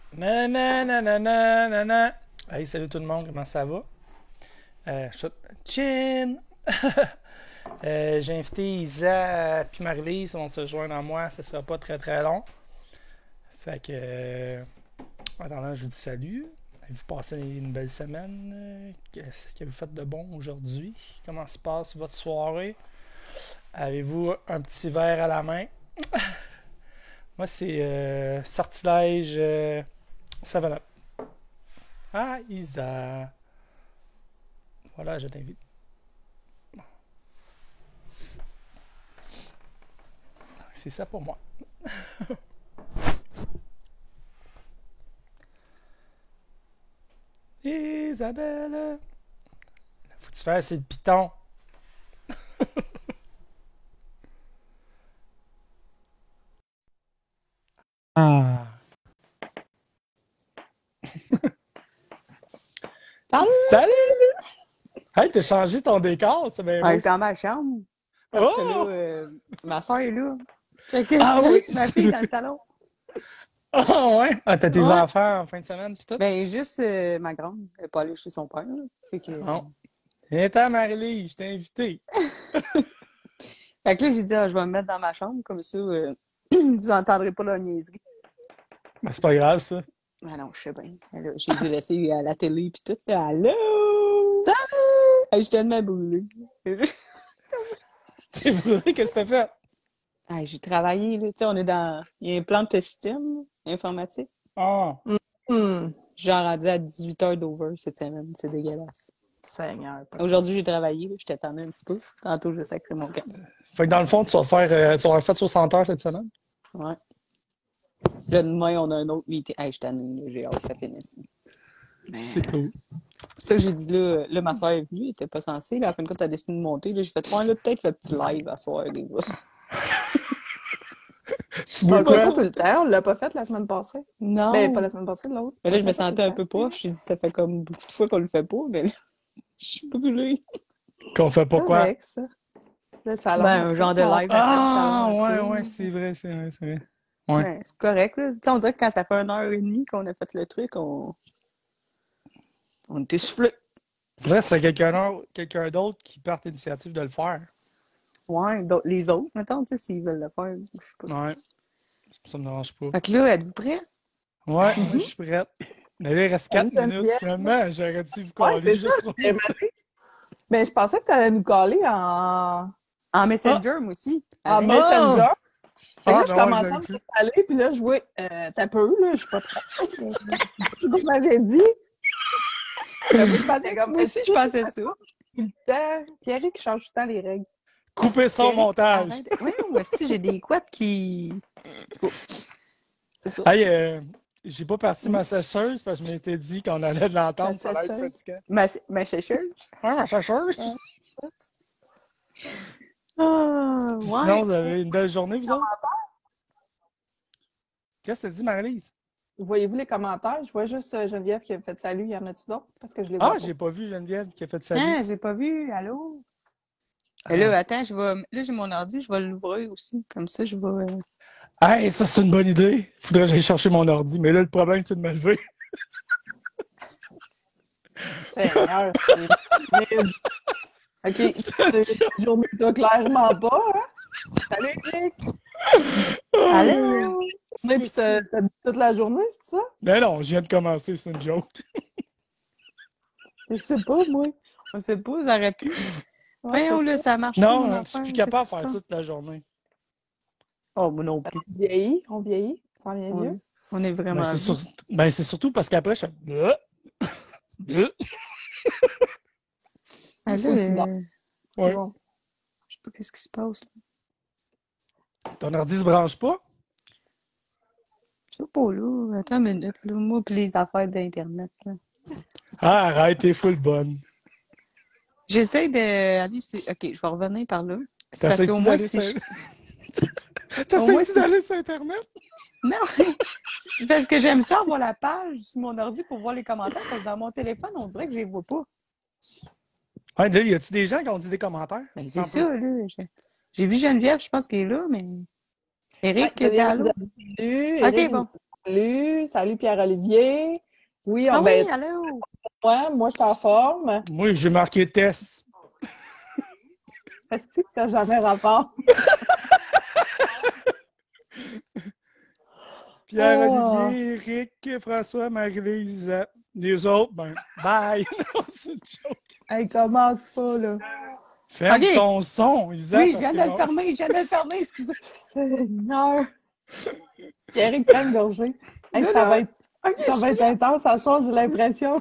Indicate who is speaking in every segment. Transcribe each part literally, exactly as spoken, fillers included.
Speaker 1: Nanana. Hey, salut tout le monde, comment ça va? Euh, je suis- Chin! Euh, j'ai invité Isa puis Marie-Lise, ils vont se joindre à moi, ce sera pas très très long. Fait que. Euh, en attendant, je vous dis salut. Avez-vous passé une belle semaine? Euh, Qu'est-ce que vous faites de bon aujourd'hui? Comment se passe votre soirée? Avez-vous un petit verre à la main? Moi, c'est euh, sortilège euh, seven up. Ah, Isa! Voilà, je t'invite. C'est ça pour moi. Isabelle! Faut-tu faire assez de piton? Ah!
Speaker 2: Salut!
Speaker 1: Salut! Hey, t'as changé ton décor, c'est bien
Speaker 2: Ouais,
Speaker 1: beau.
Speaker 2: j'étais dans ma chambre parce que là,
Speaker 1: Oh!
Speaker 2: euh, ma soeur est là. Fait que
Speaker 1: Ah
Speaker 2: j'étais
Speaker 1: oui!
Speaker 2: avec ma
Speaker 1: C'est
Speaker 2: fille
Speaker 1: vrai.
Speaker 2: dans le salon.
Speaker 1: Ah ouais! Ah, t'as tes
Speaker 2: Ouais.
Speaker 1: enfants en fin de semaine pis tout?
Speaker 2: Ben, juste euh, ma grande. Elle est pas allée chez son père. Là. Fait que,
Speaker 1: Bon. Viens-t'en, Marie-Lise, je t'ai invité.
Speaker 2: fait que là, j'ai dit, ah, je vais me mettre dans ma chambre, comme ça, euh, vous entendrez pas leur niaiserie.
Speaker 1: Ben, c'est pas grave, ça.
Speaker 2: Ah non, je sais bien. Là, je les ai laissés à la télé pis tout. Allô! Hey, je suis tellement brûlée.
Speaker 1: T'es brûlé, qu'est-ce que t'as fait?
Speaker 2: Hey, j'ai travaillé, là. Tu sais, on est dans. Il y a un plan de système informatique.
Speaker 1: Ah!
Speaker 3: Hmm.
Speaker 2: Genre rendu à dix-huit heures d'over cette semaine. C'est dégueulasse.
Speaker 3: Seigneur, pas de
Speaker 2: Aujourd'hui, j'ai
Speaker 3: sens.
Speaker 2: travaillé, là, j'étais tannée un petit peu. Tantôt, je sacré mon camp.
Speaker 1: Fait que dans le fond, tu vas faire, euh, tu vas avoir fait soixante heures cette semaine?
Speaker 2: Ouais. Là, demain, on a un autre meeting. Hey, je suis tannée, là, j'ai hâte que ça finisse. Mais
Speaker 1: C'est tout.
Speaker 2: ça, j'ai dit là, là, ma soeur est venue, elle était pas censée. Là, à la fin de compte, elle a décidé de monter. Là, j'ai fait, ouais, là, peut-être le petit live à soir, les gars.
Speaker 1: Tu
Speaker 3: On
Speaker 1: bois
Speaker 3: le fait
Speaker 2: Pas
Speaker 3: pas
Speaker 1: quoi?
Speaker 2: sûr.
Speaker 3: tout le temps, on l'a pas fait la semaine passée. Ben, pas
Speaker 2: Non.
Speaker 3: la semaine passée, l'autre.
Speaker 2: Mais
Speaker 3: On
Speaker 2: là,
Speaker 3: le
Speaker 2: je me
Speaker 3: fait pas tout le
Speaker 2: sentais un
Speaker 3: temps.
Speaker 2: peu poche. J'ai dit, ça fait comme beaucoup de fois qu'on le fait pas, mais là, je suis brûlée.
Speaker 1: Qu'on fait pas
Speaker 3: C'est
Speaker 1: quoi?
Speaker 3: correct, ça. Le salon
Speaker 2: Ben, un
Speaker 3: après.
Speaker 2: genre de
Speaker 3: On
Speaker 2: live après le salon
Speaker 1: Ah,
Speaker 2: un
Speaker 1: ouais,
Speaker 2: peu.
Speaker 1: ouais, c'est vrai, c'est vrai, c'est vrai. Ouais.
Speaker 2: Mais c'est correct, là. Tu sais, on dirait que quand ça fait une heure et demie qu'on a fait le truc, on, on était soufflé.
Speaker 1: Faudrait que c'est quelqu'un d'autre quelqu'un d'autre qui parte l'initiative de le faire.
Speaker 2: Ouais, d'autres- les autres, mettons, tu sais, s'ils veulent le faire, je sais pas trop.
Speaker 1: Ouais, ça me dérange pas.
Speaker 2: Fait que là, êtes-vous prêts?
Speaker 1: Ouais, ouais, je
Speaker 3: Mhm.
Speaker 1: suis prête. Mais là, il reste
Speaker 3: Salut
Speaker 1: quatre minutes.
Speaker 3: Geneviève.
Speaker 1: Finalement, j'aurais dû vous
Speaker 3: Ouais,
Speaker 1: caler
Speaker 3: c'est ça.
Speaker 1: juste au
Speaker 3: J'ai remarqué. Ben, je pensais que tu allais nous caler en,
Speaker 2: En
Speaker 1: Ah!
Speaker 2: Messenger, moi aussi,
Speaker 3: en
Speaker 2: avec.
Speaker 1: Ah!
Speaker 3: Messenger. Fait que
Speaker 1: Ah,
Speaker 3: là, je
Speaker 1: ben ouais, je
Speaker 3: commençais
Speaker 1: l'avais
Speaker 3: à me
Speaker 1: vu.
Speaker 3: aller, puis là, je vois, euh, t'as peu, là, je suis pas prête. Vous m'avez dit,
Speaker 2: Ben, moi, je
Speaker 3: c'est
Speaker 2: pensais,
Speaker 3: comme,
Speaker 2: moi aussi, je
Speaker 3: est-ce que
Speaker 2: pensais ça.
Speaker 3: tout le temps? Pierre qui change tout le temps les règles.
Speaker 1: Coupez ça au
Speaker 2: Pierrick,
Speaker 1: montage.
Speaker 2: arrête. Oui, moi aussi, j'ai des couettes qui. En tout cas, c'est ça.
Speaker 1: Hey, euh, j'ai pas parti
Speaker 2: Hmm?
Speaker 1: ma sécheuse parce que je m'étais dit qu'on allait
Speaker 3: Ta
Speaker 1: l'entendre, ça allait être
Speaker 3: sécheuse.
Speaker 1: fatigant.
Speaker 2: Ma, ma sécheuse.
Speaker 1: Ah, ma sécheuse!
Speaker 3: Ouais.
Speaker 2: Ah,
Speaker 1: Puis sinon,
Speaker 2: ouais.
Speaker 1: vous avez une belle journée, vous autres? Qu'est-ce que t'as dit, Marie-Lise?
Speaker 3: Voyez-vous les commentaires? Je vois juste euh, Geneviève qui a fait salut. Y en a-tu d'autres? Parce que je les vois
Speaker 1: Ah,
Speaker 3: pas.
Speaker 1: j'ai pas vu Geneviève qui a fait salut.
Speaker 2: Hein, j'ai pas vu. Allô? Mais
Speaker 1: Ah.
Speaker 2: là, attends, je vais. Là, j'ai mon ordi, je vais l'ouvrir aussi. Comme ça, je vais. euh,
Speaker 1: Hey, ça, c'est une bonne idée. Faudrait que j'aille chercher mon ordi. Mais là, le problème, c'est de me lever.
Speaker 3: Seigneur, c'est horrible. OK, c'est une journée que t'as clairement pas, hein? Salut, Nick!
Speaker 2: Allô?
Speaker 3: Mais puis t'as t'as dit toute la journée, c'est ça?
Speaker 1: Mais non, je viens de commencer, c'est une joke.
Speaker 3: Je sais pas, moi.
Speaker 2: On sait pas, j'aurais pu.
Speaker 3: Ouais,
Speaker 2: Voyons,
Speaker 3: c'est
Speaker 2: là,
Speaker 3: ça.
Speaker 2: ça marche pas,
Speaker 1: Non,
Speaker 2: mon
Speaker 1: non, je suis
Speaker 2: affaire.
Speaker 1: plus
Speaker 2: Qu'est-ce
Speaker 1: capable
Speaker 2: qui
Speaker 1: de
Speaker 2: se
Speaker 1: faire
Speaker 2: passe?
Speaker 1: ça toute la journée.
Speaker 2: Oh, moi non plus.
Speaker 3: On vieillit, on vieillit. Ça en vient
Speaker 2: Oui.
Speaker 3: mieux.
Speaker 2: On est
Speaker 1: Ben,
Speaker 2: vraiment
Speaker 1: c'est
Speaker 2: vieux.
Speaker 1: sur... ben, c'est surtout parce qu'après, je fais... Bleh, bleh.
Speaker 2: Ah,
Speaker 3: Il
Speaker 2: là,
Speaker 3: faut que tu dors.
Speaker 2: euh,
Speaker 3: C'est
Speaker 1: Ouais.
Speaker 3: bon.
Speaker 2: je sais pas qu'est-ce qui se passe, là.
Speaker 1: Ton ordi se branche pas?
Speaker 2: Je sais pas, là. Attends une minute, là. Moi, pis les affaires d'Internet, là.
Speaker 1: Ah, arrête, t'es full bonne.
Speaker 2: J'essaie d'aller sur. Ok, je vais revenir par là. C'est parce qu'au
Speaker 1: T'essayes-tu
Speaker 2: moins,
Speaker 1: d'aller
Speaker 2: si
Speaker 1: sur...
Speaker 2: je. Au moins,
Speaker 1: T'essayes-tu
Speaker 2: si je.
Speaker 1: d'aller sur Internet?
Speaker 2: Non! Parce que j'aime ça avoir la page sur mon ordi pour voir les commentaires, parce que dans mon téléphone, on dirait que je les vois pas.
Speaker 1: Ouais, là, y a-tu des gens qui ont dit des commentaires?
Speaker 2: Ben, c'est
Speaker 1: Un
Speaker 2: ça,
Speaker 1: peu.
Speaker 2: là. Je- J'ai vu Geneviève, je pense qu'elle est là, mais.
Speaker 3: Ouais,
Speaker 2: Eric, dis
Speaker 3: Geneviève nous
Speaker 2: allô?
Speaker 3: a dit salut.
Speaker 2: Ok,
Speaker 3: Eric nous
Speaker 2: bon.
Speaker 3: Salut, salut Pierre-Olivier. Oui, on,
Speaker 2: Ah
Speaker 3: ben,
Speaker 2: oui, allô?
Speaker 3: moi, moi, je suis en forme.
Speaker 1: Moi, j'ai marqué Tess.
Speaker 3: Est-ce que t'as jamais rapport? Oh.
Speaker 1: Pierre-Olivier, Eric, François, Marie-Lise. euh, Les autres, ben, bye. Non, c'est une joke.
Speaker 3: Hey, commence pas, là.
Speaker 1: Ferme
Speaker 2: OK.
Speaker 1: ton son, Isa.
Speaker 2: Oui, je
Speaker 1: parce
Speaker 2: viens
Speaker 1: que
Speaker 2: de le
Speaker 1: on-
Speaker 2: fermer, je viens de le fermer, excusez.
Speaker 3: Seigneur. Pierre, prend une gorgée. Hey,
Speaker 2: Là,
Speaker 3: ça va
Speaker 2: là,
Speaker 3: être,
Speaker 2: OK,
Speaker 3: ça
Speaker 2: je
Speaker 3: va être intense, ça soir, j'ai l'impression.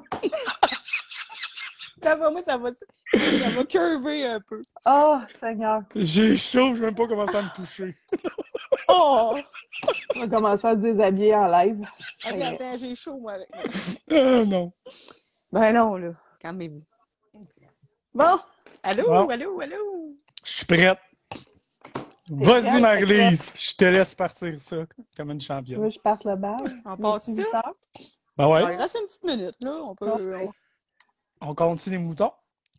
Speaker 2: ça va, moi, ça va, ça va curver un peu.
Speaker 3: Oh, Seigneur.
Speaker 1: J'ai chaud, je sais même pas comment ça me toucher.
Speaker 2: Oh!
Speaker 3: On va commencer à se déshabiller en live.
Speaker 2: OK,
Speaker 3: Hey,
Speaker 2: attends, j'ai chaud, moi, avec moi.
Speaker 1: Ah non.
Speaker 2: Ben non, là, calmez-vous. Bon, allô,
Speaker 1: Bon.
Speaker 2: allô, allô?
Speaker 1: Je suis prête.
Speaker 3: prête,
Speaker 1: Vas-y,
Speaker 3: t'es
Speaker 1: Marie-Lise. Je te laisse partir ça comme une
Speaker 3: Tu veux
Speaker 1: championne.
Speaker 3: que je parte le bal?
Speaker 2: On passe
Speaker 3: Il est-tu
Speaker 2: ça?
Speaker 3: huit heures?
Speaker 1: Ben
Speaker 2: Bon,
Speaker 1: ouais.
Speaker 2: il reste une petite minute, là, on peut...
Speaker 3: Parfait.
Speaker 1: On continue les moutons.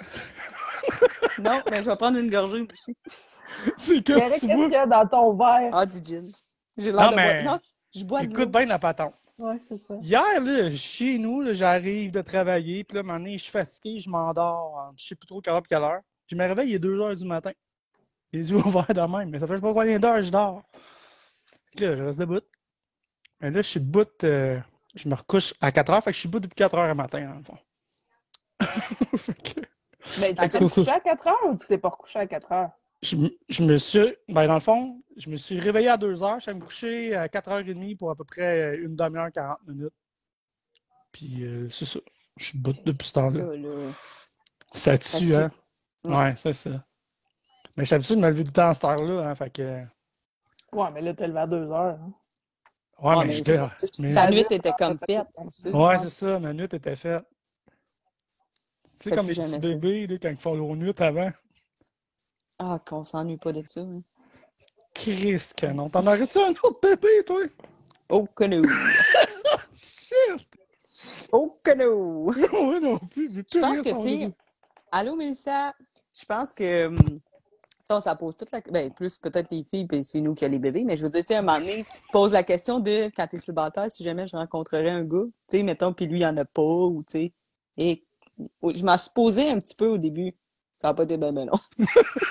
Speaker 2: Non, mais je vais prendre une gorgée aussi.
Speaker 1: C'est qu'est-ce
Speaker 3: Pierre,
Speaker 1: que
Speaker 3: qu'est-ce
Speaker 1: tu vois?
Speaker 3: qu'il y a dans ton verre?
Speaker 2: Ah, du gin. J'ai
Speaker 1: Non,
Speaker 2: l'air de
Speaker 1: mais-
Speaker 2: boire. Non, je bois de l'eau.
Speaker 1: Écoute bien la patente.
Speaker 3: Ouais, c'est ça.
Speaker 1: Hier, là, chez nous, là, j'arrive de travailler, puis là, à un moment donné, je suis fatigué, je m'endors, hein, je sais plus trop quelle heure puis quelle heure. Je me réveille, il est deux heures du matin. Les yeux ouverts de même, mais ça fait je sais pas combien d'heures je dors. Puis là, je reste debout. Mais là, je suis debout, euh, je me recouche à quatre heures, fait que je suis debout depuis quatre heures le matin, dans le fond. Fait que
Speaker 3: Ben,
Speaker 2: Ah,
Speaker 3: t'es
Speaker 1: c'est ça.
Speaker 3: couché à quatre heures ou tu t'es pas recouché à quatre heures?
Speaker 1: je, m- je me suis, ben, dans le fond, je me suis réveillé à deux heures, je suis allé me coucher à quatre heures trente pour à peu près une demi-heure, quarante minutes. Puis euh, c'est ça. Je suis debout depuis ce temps-là.
Speaker 2: Ça, là.
Speaker 1: Ça
Speaker 2: Ça
Speaker 1: tue,
Speaker 2: tue.
Speaker 1: hein?
Speaker 2: Ouais.
Speaker 1: Ouais, c'est ça. Mais je suis habitué de me lever tout le temps à cette heure-là, hein, fait que...
Speaker 3: Ouais, mais là, t'es levé à deux heures. Hein.
Speaker 1: Ouais,
Speaker 2: Ouais,
Speaker 1: mais
Speaker 2: mais
Speaker 1: j'étais...
Speaker 2: c'est-
Speaker 1: mais-
Speaker 2: Sa nuit était comme faite, c'est ça.
Speaker 1: Ouais, c'est ça, ma nuit était faite. Tu sais,
Speaker 2: Fais
Speaker 1: comme
Speaker 2: plus
Speaker 1: les petits
Speaker 2: jamais ça.
Speaker 1: bébés, là, quand ils font leur nuit avant.
Speaker 2: Ah, qu'on s'ennuie pas de ça. Hein.
Speaker 1: Chris, canon. T'en aurais-tu un autre bébé, toi?
Speaker 2: Oh que no!
Speaker 1: Shit!
Speaker 2: Oh que no!
Speaker 1: Ouais, non plus. mais
Speaker 2: Je
Speaker 1: plus
Speaker 2: pense
Speaker 1: rien
Speaker 2: que,
Speaker 1: sans
Speaker 2: tu sais,
Speaker 1: lui.
Speaker 2: allô, Mélissa? Je pense que, hum, tu sais, on s'en pose toute la... Ben, plus peut-être les filles, puis c'est nous qui a les bébés, mais je veux dire, tu sais, à un moment donné, tu te poses la question de, quand t'es célibataire, si jamais je rencontrerais un gars, tu sais, mettons, puis lui, il en a pas, ou tu sais, et je m'en suis posé un petit peu au début. Ça n'a pas été ben, ben non.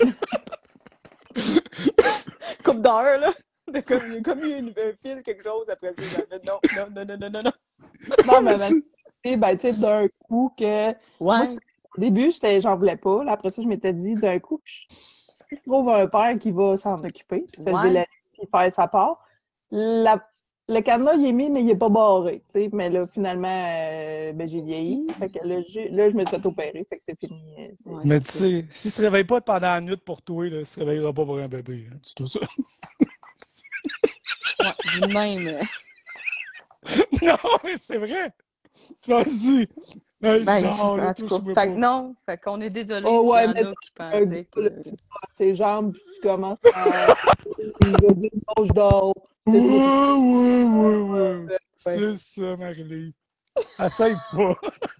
Speaker 2: Coupe d'heure, là. De comme, il y a comme eu une- un fil, quelque chose, après ça, j'ai fait non, non, non, non, non, non, non.
Speaker 3: Non, mais ben, tu sais, ben, tu sais, d'un coup que... Moi,
Speaker 2: Ouais,
Speaker 3: c'était- au début, j'étais, j'en voulais pas. Là, après ça, je m'étais dit, d'un coup, je- si je trouve un père qui va s'en occuper, puis se
Speaker 2: Ouais.
Speaker 3: lever la nuit, puis faire sa part, la- le cadenas, il est mis, mais il est pas barré, tu sais. Mais là, finalement, euh, ben, j'ai vieilli. Fait que là, j'ai- là, je me suis fait opérer, fait que c'est fini. euh, c'est-
Speaker 2: Ouais,
Speaker 1: Mais
Speaker 2: c'est
Speaker 1: tu
Speaker 2: ça.
Speaker 1: sais, s'il se réveille pas pendant la nuit pour toi, là, il se réveillera pas pour un bébé. hein. C'est tout ça.
Speaker 2: Ouais, du même. euh,
Speaker 1: Non, mais c'est vrai. Vas-y. Hey,
Speaker 2: Ben,
Speaker 1: non,
Speaker 2: je-
Speaker 1: là,
Speaker 2: en tout
Speaker 1: touche-moi
Speaker 2: cas, fait
Speaker 1: pas.
Speaker 2: que non, fait qu'on est désolé
Speaker 3: Oh,
Speaker 2: s'il
Speaker 3: ouais,
Speaker 2: y en
Speaker 3: mais
Speaker 2: a qui
Speaker 3: Un
Speaker 2: pensaient
Speaker 3: gars, là,
Speaker 2: que...
Speaker 3: tu passes tes jambes, puis tu commences à... Il va dire, non, je dors.
Speaker 1: Ouais,
Speaker 3: C'est trop-
Speaker 1: ouais, ouais, ouais.
Speaker 3: Ouais.
Speaker 1: C'est ça, Marie-Lise. Essaye pas.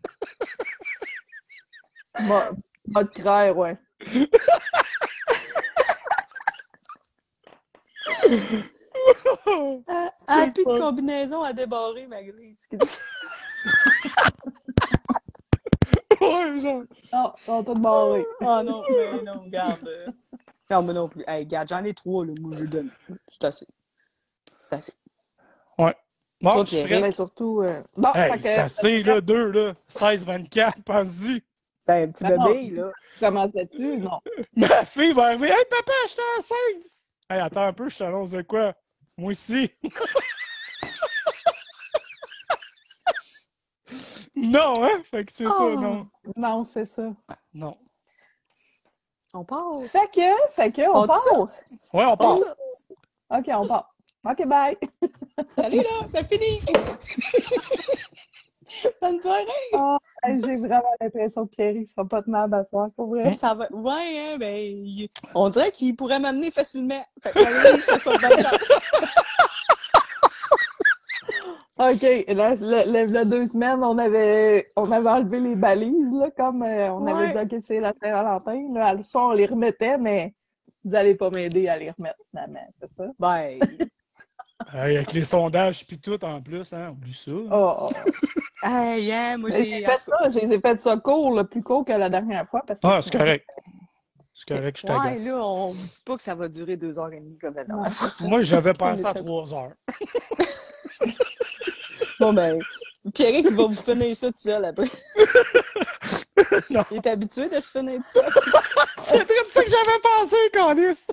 Speaker 3: Mo- Mode craire, ouais.
Speaker 2: Ah, ah,
Speaker 1: C'est
Speaker 2: plus de
Speaker 1: pas-
Speaker 2: combinaison à débarrer, Marie.
Speaker 1: Ouais, genre.
Speaker 3: Non, ils sont tous barrés.
Speaker 2: Ah non, mais non, regarde. euh, Non, mais non plus. Hey, regarde, j'en ai trois, là. Moi, je donne. C'est assez. C'est assez.
Speaker 1: Ouais. Bon,
Speaker 2: Toi,
Speaker 1: je suis
Speaker 2: Pierrick?
Speaker 1: prêt.
Speaker 3: Mais surtout... euh, Bon,
Speaker 1: Hey,
Speaker 3: fait
Speaker 1: c'est
Speaker 3: que...
Speaker 1: assez, là, deux, là. seize vingt-quatre, pense-y.
Speaker 2: Ben, un petit
Speaker 3: Ben non.
Speaker 2: bébé, là.
Speaker 3: Tu commences là-dessus? Non.
Speaker 1: Ma fille va arriver. Hey, papa, je suis enceinte. Hey, attends un peu, je t'annonce de quoi? Moi aussi. Non, hein? Fait que c'est ça,
Speaker 3: Oh.
Speaker 1: non.
Speaker 3: Non, c'est ça.
Speaker 1: Non.
Speaker 2: On part.
Speaker 3: Fait que, fait que, on
Speaker 2: On dit ça?
Speaker 3: part.
Speaker 1: Ouais, on
Speaker 2: On
Speaker 1: part.
Speaker 2: ça.
Speaker 3: OK, on part. OK, bye.
Speaker 2: Salut, là. C'est fini. Bonne soirée.
Speaker 3: Oh, hey, j'ai vraiment l'impression que Pierre, il sera pas tenable à soir, pour vrai.
Speaker 2: Ça va. Ouais, hein, ben, il- on dirait qu'il pourrait m'amener facilement. Fait que, Marie, je te souhaite bonne chance.
Speaker 3: OK, là, le, le- le deux semaines, on avait, on avait enlevé les balises, là, comme euh, on avait
Speaker 2: Ouais.
Speaker 3: dit, OK, c'est la Saint-Valentin. Là, à le soir, on les remettait, mais vous allez pas m'aider à les remettre, finalement, c'est ça?
Speaker 2: Ben,
Speaker 1: Hey, avec les sondages puis tout en plus, hein, oublie ça.
Speaker 3: Oh, oh.
Speaker 2: Hey, hein, moi,
Speaker 3: Mais
Speaker 2: j'ai...
Speaker 3: J'ai fait ça, j'ai fait ça court, là, plus court que la dernière fois. Parce que
Speaker 1: Ah, c'est correct. C'est correct, je
Speaker 2: Ouais,
Speaker 1: t'agace.
Speaker 2: là, on ne dit pas que ça va durer deux heures et demie comme la
Speaker 3: Non,
Speaker 2: dernière fois.
Speaker 3: c'est ça.
Speaker 1: Moi, j'avais
Speaker 2: On
Speaker 1: pensé à
Speaker 2: était-
Speaker 1: trois heures.
Speaker 2: Bon, ben, Pierrick, il va vous finir ça tout seul après.
Speaker 1: Non.
Speaker 2: Il est habitué de se finir tout seul.
Speaker 1: C'est très ça que j'avais pensé, Candice.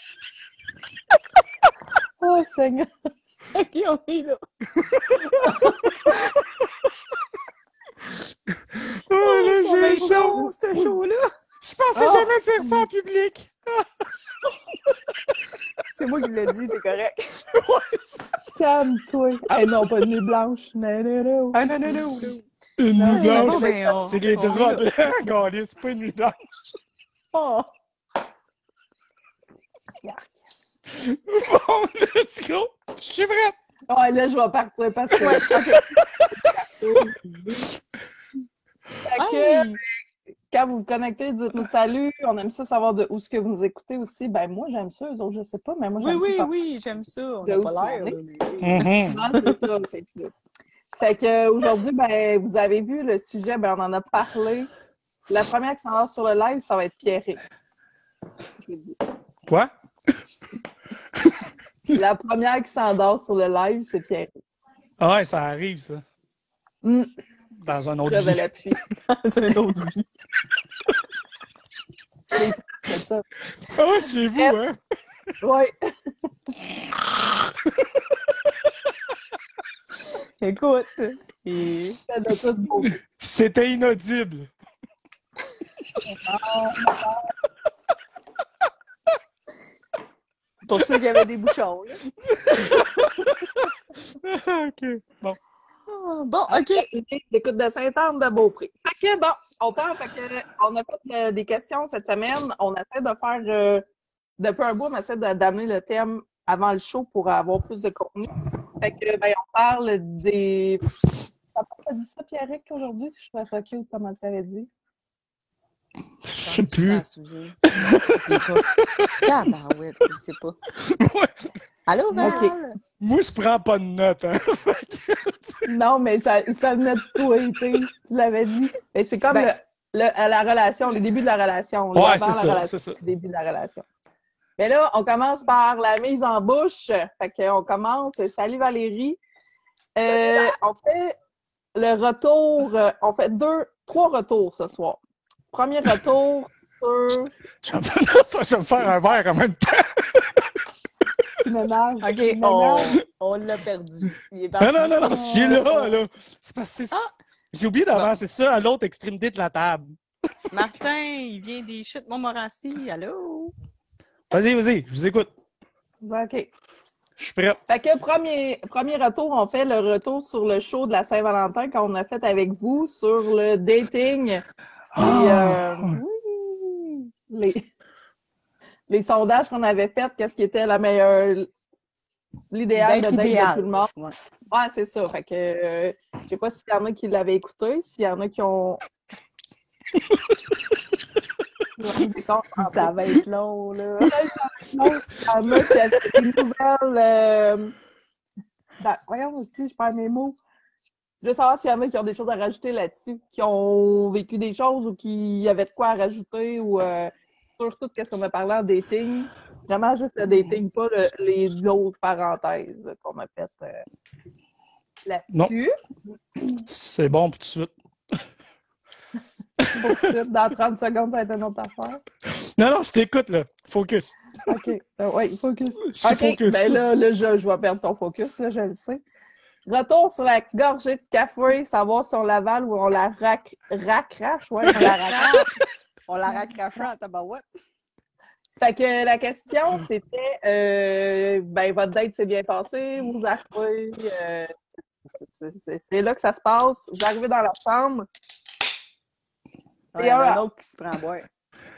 Speaker 3: Oh, Seigneur.
Speaker 2: Ok, on est là.
Speaker 1: Oh, là,
Speaker 2: Ça va
Speaker 1: j'ai
Speaker 2: être
Speaker 1: chaud.
Speaker 2: long, ce show-là.
Speaker 1: Je pensais
Speaker 3: Oh.
Speaker 1: jamais dire ça en public.
Speaker 2: C'est moi qui l'ai dit, t'es correct.
Speaker 1: Ouais,
Speaker 3: Calme-toi. Hey, non, pas de nuit blanche. Non, non, non.
Speaker 2: Ah non, non, non, non.
Speaker 1: une nuit blanche.
Speaker 2: bon, ben, on-
Speaker 1: C'est les
Speaker 2: on
Speaker 1: draps
Speaker 2: est là.
Speaker 1: blancs, Candice, c'est pas une nuit blanche.
Speaker 2: Oh.
Speaker 1: Bon, let's go. Je suis prête.
Speaker 3: Ouais, là, je vais partir parce que.
Speaker 2: Ouais,
Speaker 3: Fait que,
Speaker 2: Hey.
Speaker 3: quand vous vous connectez, dites-nous salut. On aime ça savoir de où ce que vous nous écoutez aussi. Ben, moi, j'aime ça. Eux autres, je sais pas, mais moi,
Speaker 2: Oui,
Speaker 3: j'aime
Speaker 2: oui,
Speaker 3: ça.
Speaker 2: oui, j'aime ça. On
Speaker 3: De
Speaker 2: n'a
Speaker 3: où
Speaker 2: pas l'air,
Speaker 3: on est.
Speaker 2: là, mais oui.
Speaker 1: Mhm.
Speaker 3: Non, c'est ça, c'est ça. Fait que euh, aujourd'hui, ben, vous avez vu le sujet, ben, on en a parlé. La première qui s'en va sur le live, ça va être Pierrick. Je vous dis.
Speaker 1: Quoi?
Speaker 3: La première qui s'endort sur le live, c'est Pierrick.
Speaker 1: Ah ouais, ça arrive, ça.
Speaker 3: Hum,
Speaker 1: Dans un
Speaker 3: je
Speaker 1: autre
Speaker 3: vais
Speaker 1: vie.
Speaker 3: l'appui.
Speaker 2: C'est une autre vie.
Speaker 3: C'est ça.
Speaker 1: Ah, chez vous, hein?
Speaker 3: Ouais.
Speaker 2: Écoute, et...
Speaker 3: Ça doit tout beau.
Speaker 1: C'était inaudible.
Speaker 2: pour ceux qui avaient des bouchons, là.
Speaker 1: OK. Bon.
Speaker 2: Ah, bon, OK.
Speaker 3: L'écoute de Sainte-Anne de Beaupré. Fait que bon, on part, fait que on a fait euh, des questions cette semaine. On essaie de faire euh, depuis un bout, on essaie de- d'amener le thème avant le show pour avoir plus de contenu. Fait que ben on parle des. Ça t'a dit ça, Pierrick, aujourd'hui? Je trouvais ça cute, comment tu l'avais dit.
Speaker 1: Je sais plus.
Speaker 2: Tabarouette, je sais pas.
Speaker 1: Ouais.
Speaker 2: Allô, Val?
Speaker 3: Ok.
Speaker 1: Moi, je prends pas de notes, hein. Fait que-
Speaker 3: Non, mais ça, ça venait de toi, tu sais. Tu l'avais dit. Et c'est comme
Speaker 2: Ben-
Speaker 3: le, le- à la relation, le début de la relation. là,
Speaker 1: Ouais,
Speaker 3: avant
Speaker 1: c'est
Speaker 3: la
Speaker 1: ça,
Speaker 3: relation,
Speaker 1: c'est ça.
Speaker 3: le début de la relation. Mais là, on commence par la mise en bouche. Fait qu'on commence. Salut Valérie. Euh, on fait le retour. euh, On fait deux, trois retours ce soir. Premier retour sur
Speaker 1: Je vais me faire- ça, je vais me faire un verre en même temps.
Speaker 3: ménage.
Speaker 2: OK, on, on l'a perdu. Il est parti.
Speaker 1: Non, non, non, non, je suis là, là. C'est parce que c'est-
Speaker 2: Ah!
Speaker 1: j'ai oublié d'avancer ça à l'autre extrémité de la table.
Speaker 2: Martin, il vient des chutes Montmorency. Allô?
Speaker 1: Vas-y, vas-y, je vous écoute.
Speaker 3: OK.
Speaker 1: Je suis prêt.
Speaker 3: Fait que premier, premier retour, on fait le retour sur le show de la Saint-Valentin qu'on a fait avec vous sur le dating.
Speaker 1: Ah!
Speaker 3: Et, euh, oui, les, les sondages qu'on avait faits, qu'est-ce qui était la meilleure, l'idéal de
Speaker 2: Date
Speaker 3: date de
Speaker 2: idéal.
Speaker 3: tout le monde.
Speaker 2: Ouais.
Speaker 3: Ouais, c'est ça. Fait que, euh, je sais pas s'il y en a qui l'avaient écouté, s'il y en a qui ont...
Speaker 2: Ça va être long, là.
Speaker 3: Non, il y en a qui avaient des nouvelles... Euh... ben, voyons aussi, je perds mes mots. Je veux savoir s'il y en a qui ont des choses à rajouter là-dessus, qui ont vécu des choses ou qui avaient de quoi à rajouter ou euh, sur tout ce qu'on a parlé en dating. Vraiment juste le dating, pas le- les autres parenthèses qu'on a faites euh, là-dessus.
Speaker 1: C'est bon pour tout de suite.
Speaker 3: Pour tout de suite, dans trente secondes, ça va être une autre affaire.
Speaker 1: Non, non, je t'écoute, là. Focus.
Speaker 3: OK. Euh, oui, focus.
Speaker 1: Je suis
Speaker 3: OK.
Speaker 1: focus.
Speaker 3: Ben là, là je, je vais perdre ton focus, là, je le sais. Retour sur la gorgée de café, savoir si on l'avale ou on la rac... racrache. Ouais, on la racrache.
Speaker 2: On l'a raccraché à tabarouette.
Speaker 3: Fait que la question, c'était, euh, ben, votre date s'est bien passée, vous arrivez, euh, c'est- c'est c'est là que ça se passe, vous arrivez dans la chambre.
Speaker 2: Ouais, il
Speaker 3: Et
Speaker 2: y en a
Speaker 3: alors-
Speaker 2: un autre qui se prend à boire.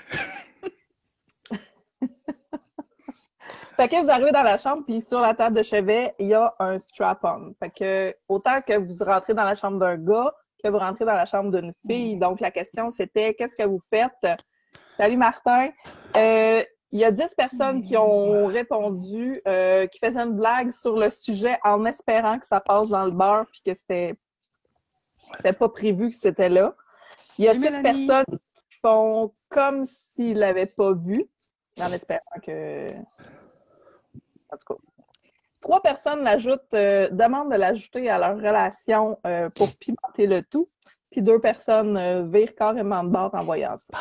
Speaker 3: Fait que vous arrivez dans la chambre, puis sur la table de chevet, il y a un strap-on. Fait que autant que vous rentrez dans la chambre d'un gars, que vous rentrez dans la chambre d'une fille. Donc la question, c'était, qu'est-ce que vous faites? Salut Martin. Euh, Il y a dix personnes qui ont répondu, euh, qui faisaient une blague sur le sujet en espérant que ça passe dans le beurre puis que c'était, c'était pas prévu que c'était là. Il y a
Speaker 2: Et
Speaker 3: six
Speaker 2: Mélanie.
Speaker 3: personnes qui font comme s'ils l'avaient pas vu, en espérant que... En tout cas. Trois personnes l'ajoutent, euh, demandent de l'ajouter à leur relation euh, pour pimenter le tout. Puis deux personnes euh, virent carrément de bord en voyant ça.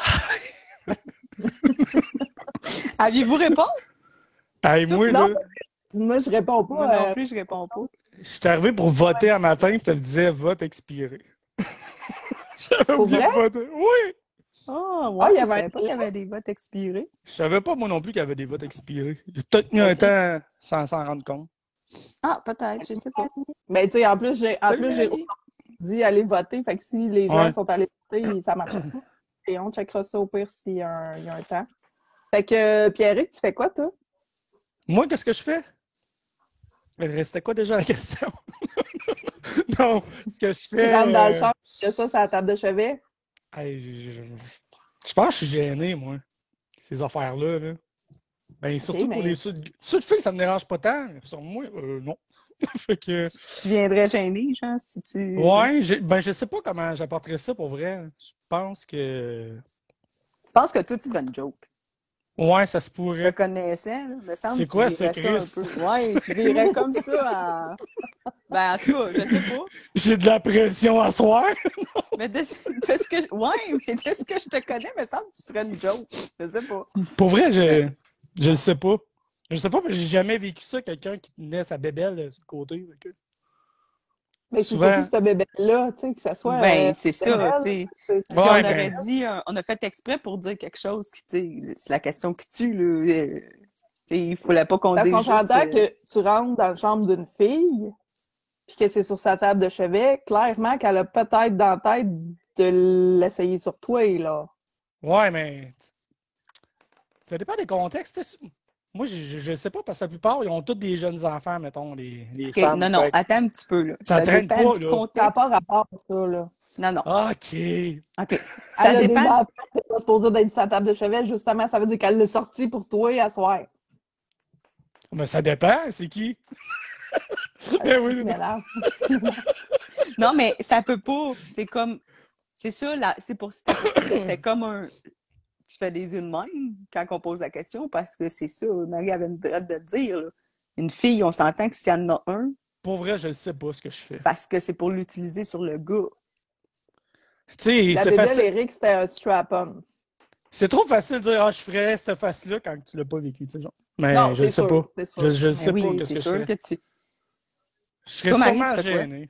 Speaker 2: Aviez-vous répondu?
Speaker 1: Hey, moi,
Speaker 3: Non,
Speaker 1: là,
Speaker 3: moi, je réponds pas.
Speaker 2: Moi non
Speaker 3: euh,
Speaker 2: plus, je réponds pas.
Speaker 1: je suis arrivé pour voter un matin, puis tu te disais vote expiré. J'avais
Speaker 3: Pour
Speaker 1: oublié de
Speaker 3: vrai?
Speaker 1: voter. Oui!
Speaker 2: Ah, ouais,
Speaker 3: Ah, il y
Speaker 2: je
Speaker 3: avait
Speaker 2: savais
Speaker 3: un
Speaker 2: pas qu'il y avait des votes expirés.
Speaker 1: Je savais pas, moi non plus, qu'il y avait des votes expirés. J'ai peut-être mis un
Speaker 3: Ok.
Speaker 1: temps sans s'en rendre compte.
Speaker 2: Ah, peut-être, je sais pas.
Speaker 3: Mais tu sais, en plus, j'ai en
Speaker 1: Salut,
Speaker 3: plus j'ai
Speaker 1: Mélanie!
Speaker 3: dit aller voter. Fait que si les gens
Speaker 1: Ouais.
Speaker 3: sont allés voter, ça marche pas. Et on checkera ça au pire s'il y a un, il y a un temps. Fait que, Pierrick, tu fais quoi, toi?
Speaker 1: Moi, qu'est-ce que je fais? Mais restait quoi déjà la question? Non, ce que je
Speaker 3: Tu
Speaker 1: fais.
Speaker 3: rentres dans le
Speaker 1: euh,
Speaker 3: champ, tu fais ça sur la table de chevet?
Speaker 1: hey, je, je- je pense que je suis gêné, moi. Ces affaires-là, là. Ben, surtout pour
Speaker 3: mais-
Speaker 1: les sous de sous de filles, ça me dérange pas tant. Sur moi, euh, non. Fait que.
Speaker 2: Tu, tu viendrais gêner, genre, si tu...
Speaker 1: Ouais, j'ai- ben, je sais pas comment j'apporterais ça pour vrai. Je pense que.
Speaker 2: Je pense que toi, tu ferais une joke.
Speaker 1: Ouais, ça se
Speaker 2: Je te
Speaker 1: pourrait.
Speaker 2: connaissais, là. Me semble
Speaker 1: C'est
Speaker 2: que tu
Speaker 1: quoi, ça,
Speaker 2: virais ça un
Speaker 1: Chris?
Speaker 2: peu. Ouais, tu virais comme ça à... Ben, en tout cas, je sais pas.
Speaker 1: J'ai de la pression à soir.
Speaker 2: Mais de, de ce que... Ouais, mais de ce que je te connais, me semble que tu ferais une joke. Je sais pas.
Speaker 1: Pour vrai, je. Je le sais pas. Je sais pas, mais j'ai jamais vécu ça, quelqu'un qui tenait sa bébelle euh, sur le côté. fait que-
Speaker 3: Mais c'est
Speaker 1: Souvent.
Speaker 3: surtout ce bébé-là, tu sais, que ça soit.
Speaker 2: Ben,
Speaker 3: euh,
Speaker 2: c'est ça,
Speaker 3: bébelle,
Speaker 2: tu sais.
Speaker 3: c'est-
Speaker 2: Si
Speaker 1: Ouais,
Speaker 2: on
Speaker 1: ben-
Speaker 2: aurait dit, euh, on a fait exprès pour dire quelque chose qui, tu sais, c'est la question qui tue, là. euh, Tu sais, il fallait pas qu'on
Speaker 3: Parce
Speaker 2: dise
Speaker 3: qu'on
Speaker 2: juste...
Speaker 3: s'entend
Speaker 2: euh,
Speaker 3: que tu rentres dans la chambre d'une fille, puis que c'est sur sa table de chevet, clairement qu'elle a peut-être dans la tête de l'essayer sur toi, là.
Speaker 1: Ouais, mais. Ça dépend des contextes. tu sais. Moi, je, je, je sais pas, parce que la plupart, ils ont tous des jeunes enfants, mettons, les, les
Speaker 2: OK,
Speaker 1: femmes.
Speaker 2: non, non,
Speaker 1: Fait que
Speaker 2: attends un petit peu, là.
Speaker 1: ça
Speaker 2: Ça,
Speaker 1: traîne
Speaker 2: dépend
Speaker 1: pas,
Speaker 2: du
Speaker 1: là.
Speaker 3: Ça n'a
Speaker 2: contexte.
Speaker 3: pas rapport à ça, là.
Speaker 2: Non, non.
Speaker 1: OK.
Speaker 2: OK. Ça
Speaker 3: Elle a des
Speaker 2: dépend...
Speaker 3: enfants, c'est pas supposé d'être sur sa table de chevet, justement, ça veut dire qu'elle l'a sorti pour toi à soir.
Speaker 1: Mais ça dépend, c'est qui? Ben oui,
Speaker 3: C'est m'énerve.
Speaker 2: Non, mais ça peut pas... C'est comme... C'est ça, là, c'est pour, c'était pour ça que c'était comme un... Tu fais des yeux de même quand on pose la question, parce que c'est ça, Marie avait une droite de le dire, là. Une fille, on s'entend que s'il y en a un,
Speaker 1: Pour vrai, je ne sais pas ce que je fais.
Speaker 2: parce que c'est pour l'utiliser sur le gars.
Speaker 1: Tu sais,
Speaker 3: La
Speaker 1: c'est
Speaker 3: bébelle,
Speaker 1: facile.
Speaker 3: Eric, c'était un strap-on.
Speaker 1: C'est trop facile de dire, ah, je ferais cette face-là quand tu l'as pas vécu, tu sais, genre. Mais
Speaker 3: Non,
Speaker 1: je ne
Speaker 3: c'est
Speaker 1: sais
Speaker 3: sûr,
Speaker 1: pas.
Speaker 3: c'est sûr.
Speaker 1: Je, je
Speaker 2: Mais
Speaker 1: sais
Speaker 2: oui,
Speaker 1: pas qu'est-ce
Speaker 2: c'est
Speaker 1: que je
Speaker 2: sûr
Speaker 1: fais.
Speaker 2: que tu...
Speaker 1: Je serais
Speaker 2: Toi, Marie,
Speaker 1: sûrement
Speaker 2: tu fais quoi?
Speaker 1: gêné.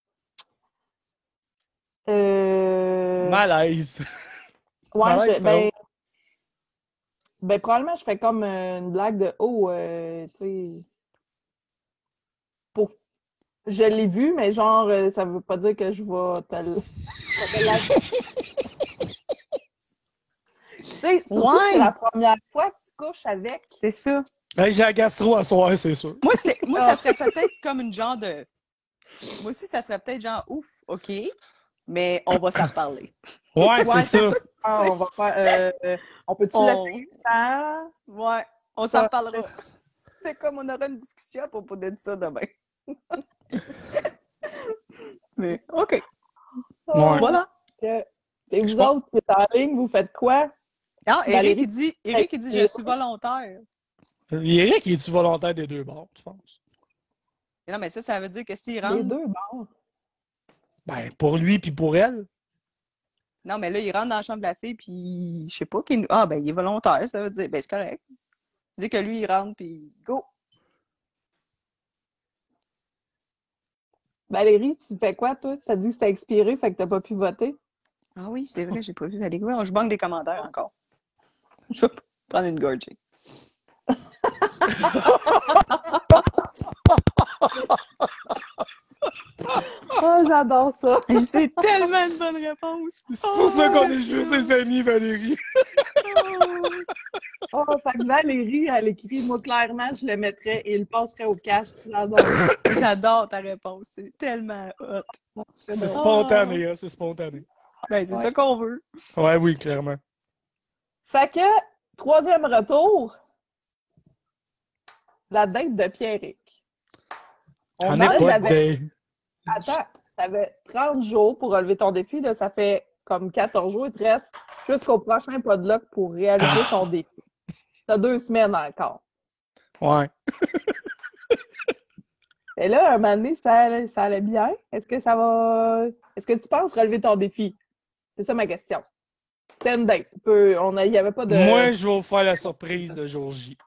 Speaker 3: Euh...
Speaker 1: Malaise.
Speaker 3: Ouais,
Speaker 1: Malaise,
Speaker 3: je,
Speaker 1: c'est
Speaker 3: ben,
Speaker 1: drôle.
Speaker 3: ben, probablement, je fais comme euh, une blague de oh, euh, tu sais. Pour... Je l'ai vu, mais genre, euh, ça veut pas dire que je vais te le. je vais te la- Tu sais, surtout que c'est
Speaker 2: Ouais!
Speaker 3: la première fois que tu couches avec.
Speaker 2: C'est ça.
Speaker 1: Hey, j'ai la gastro à soir, c'est sûr.
Speaker 2: Moi, c'était, moi,
Speaker 3: Ah.
Speaker 2: ça serait peut-être comme une genre de... Moi aussi, ça serait peut-être genre, ouf, OK, mais on va s'en parler.
Speaker 1: Ouais, c'est
Speaker 3: Ouais,
Speaker 1: ça.
Speaker 3: Ah, on va faire. euh, euh, on peut-tu
Speaker 2: On-
Speaker 3: laisser ça?
Speaker 2: Ouais, on s'en parlera. C'est comme on aura une discussion à propos de ça demain. Mais, OK,
Speaker 1: Ouais.
Speaker 2: voilà.
Speaker 3: Euh, Et vous
Speaker 1: Je pense-
Speaker 3: autres qui êtes en ligne, vous faites quoi?
Speaker 2: Ah, Eric,
Speaker 3: Valérie,
Speaker 2: il dit, Eric, il dit, je suis volontaire.
Speaker 1: Eric, il est-tu volontaire des deux bords, tu penses?
Speaker 2: Et non, mais ça, ça veut dire que s'il
Speaker 3: Les
Speaker 2: rentre...
Speaker 3: deux, bon.
Speaker 1: Ben, pour lui puis pour elle.
Speaker 2: Non, mais là, il rentre dans la chambre de la fille, puis je sais pas qu'il... Ah, ben, il est volontaire, ça veut dire... Ben, c'est correct. Il dit que lui, il rentre, puis go!
Speaker 3: Valérie, tu fais quoi, toi? T'as dit que c'était expiré, fait que t'as pas pu voter.
Speaker 2: Ah oui, c'est vrai, j'ai pas vu Valérie. Ouais, je banque des commentaires encore. Je vais prendre une gorgée.
Speaker 3: Oh, j'adore ça.
Speaker 2: C'est tellement une bonne réponse.
Speaker 1: C'est pour ça qu'on est juste des amis, Valérie.
Speaker 3: Oh, fait que Valérie, elle écrit, moi, clairement, je le mettrais et il passerait au casque. J'adore.
Speaker 2: J'adore ta réponse. C'est tellement hot.
Speaker 1: C'est
Speaker 3: drôle.
Speaker 1: spontané, hein, c'est spontané.
Speaker 2: Ben, c'est
Speaker 3: Ouais.
Speaker 2: ça qu'on veut.
Speaker 1: Ouais, oui, clairement.
Speaker 3: Fait que, troisième retour, la date de Pierrick. On
Speaker 1: J'en ai
Speaker 3: a-
Speaker 1: pas
Speaker 3: t'avais-
Speaker 1: de...
Speaker 3: Attends, t'avais trente jours pour relever ton défi. Là, ça fait comme quatorze jours. Il te reste jusqu'au prochain podlock pour réaliser ton défi. T'as deux semaines encore.
Speaker 1: Ouais.
Speaker 3: Et là, un moment donné, ça allait, ça allait bien. Est-ce que ça va... Est-ce que tu penses relever ton défi? C'est ça ma question. C'était une date. Peu- on a... Il n'y avait pas de...
Speaker 1: Moi, je vais vous faire la surprise le jour J.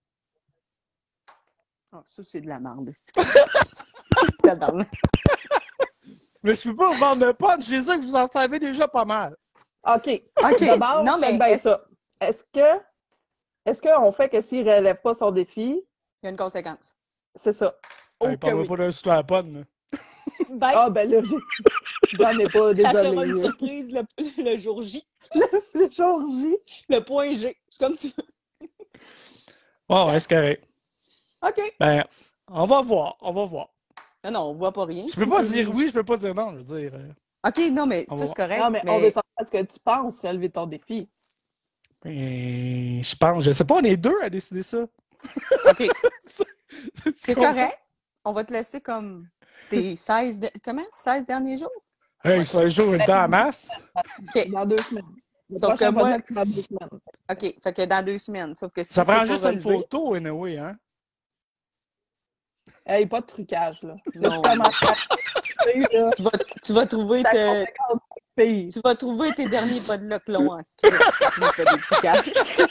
Speaker 2: Ah, ça, c'est de la merde. Tabarnak.
Speaker 1: Mais je peux pas vous vendre le punch, c'est ça que vous en savez déjà pas mal.
Speaker 3: OK.
Speaker 2: OK.
Speaker 3: D'abord,
Speaker 2: Non, mais
Speaker 3: check bien
Speaker 2: est-ce-
Speaker 3: ça. Est-ce que... Est-ce qu'on fait que s'il relève pas son défi,
Speaker 2: il y a une conséquence.
Speaker 3: c'est ça?
Speaker 2: Oh,
Speaker 1: Hey,
Speaker 2: que
Speaker 1: parle-moi
Speaker 2: oui.
Speaker 1: pas d'un strap-on, là.
Speaker 2: Ben,
Speaker 3: Ah, ben là, j'ai- j'en ai pas,
Speaker 2: ça sera
Speaker 3: désolé.
Speaker 2: une surprise le, le jour J.
Speaker 3: Le jour J.
Speaker 2: Le point G. C'est comme tu veux.
Speaker 1: Oh, ouais, c'est correct.
Speaker 2: OK.
Speaker 1: Ben, on va voir, on va voir.
Speaker 2: Non, non, on voit pas rien.
Speaker 1: Je peux
Speaker 2: Si
Speaker 1: pas
Speaker 2: tu-
Speaker 1: dire oui, je peux pas dire non, je veux dire. euh,
Speaker 2: OK, non, mais
Speaker 1: On
Speaker 2: ça,
Speaker 1: va
Speaker 2: c'est correct.
Speaker 3: Non, mais, on veut savoir ce que tu penses relever ton défi.
Speaker 1: ben, je pense, je sais pas, on est deux à décider ça.
Speaker 2: OK.
Speaker 1: Tu
Speaker 2: C'est
Speaker 1: comprends?
Speaker 2: correct. On va te laisser comme tes seize... de- Comment? seize derniers jours?
Speaker 1: Hey, ça un jour, le temps à masse.
Speaker 2: OK.
Speaker 3: Dans deux semaines. Le
Speaker 2: Sauf
Speaker 3: prochain
Speaker 2: que moi-
Speaker 3: podlock, c'est dans deux semaines.
Speaker 2: OK. Fait que dans deux semaines. Sauf que si
Speaker 1: Ça
Speaker 2: c'est
Speaker 1: prend
Speaker 2: pas
Speaker 1: juste une
Speaker 2: relevé-
Speaker 1: photo, anyway, hein.
Speaker 3: Hey, pas de trucage, là.
Speaker 2: Non.
Speaker 3: Là, tu commences à tricher, là.
Speaker 2: Tu vas, tu vas trouver
Speaker 3: Ta
Speaker 2: te-
Speaker 3: conséquence pire.
Speaker 2: tu vas trouver tes derniers pas de lock longs en crise si tu nous fais des trucages.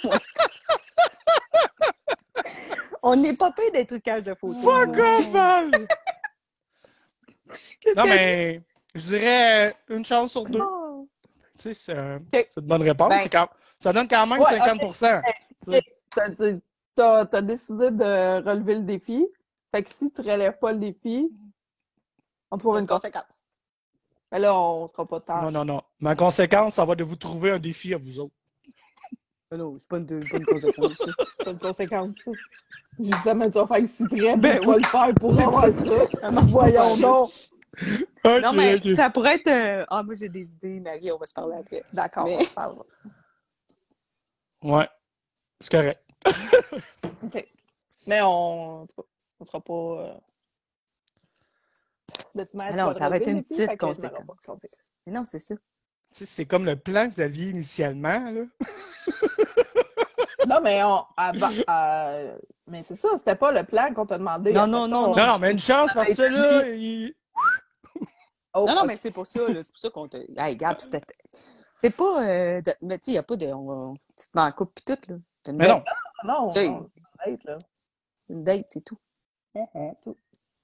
Speaker 2: On n'est pas payé des trucages de photos.
Speaker 1: Fuck
Speaker 2: nous.
Speaker 1: off, Val!
Speaker 2: Qu'est-ce
Speaker 1: Non,
Speaker 2: que-
Speaker 1: mais je dirais une chance sur deux.
Speaker 2: Oh.
Speaker 1: Tu sais, c'est euh, c'est une bonne réponse.
Speaker 2: Ben-
Speaker 1: C'est quand- Ça donne quand même
Speaker 3: Ouais,
Speaker 1: cinquante pour cent. tu sais.
Speaker 3: T'as dit- T'as t'as décidé de relever le défi. Fait que si tu relèves pas le défi, on trouve une conséquence.
Speaker 2: conséquence.
Speaker 3: Mais là, on sera pas tard.
Speaker 1: Non, non, non. Ma conséquence, ça va de vous trouver un défi à vous autres.
Speaker 2: Ah non, c'est pas une, pas une conséquence. ça.
Speaker 3: C'est une conséquence, ça. Justement, tu vas faire exprès
Speaker 2: Ben
Speaker 3: de pas
Speaker 2: oui.
Speaker 3: le faire pour avoir ça.
Speaker 2: Ah non, faut
Speaker 3: Voyons
Speaker 2: pas faire
Speaker 3: donc.
Speaker 1: Ok,
Speaker 2: Non, mais
Speaker 1: ok.
Speaker 2: ça pourrait être. euh, Ah, moi, j'ai des idées, Marie, on va se parler après.
Speaker 3: D'accord,
Speaker 2: Mais-
Speaker 3: on se parle.
Speaker 1: Ouais. C'est correct.
Speaker 3: OK. Mais on en tout cas, on sera pas... Euh... de se mettre
Speaker 2: Ah non,
Speaker 3: à
Speaker 2: ça va être
Speaker 3: relever
Speaker 2: une
Speaker 3: le défi,
Speaker 2: petite
Speaker 3: fait que je n'aurai
Speaker 2: conséquence.
Speaker 3: pas de conséquence.
Speaker 2: Mais non, c'est ça.
Speaker 1: Tu sais, c'est comme le plan que vous aviez initialement, là.
Speaker 3: Non, mais on... avant- euh, mais c'est ça, c'était pas le plan qu'on t'a demandé.
Speaker 2: Non,
Speaker 3: Après
Speaker 2: non,
Speaker 3: ça,
Speaker 2: non,
Speaker 3: on-
Speaker 1: Non, non, mais une chance parce que là, il...
Speaker 3: Oh,
Speaker 2: Non, non,
Speaker 3: ok.
Speaker 2: mais c'est pour ça, là. C'est pour ça qu'on te. Hey, Gab, c'était. C'est pas. euh, de- Mais tu sais, il n'y a pas de. on- Tu te mets en couple pis tout, là. T'as une
Speaker 1: Mais
Speaker 2: date,
Speaker 1: non.
Speaker 3: Non,
Speaker 2: Hey.
Speaker 3: non, ça va être, là.
Speaker 2: Une date, c'est tout.
Speaker 3: Tout.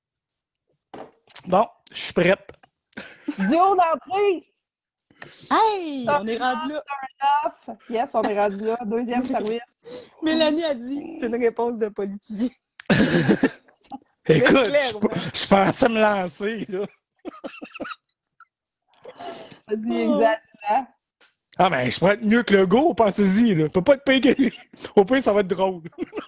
Speaker 1: Bon, je suis prête.
Speaker 3: Duo d'entrée!
Speaker 2: Hey! On est rendu là.
Speaker 3: Off. Yes, on est rendu là. Deuxième service.
Speaker 2: Mélanie a dit c'est une réponse de politicien.
Speaker 1: Écoute,
Speaker 2: clairement.
Speaker 1: je, je pensais me lancer, là.
Speaker 3: Vas-y, exactement.
Speaker 1: Ah, ben, je pourrais être mieux que le go, pensez-y, là. Je peux pas être payé que lui. Au pire, ça va être drôle.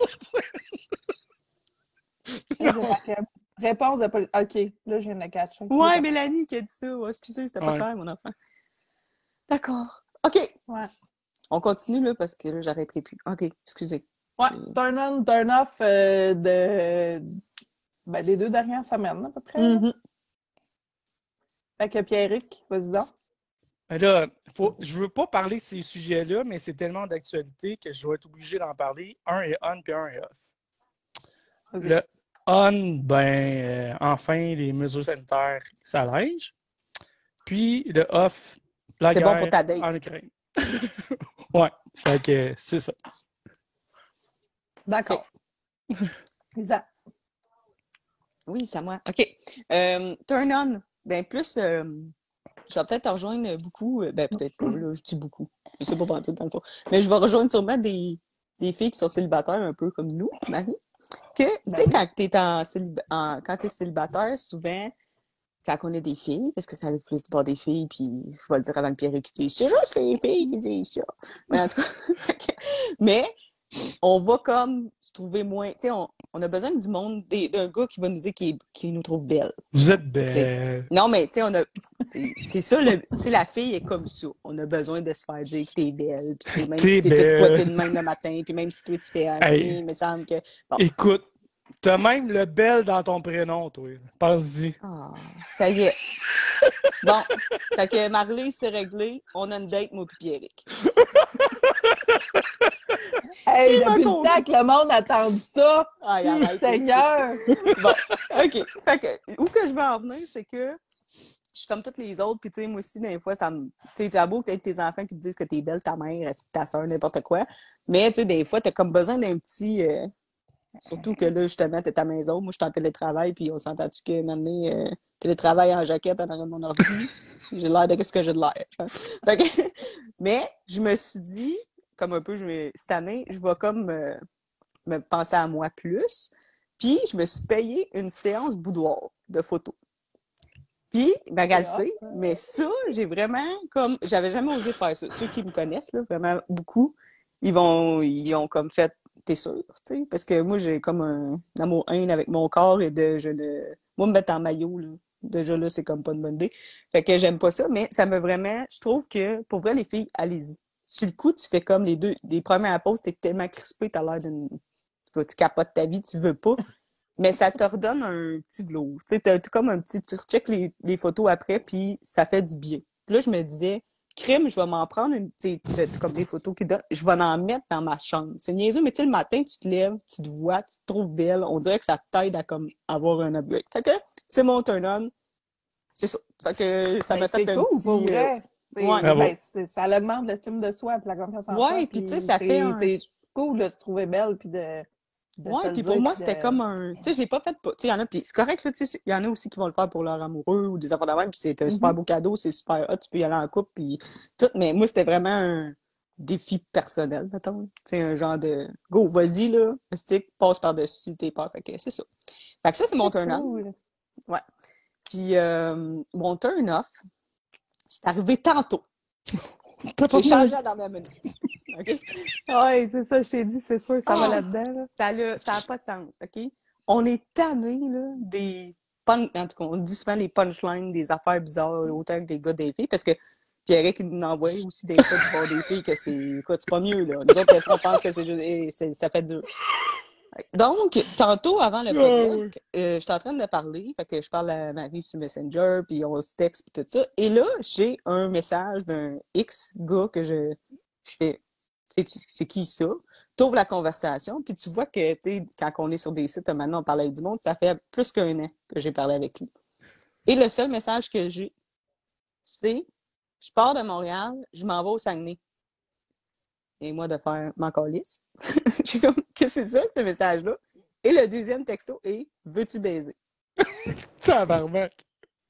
Speaker 3: Réponse de poli- OK, là, je viens de le catcher.
Speaker 2: Ouais, Mélanie qui a dit ça. Ouais, excusez, c'était pas
Speaker 1: Ouais.
Speaker 2: clair, mon enfant. D'accord. OK.
Speaker 3: Ouais.
Speaker 2: On continue, là, parce que là, j'arrêterai plus. OK, excusez.
Speaker 3: Ouais, turn on, turn off euh, de... ben, des deux dernières semaines, à peu près. là.
Speaker 2: Mhm.
Speaker 3: Fait que Pierrick, vas-y donc.
Speaker 1: Mais là, faut, je veux pas parler de ces sujets-là, mais c'est tellement d'actualité que je vais être obligé d'en parler. Un est on, puis un est off.
Speaker 3: Vas-y.
Speaker 1: Le on, ben, euh, enfin, les mesures sanitaires s'allègent. Puis le off, la
Speaker 2: C'est
Speaker 1: guerre
Speaker 2: bon pour ta date.
Speaker 1: en Ukraine. Ouais, fait que c'est ça.
Speaker 3: D'accord. Lisa.
Speaker 2: Oui, c'est à moi. OK. Euh, turn on. Ben, plus, euh, je vais peut-être te rejoindre beaucoup. euh, Ben, peut-être pas, là, je dis beaucoup. Je sais pas partout dans le fond. Mais je vais rejoindre sûrement des, des filles qui sont célibataires, un peu comme nous, Marie. Que, tu sais,
Speaker 3: oui.
Speaker 2: quand t'es en, célib- en- quand t'es célibataire, souvent, quand on est des filles, parce que ça arrive plus de part des filles, puis je vais le dire avant le Pierre qui dit c'est juste les filles qui disent ça. Mais en tout cas, mais on va comme se trouver moins. Tu sais, on, on a besoin du monde, des- d'un gars qui va nous dire qu'il qu'il nous trouve belle.
Speaker 1: Vous êtes
Speaker 2: Tu sais.
Speaker 1: belle.
Speaker 2: Non, mais tu sais, on a. C'est c'est ça, le. Tu sais, la fille est comme ça. On a besoin de se faire dire que t'es belle. Puis, tu sais, même
Speaker 1: T'es
Speaker 2: si t'es toute
Speaker 1: belle.
Speaker 2: poitée de même le matin, puis même si toi, tu fais. Ah,
Speaker 1: Hey.
Speaker 2: il me semble que. Bon.
Speaker 1: Écoute, t'as même le belle dans ton prénom, toi. Pense-y.
Speaker 2: Ah, ça y est. Bon. Fait que Marley, c'est réglé. On a une date, moi puis Pierrick.
Speaker 3: Hey,
Speaker 2: Il m'a
Speaker 3: depuis le
Speaker 2: compris.
Speaker 3: temps que le monde attend ça,
Speaker 2: Aïe,
Speaker 3: hum,
Speaker 2: arrête.
Speaker 3: Seigneur!
Speaker 2: Bon, OK. Fait que, où que je veux en venir, c'est que je suis comme toutes les autres, puis tu sais, moi aussi, des fois, ça me... Tu sais, t'as beau peut-être tes enfants qui te disent que t'es belle, ta mère, ta soeur, n'importe quoi, mais tu sais, des fois, t'as comme besoin d'un petit... euh, Surtout que là, justement, t'es à ta maison, moi, je suis en télétravail, puis on s'entend-tu que maintenant, euh, télétravail en jaquette en arrière de mon ordi, j'ai l'air de qu'est-ce que j'ai de l'air. Hein. Fait que... Mais je me suis dit, comme un peu, je me... cette année, je vais comme euh, me penser à moi plus, puis je me suis payé une séance boudoir de photos. Puis, ben, regarde,
Speaker 3: C'est hot,
Speaker 2: c'est, mais ça, j'ai vraiment, comme, j'avais jamais osé faire ça. Ceux qui me connaissent, là, vraiment beaucoup, ils vont, ils ont comme fait, t'es sûr, tu sais, parce que moi, j'ai comme un, amour-haine avec mon corps et de, je ne, moi, me mettre en maillot, là, déjà là, c'est comme pas une bonne idée. Fait que j'aime pas ça, mais ça me vraiment, je trouve que, pour vrai, les filles, allez-y. Sur le coup, tu fais comme les deux, les premières poses, t'es tellement crispé, t'as l'air d'une, tu tu capotes ta vie, tu veux pas. Mais ça te redonne un petit velours. Tu sais, t'as t'as comme un petit... Tu recheckes les, les photos après, puis ça fait du bien. Puis là, je me disais, crime, je vais m'en prendre une, tu sais, de- comme des photos qui donnent, je vais en mettre dans ma chambre. C'est niaiseux, mais tu sais, le matin, tu te lèves, tu te vois, tu te trouves belle. On dirait que ça t'aide à comme avoir un upgrade. Fait que c'est mon turn-on. C'est ça. Fait que ça
Speaker 3: Ben,
Speaker 2: m'a
Speaker 3: c'est
Speaker 2: fait un
Speaker 3: cool, pour
Speaker 2: petit... euh,
Speaker 3: vrai. C'est,
Speaker 2: Ouais.
Speaker 1: Bravo.
Speaker 3: ben, c'est- ça augmente l'estime de soi et la confiance en soi.
Speaker 2: Ouais, puis tu sais,
Speaker 3: Puis
Speaker 2: ça fait
Speaker 3: c'est
Speaker 2: un...
Speaker 3: c'est cool de se trouver belle puis de, de se
Speaker 2: Ouais,
Speaker 3: le
Speaker 2: puis
Speaker 3: dire.
Speaker 2: pour moi,
Speaker 3: Puis
Speaker 2: c'était
Speaker 3: de...
Speaker 2: comme un... Tu sais, je l'ai pas fait... pour- Tu sais, il y en a, puis c'est correct, là, tu sais, il y en a aussi qui vont le faire pour leur amoureux ou des affaires de même, puis c'est un super
Speaker 3: Mhm.
Speaker 2: beau cadeau, c'est super hot, tu peux y aller en couple, puis tout, mais moi, c'était vraiment un défi personnel, mettons. Tu sais, un genre de... Go, vas-y, là, stick, passe par-dessus tes peurs, fait que c'est ça. Fait que ça, c'est mon
Speaker 3: C'est
Speaker 2: turn-on.
Speaker 3: cool.
Speaker 2: Ouais. Puis euh, mon turn-off, c'est arrivé tantôt. J'ai changé à la dernière minute. OK?
Speaker 3: Ouais, c'est ça, je t'ai dit, c'est sûr, ça va
Speaker 2: Ah!
Speaker 3: là-dedans. Là.
Speaker 2: Ça n'a ça a pas de sens, OK? On est tanné, là, des... Pun... En tout cas, on dit souvent les punchlines, des affaires bizarres, autant que des gars des filles, parce que Pierre qui nous envoie aussi des fois du bord des filles que c'est... Écoute, c'est pas mieux, là. Nous autres, des fois, on pense que c'est juste... eh, c'est- ça fait dur. Donc, tantôt, avant le
Speaker 1: Ah,
Speaker 2: podcast,
Speaker 1: ouais.
Speaker 2: euh, j'étais en train de parler, fait que je parle à Marie sur Messenger, puis on se texte, puis tout ça. Et là, j'ai un message d'un X-gars que je, je fais, tu sais, c'est qui ça? T'ouvres la conversation, puis tu vois que, tu sais, quand on est sur des sites, maintenant, on parle avec du monde, ça fait plus qu'un an que j'ai parlé avec lui. Et le seul message que j'ai, c'est, je pars de Montréal, je m'en vais au Saguenay. Et moi, de faire m'en calisse. J'ai comme, qu'est-ce que c'est ça, ce message-là? Et le deuxième texto est, veux-tu baiser?
Speaker 1: Tabarnak.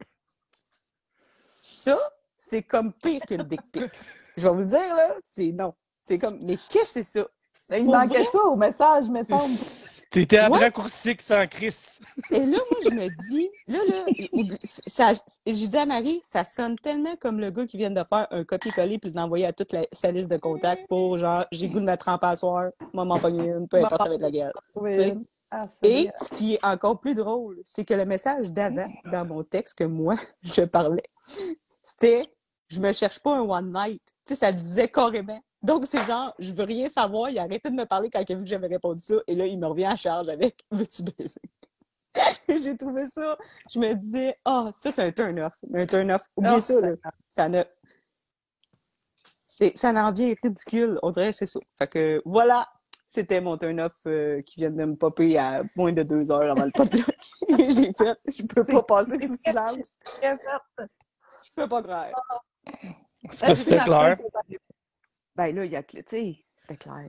Speaker 2: Ça, c'est comme pire qu'une dick pic. Je vais vous le dire, là, c'est non. C'est comme, mais qu'est-ce que c'est ça?
Speaker 3: Ben, il
Speaker 2: Pour
Speaker 3: manquait
Speaker 2: vrai?
Speaker 3: ça au message, me semble.
Speaker 1: T'étais à
Speaker 2: Ouais.
Speaker 1: raccourci sans Chris.
Speaker 2: Et là, moi, je me dis, là, là, oublie- ça, j'ai dit à Marie, ça sonne tellement comme le gars qui vient de faire un copier-coller puis l'envoyer à toute la- sa liste de contacts pour genre, j'ai le goût de me tremper à soir, moi m'en pogner une, peu importe, ça va être la gueule. Tu sais?
Speaker 3: Ah, c'est
Speaker 2: Et
Speaker 3: bien.
Speaker 2: ce qui est encore plus drôle, c'est que le message d'avant, dans mon texte que moi, je parlais, c'était « Je me cherche pas un one night ». Tu sais, ça le disait carrément. Donc, c'est genre, je veux rien savoir, il a arrêté de me parler quand il a vu que j'avais répondu ça, et là, il me revient à charge avec « Veux-tu baiser? » J'ai trouvé ça, je me disais « Ah, oh, ça, c'est un turn-off. » Un turn-off. Oubliez
Speaker 3: Oh,
Speaker 2: ça, là. Ça ne... C'est, ça en vient ridicule. On dirait que c'est ça. Fait que, voilà. C'était mon turn-off euh, qui vient de me popper à moins de deux heures avant le podcast. J'ai fait, je peux pas passer sous silence. Je peux pas croire.
Speaker 1: Est-ce que c'était clair?
Speaker 2: Ben là, il y a, tu sais, c'était clair.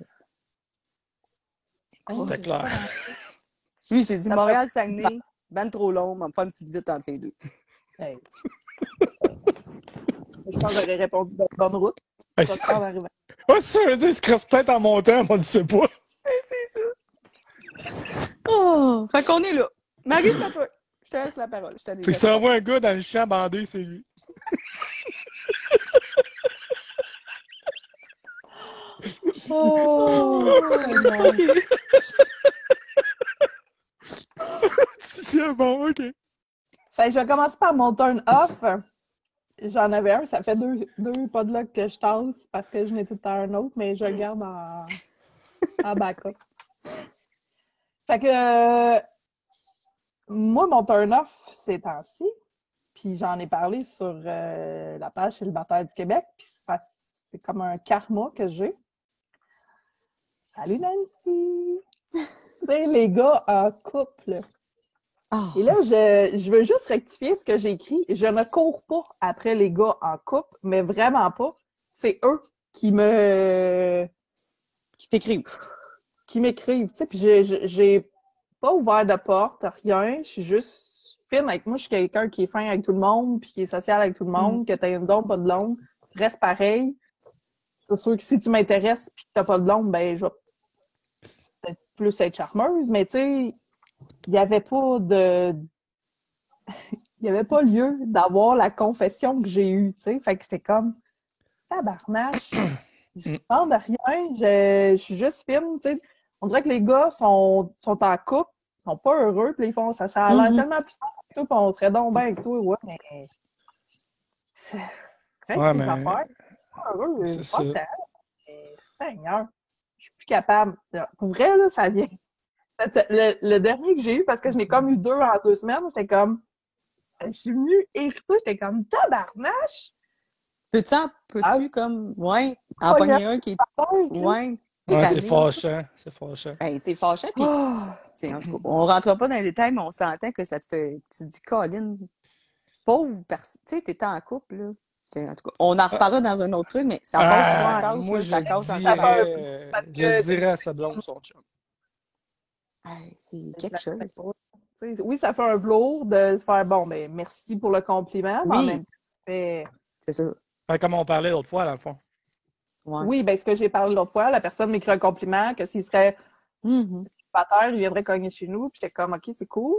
Speaker 1: C'était clair.
Speaker 2: Lui, il s'est dit Montréal-Saguenay, ben trop long, on va me faire une petite vite entre les deux.
Speaker 3: Hey. Je pense que j'aurais répondu de bonne route.
Speaker 1: Hey,
Speaker 3: Ça
Speaker 1: c'est...
Speaker 3: sera arrivé.
Speaker 1: Ouais, c'est ça, il se crosse peut-être en montant, mais on ne sait pas.
Speaker 2: C'est ça. Oh, fait qu'on est là. Marie, c'est à toi. Je te laisse la parole. Je t'en ai
Speaker 1: Fait que ça envoie un gars dans le champ bandé, c'est lui.
Speaker 3: Oh! Seigneur.
Speaker 2: OK.
Speaker 1: C'est bon, ok.
Speaker 3: Fait que je vais commencer par mon turn off. J'en avais un, ça fait deux, deux podluck que je tasse parce que je n'ai tout le temps un autre, mais je le garde en, en backup. Fait que euh, moi, mon turn off ces temps-ci, puis j'en ai parlé sur euh, la page Célibataire du Québec, puis ça, c'est comme un karma que j'ai. Salut Nancy! C'est les gars en couple.
Speaker 2: Ah.
Speaker 3: Et là, je, je veux juste rectifier ce que j'ai écrit. Je ne cours pas après les gars en couple, mais vraiment pas. C'est eux qui me
Speaker 2: Qui t'écrivent.
Speaker 3: qui m'écrivent. Tu sais, puis j'ai, j'ai- j'ai pas ouvert de porte, rien. Je suis juste fine avec moi. Je suis quelqu'un qui est fin avec tout le monde, puis qui est social avec tout le monde, que t'aies une blonde, pas de blonde. Reste pareil. C'est sûr que si tu m'intéresses puis que t'as pas de blonde, ben je vais peut-être plus être charmeuse, mais tu sais, il y avait pas de il y avait pas lieu d'avoir la confession que j'ai eue, tu sais. Fait que j'étais comme tabarnache. Je ne parle de rien, je, je suis juste fine, tu sais. On dirait que les gars sont, sont en couple, sont pas heureux, puis ils font ça, ça a l'air
Speaker 2: Mhm.
Speaker 3: tellement plus simple avec toi, puis on serait donc bien avec toi, ouais, mais c'est rien
Speaker 1: Ouais,
Speaker 3: que les
Speaker 1: mais
Speaker 3: affaires. Pas heureux,
Speaker 1: c'est
Speaker 3: pas
Speaker 1: ça.
Speaker 3: tant. Mais Seigneur, je suis plus capable. Pour vrai, là, ça vient. Le, le dernier que j'ai eu, parce que je n'ai comme eu deux en deux semaines, j'étais comme, je suis venue irritée, j'étais comme tabarnache.
Speaker 2: Peux-tu, en-
Speaker 3: Ah,
Speaker 2: peux-tu comme, ouais, en
Speaker 3: pas
Speaker 2: pogner un qui est,
Speaker 3: grave, Chris.
Speaker 2: ouais,
Speaker 1: Ouais, c'est
Speaker 2: chicané.
Speaker 1: fâchant. C'est fâchant.
Speaker 2: Hey, c'est fâchant, puis,
Speaker 3: Ah.
Speaker 2: tu sais, en tout cas, on rentrera pas dans les détails, mais on s'entend que ça te fait, tu te dis, Colin, pauvre personne, tu sais, t'étais en couple, là. C'est, en tout cas, on en reparlera dans un autre truc, mais ça passe ou ça
Speaker 1: Ah,
Speaker 2: casse,
Speaker 1: moi,
Speaker 2: là,
Speaker 1: je
Speaker 2: ça
Speaker 1: le
Speaker 2: casse en
Speaker 3: Ça fait un
Speaker 2: couple.
Speaker 3: peu,
Speaker 1: dirais,
Speaker 3: parce
Speaker 1: je le
Speaker 3: que
Speaker 1: dirais à sa blonde, son chum.
Speaker 2: Hey, c'est
Speaker 3: je
Speaker 2: quelque chose.
Speaker 3: l'accepte pas. Tu sais, oui, ça fait un velours de se faire bon, mais merci pour le compliment, mais en
Speaker 2: Oui,
Speaker 3: même temps, ça fait-
Speaker 2: c'est ça.
Speaker 1: Fait comme on parlait l'autre fois, dans le fond.
Speaker 2: Ouais.
Speaker 3: oui, ben ce que j'ai parlé l'autre fois, la personne m'écrit un compliment que s'il serait
Speaker 2: Mhm.
Speaker 3: célibataire, il viendrait cogner chez nous, puis j'étais comme OK, c'est cool.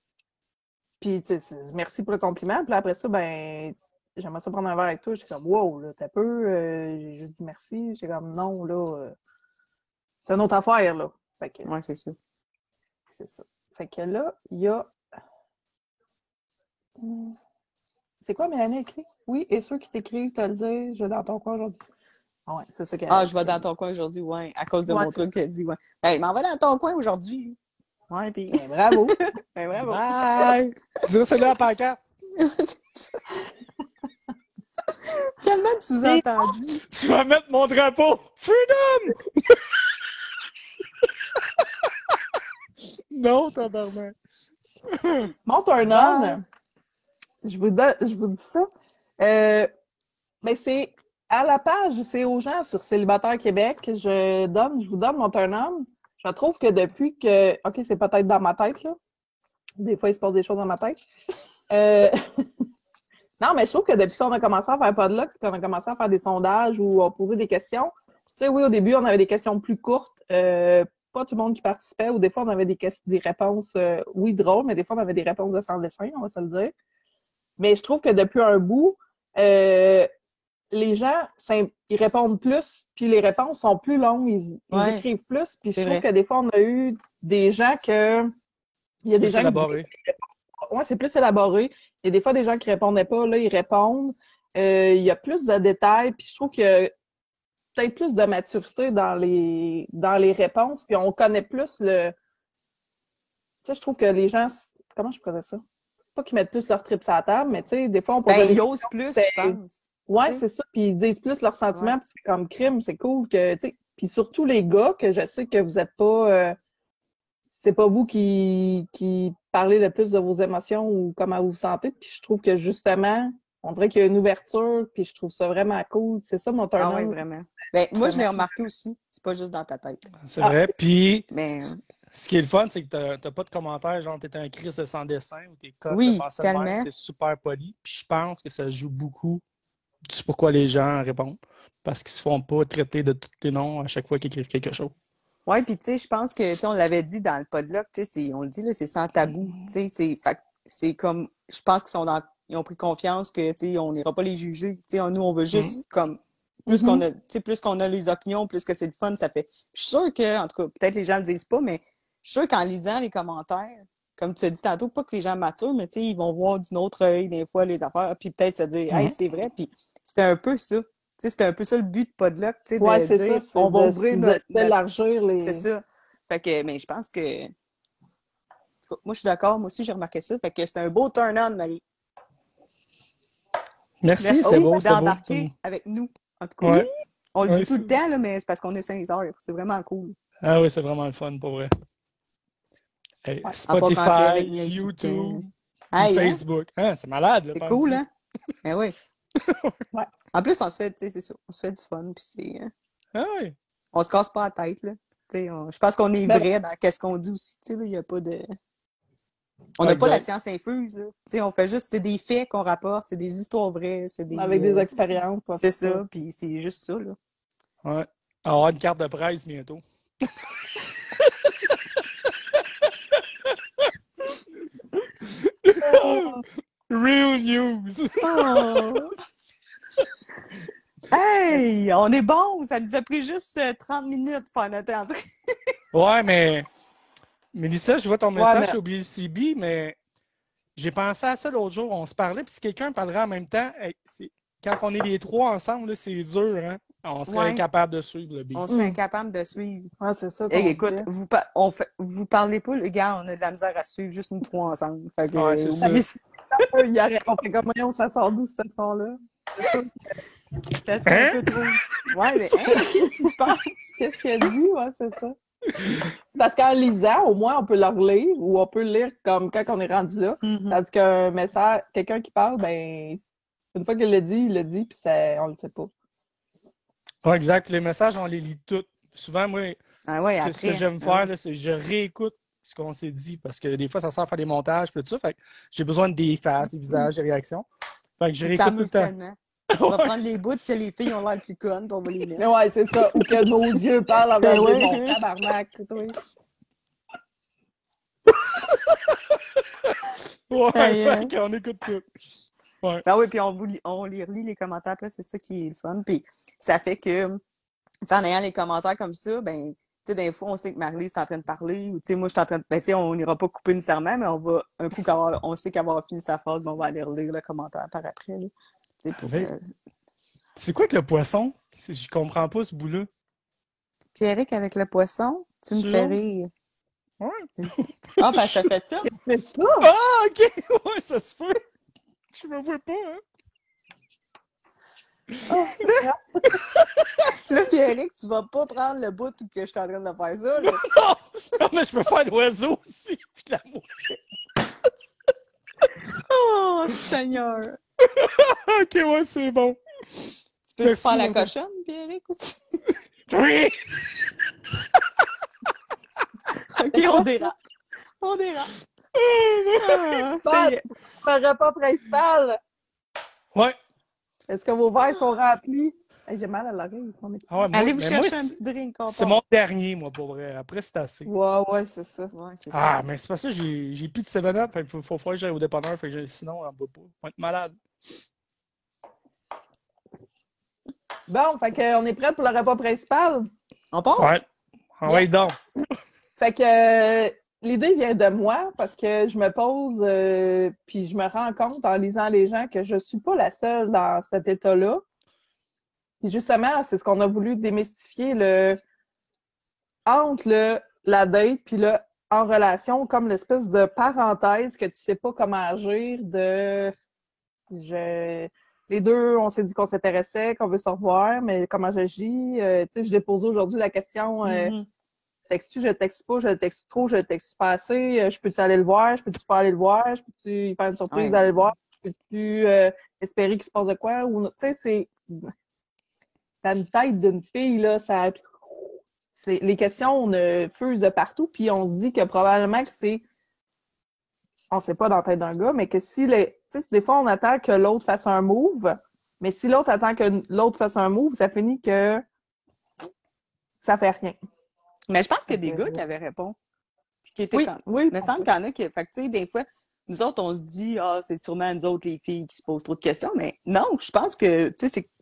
Speaker 3: Puis tu sais, c'est- merci pour le compliment. Puis là, après ça, ben j'aimerais ça prendre un verre avec toi. J'étais comme wow, là, t'as peu. Euh, j'ai juste dit merci. J'étais comme non, là, euh, c'est une autre affaire, là. Fait que
Speaker 2: Ouais, c'est ça.
Speaker 3: c'est ça. Fait que là, il y a. Hmm, c'est quoi Mélanie écrit? Oui, et ceux qui t'écrivent te le dire, je vais dans ton coin aujourd'hui. Ah ouais, c'est ça qu'elle
Speaker 2: Ah, je vais
Speaker 3: qu'elle
Speaker 2: dans
Speaker 3: dit.
Speaker 2: ton coin aujourd'hui, ouais, à cause de
Speaker 3: Ouais,
Speaker 2: mon
Speaker 3: c'est
Speaker 2: truc qu'elle dit, ouais. Hey, m'en va dans ton coin aujourd'hui. Ouais, puis,
Speaker 3: ben, bravo.
Speaker 2: ben bravo.
Speaker 1: Bye! Dis c'est là, pancarte.
Speaker 2: Tellement de
Speaker 3: Puis,
Speaker 2: sous-entendus.
Speaker 1: Je vais mettre mon drapeau. Freedom! Non, tabarnak.
Speaker 3: mon turn
Speaker 2: Bye.
Speaker 3: on, je vous, donne- je vous dis ça. Euh, mais c'est à la page, c'est aux gens sur Célibataire Québec. Je donne, je vous donne mon turn on. Je trouve que depuis que. OK, c'est peut-être dans ma tête, là. Des fois, il se passe des choses dans ma tête. Euh, non, mais je trouve que depuis qu'on a commencé à faire Podluck, qu'on a commencé à faire des sondages ou à poser des questions, tu sais, oui, au début, on avait des questions plus courtes, euh, pas tout le monde qui participait, ou des fois, on avait des, ques- des réponses, euh, oui, drôles, mais des fois, on avait des réponses de sans dessin, on va se le dire. Mais je trouve que depuis un bout, euh, les gens, s'im- ils répondent plus, puis les réponses sont plus longues, ils, ils
Speaker 2: Ouais,
Speaker 3: écrivent plus, puis je
Speaker 2: c'est
Speaker 3: trouve
Speaker 2: vrai.
Speaker 3: que des fois, on a eu des gens que... Il y a
Speaker 1: C'est
Speaker 3: des
Speaker 1: plus
Speaker 3: gens qui
Speaker 1: élaboré.
Speaker 3: ouais, c'est plus élaboré. Il y a des fois des gens qui répondaient pas, là, ils répondent. Euh, il y a plus de détails, puis je trouve qu'il y a peut-être plus de maturité dans les dans les réponses, puis on connaît plus le. Tu sais, je trouve que les gens, comment je pourrais dire ça? Pas qu'ils mettent plus leur trip sur la table, mais tu sais, des fois on posait
Speaker 2: Ben,
Speaker 3: des
Speaker 2: ils
Speaker 3: questions.
Speaker 2: osent plus, je
Speaker 3: c'était-
Speaker 2: pense.
Speaker 3: Ouais,
Speaker 2: Tu sais?
Speaker 3: c'est ça. Puis ils disent plus leurs
Speaker 2: Ouais.
Speaker 3: sentiments, puis c'est comme crime, c'est cool que tu sais. Puis surtout les gars, que je sais que vous êtes pas. euh, c'est pas vous qui, qui parlez le plus de vos émotions ou comment vous vous sentez. Puis je trouve que justement, on dirait qu'il y a une ouverture, puis je trouve ça vraiment cool. C'est ça mon
Speaker 2: Ah ouais,
Speaker 3: turn-on.
Speaker 2: vraiment. Ben, moi, je
Speaker 3: Vraiment.
Speaker 2: l'ai remarqué aussi. C'est pas juste dans ta tête.
Speaker 1: C'est
Speaker 3: Ah,
Speaker 1: vrai. Puis,
Speaker 2: Mais,
Speaker 1: c- ce qui est le fun, c'est que t'as t'as pas de commentaires, genre t'es un Christ de sans dessin ou t'es conne de
Speaker 2: oui,
Speaker 1: faire ça de même.
Speaker 2: tellement.
Speaker 1: C'est super poli. Puis je pense que ça joue beaucoup du pourquoi les gens répondent. Parce qu'ils se font pas traiter de tous les noms à chaque fois qu'ils écrivent quelque chose.
Speaker 2: Ouais, puis tu sais, je pense que, tu sais, on l'avait dit dans le podluck, tu sais, c'est- on le dit, là, c'est sans tabou. Tu sais, c'est, fait que c'est comme, je pense qu'ils sont dans, ils ont pris confiance que, tu sais, on n'ira pas les juger. Tu sais, on- nous, on veut
Speaker 1: Mm.
Speaker 2: juste, comme, Plus
Speaker 3: Mhm.
Speaker 2: qu'on a, tu sais, plus qu'on a les opinions, plus que c'est le fun, ça fait. Je suis sûre que, en tout cas, peut-être les gens le disent pas, mais je suis sûre qu'en lisant les commentaires, comme tu as dit tantôt, pas que les gens maturent, mais tu sais, ils vont voir d'une autre œil, des fois, les affaires, puis peut-être se dire, hey,
Speaker 1: Mhm.
Speaker 2: c'est vrai, puis c'était un peu ça. Tu sais, c'était un peu ça le but de Podluck, tu sais,
Speaker 3: Ouais,
Speaker 2: de
Speaker 3: c'est ça,
Speaker 2: dire,
Speaker 3: c'est
Speaker 2: on va
Speaker 3: de,
Speaker 2: ouvrir
Speaker 3: de-
Speaker 2: notre, notre...
Speaker 3: d'élargir
Speaker 2: C'est
Speaker 3: les.
Speaker 2: ça. Fait que, mais je pense que, en tout cas, moi, je suis d'accord, moi aussi, j'ai remarqué ça. Fait que c'est un beau turn-on, Marie.
Speaker 1: Merci, c'était
Speaker 2: Merci
Speaker 1: beau, c'était beau.
Speaker 2: d'embarquer avec nous, en tout cas.
Speaker 1: Ouais.
Speaker 2: On le
Speaker 1: Ouais,
Speaker 2: dit tout
Speaker 1: c'est-
Speaker 2: le temps, là, mais c'est parce qu'on est sincère. C'est vraiment cool.
Speaker 1: Ah oui, c'est vraiment le fun, pour vrai. Hey,
Speaker 3: Ouais.
Speaker 2: À part quand
Speaker 1: Spotify,
Speaker 2: Pierrick niaise tout le temps.
Speaker 1: YouTube,
Speaker 2: Hey, hein?
Speaker 1: Facebook. Hein, c'est malade, là,
Speaker 2: C'est
Speaker 1: pense-y.
Speaker 2: cool, hein? Ben oui.
Speaker 3: Ouais.
Speaker 2: En plus, on se fait, tu sais, c'est ça. On se fait du fun, puis c'est... euh,
Speaker 1: Ah oui.
Speaker 2: on se casse pas la tête, là. Tu sais, on- je pense qu'on est
Speaker 3: Ben,
Speaker 2: vrai dans qu'est-ce qu'on dit aussi. Tu sais, là, il y a pas de... On
Speaker 1: Ah,
Speaker 2: n'a pas la
Speaker 1: exact.
Speaker 2: science infuse, là. Tu sais, on fait juste, c'est des faits qu'on rapporte, c'est des histoires vraies, c'est des...
Speaker 3: avec des
Speaker 2: euh,
Speaker 3: expériences, quoi,
Speaker 2: c'est
Speaker 3: c'est ça.
Speaker 2: ça, puis c'est juste ça, là.
Speaker 1: Ouais. On va avoir une carte de presse bientôt.
Speaker 3: Oh.
Speaker 1: Real news.
Speaker 2: Oh! Hey! On est bon! Ça nous a pris juste euh, trente minutes pour faire notre entrée.
Speaker 1: Ouais, mais Mélissa, je vois ton
Speaker 3: Ouais,
Speaker 1: message
Speaker 3: mais
Speaker 1: sur B C B, mais j'ai pensé à ça l'autre jour. On se parlait, puis si quelqu'un parlerait en même temps, hey, c'est- quand on est les trois ensemble, là, c'est dur, hein? On serait
Speaker 2: Ouais.
Speaker 1: incapable de suivre le beat.
Speaker 2: On serait
Speaker 3: Hmm.
Speaker 2: incapable de suivre.
Speaker 3: ouais, c'est ça
Speaker 2: Hey,
Speaker 3: qu'on
Speaker 2: écoute,
Speaker 3: disait.
Speaker 2: vous, pa- on fait, vous parlez pas, les gars, on a de la misère à suivre, juste nous trois ensemble. Fait que,
Speaker 1: Ouais,
Speaker 2: euh,
Speaker 1: c'est ça.
Speaker 2: oubliez ça.
Speaker 3: Il y aurait- on fait comme voyons, ça sort d'où ce son-là? C'est sûr.
Speaker 2: Ça serait
Speaker 1: Hein?
Speaker 2: un peu trop. Ouais, mais, hein, qu'est-ce qui se passe?
Speaker 3: Qu'est-ce qu'elle dit? Ouais, c'est ça. C'est parce qu'en lisant, au moins, on peut le relire ou on peut le lire comme quand on est rendu là.
Speaker 2: Mhm.
Speaker 3: Tandis qu'un message, quelqu'un qui parle, ben, une fois qu'il le dit, il le dit, puis ça, on le sait pas.
Speaker 1: Ouais, exact. Les messages, on les lit tous. Souvent, moi,
Speaker 2: Ah ouais,
Speaker 1: ce que, ce que
Speaker 2: après.
Speaker 1: j'aime
Speaker 2: Ah
Speaker 1: faire,
Speaker 2: ouais.
Speaker 1: là, c'est que je réécoute ce qu'on s'est dit parce que des fois, ça sert à faire des montages, puis tout ça. Fait que j'ai besoin des faces, des visages, des réactions. Fait que je
Speaker 2: Puis ça
Speaker 1: réécoute tout le
Speaker 2: amuse
Speaker 1: temps.
Speaker 2: tellement. On va
Speaker 1: Ouais.
Speaker 2: prendre les bouts que les filles ont l'air plus connes, puis on va les
Speaker 3: Mais
Speaker 2: mettre.
Speaker 3: ouais, c'est ça. Ou que nos yeux parlent en
Speaker 2: Ben
Speaker 3: disant
Speaker 2: ouais.
Speaker 3: mon tabarnak, c'est toi.
Speaker 1: Ouais,
Speaker 2: Hey,
Speaker 1: fait
Speaker 2: hein.
Speaker 1: qu'on écoute tout. Ouais.
Speaker 2: Ben oui, puis on, vous lit- on les relit les commentaires, puis là, c'est ça qui est le fun. Puis ça fait que, tu sais, en ayant les commentaires comme ça, ben, tu sais, des fois, on sait que Marie-Lise est en train de parler, ou tu sais, moi, je suis en train de. Ben, tu sais, on n'ira pas couper nécessairement, mais on va, un coup, qu'avoir- on sait qu'elle va avoir fini sa phrase, ben, on va aller relire le commentaire par après, là. Tu sais, pour.
Speaker 1: Mais
Speaker 2: euh,
Speaker 1: c'est quoi que le poisson? C'est- Je comprends pas ce bout-là.
Speaker 2: Pierrick avec le poisson, tu me
Speaker 1: C'est
Speaker 2: fais
Speaker 1: genre?
Speaker 2: rire.
Speaker 1: Ouais.
Speaker 2: Ah, ben, ça fait ça.
Speaker 3: C'est ça!
Speaker 1: Ah, ok! Ouais, ça se peut. Je me vois pas, hein?
Speaker 3: Oh,
Speaker 2: Là, Pierrick, tu vas pas prendre le bout où que je suis en train de faire ça, là.
Speaker 1: Non! Non, mais je peux faire l'oiseau aussi. Puis la mouche.
Speaker 2: Oh, Seigneur.
Speaker 1: Ok, ouais, c'est bon.
Speaker 2: Tu peux-tu
Speaker 1: Merci,
Speaker 2: faire la
Speaker 1: mon
Speaker 2: cochonne, Pierrick, aussi?
Speaker 1: Oui!
Speaker 2: Ok, on dérape. On dérape. Ah, ça y est.
Speaker 3: le repas principal!
Speaker 1: Ouais.
Speaker 3: Est-ce que vos verres sont remplis? Hey, j'ai mal à l'oreille. On est...
Speaker 1: Ah ouais, moi,
Speaker 2: Allez vous
Speaker 1: mais moi,
Speaker 2: chercher un
Speaker 1: c'est
Speaker 2: petit drink, on
Speaker 1: c'est
Speaker 2: part.
Speaker 1: mon dernier, moi, pour vrai. Après, c'est assez.
Speaker 3: Ouais, ouais, c'est ça.
Speaker 2: Ouais, c'est ça.
Speaker 1: Ah, mais c'est parce que j'ai j'ai plus de seven up. Il faut, faut, faut que j'aille au dépanneur. Fait que j'ai- sinon, on va pas. On va être malade.
Speaker 3: Bon, fait qu'on est prêt pour le repas principal.
Speaker 2: On part?
Speaker 1: Ouais. Ah ouais,
Speaker 3: Yes.
Speaker 1: donc.
Speaker 3: Fait que euh, l'idée vient de moi parce que je me pose euh, puis je me rends compte en lisant les gens que je suis pas la seule dans cet état-là. Puis justement, c'est ce qu'on a voulu démystifier le entre le la date puis le en relation comme l'espèce de parenthèse que tu sais pas comment agir de je les deux, on s'est dit qu'on s'intéressait, qu'on veut se revoir, mais comment j'agis? Euh, tu sais, je dépose aujourd'hui la question euh,
Speaker 2: Mhm.
Speaker 3: textes-tu, je texte pas, je texte trop, je texte pas assez, euh, je peux-tu aller le voir, je peux-tu pas aller le voir, je peux-tu lui faire une surprise
Speaker 2: Ouais.
Speaker 3: d'aller le voir, je peux-tu euh, espérer qu'il se passe de quoi? Ou non? Tu sais, c'est dans une tête d'une fille, là, ça c'est les questions on euh, fusent de partout, puis on se dit que probablement que c'est on sait pas dans la tête d'un gars, mais que si les. Tu sais, des fois, on attend que l'autre fasse un move, mais si l'autre attend que l'autre fasse un move, ça finit que ça fait rien.
Speaker 2: Mais je pense qu'il y a des
Speaker 3: Fait que,
Speaker 2: gars qui avaient répondu. Puis qui étaient
Speaker 3: Oui,
Speaker 2: quand...
Speaker 3: oui.
Speaker 2: Il me semble qu'il y en a qui. Fait que, tu sais, des fois, nous autres, on se dit, ah, c'est sûrement nous autres, les filles, qui se posent trop de questions. Mais non, je pense que, tu sais, c'est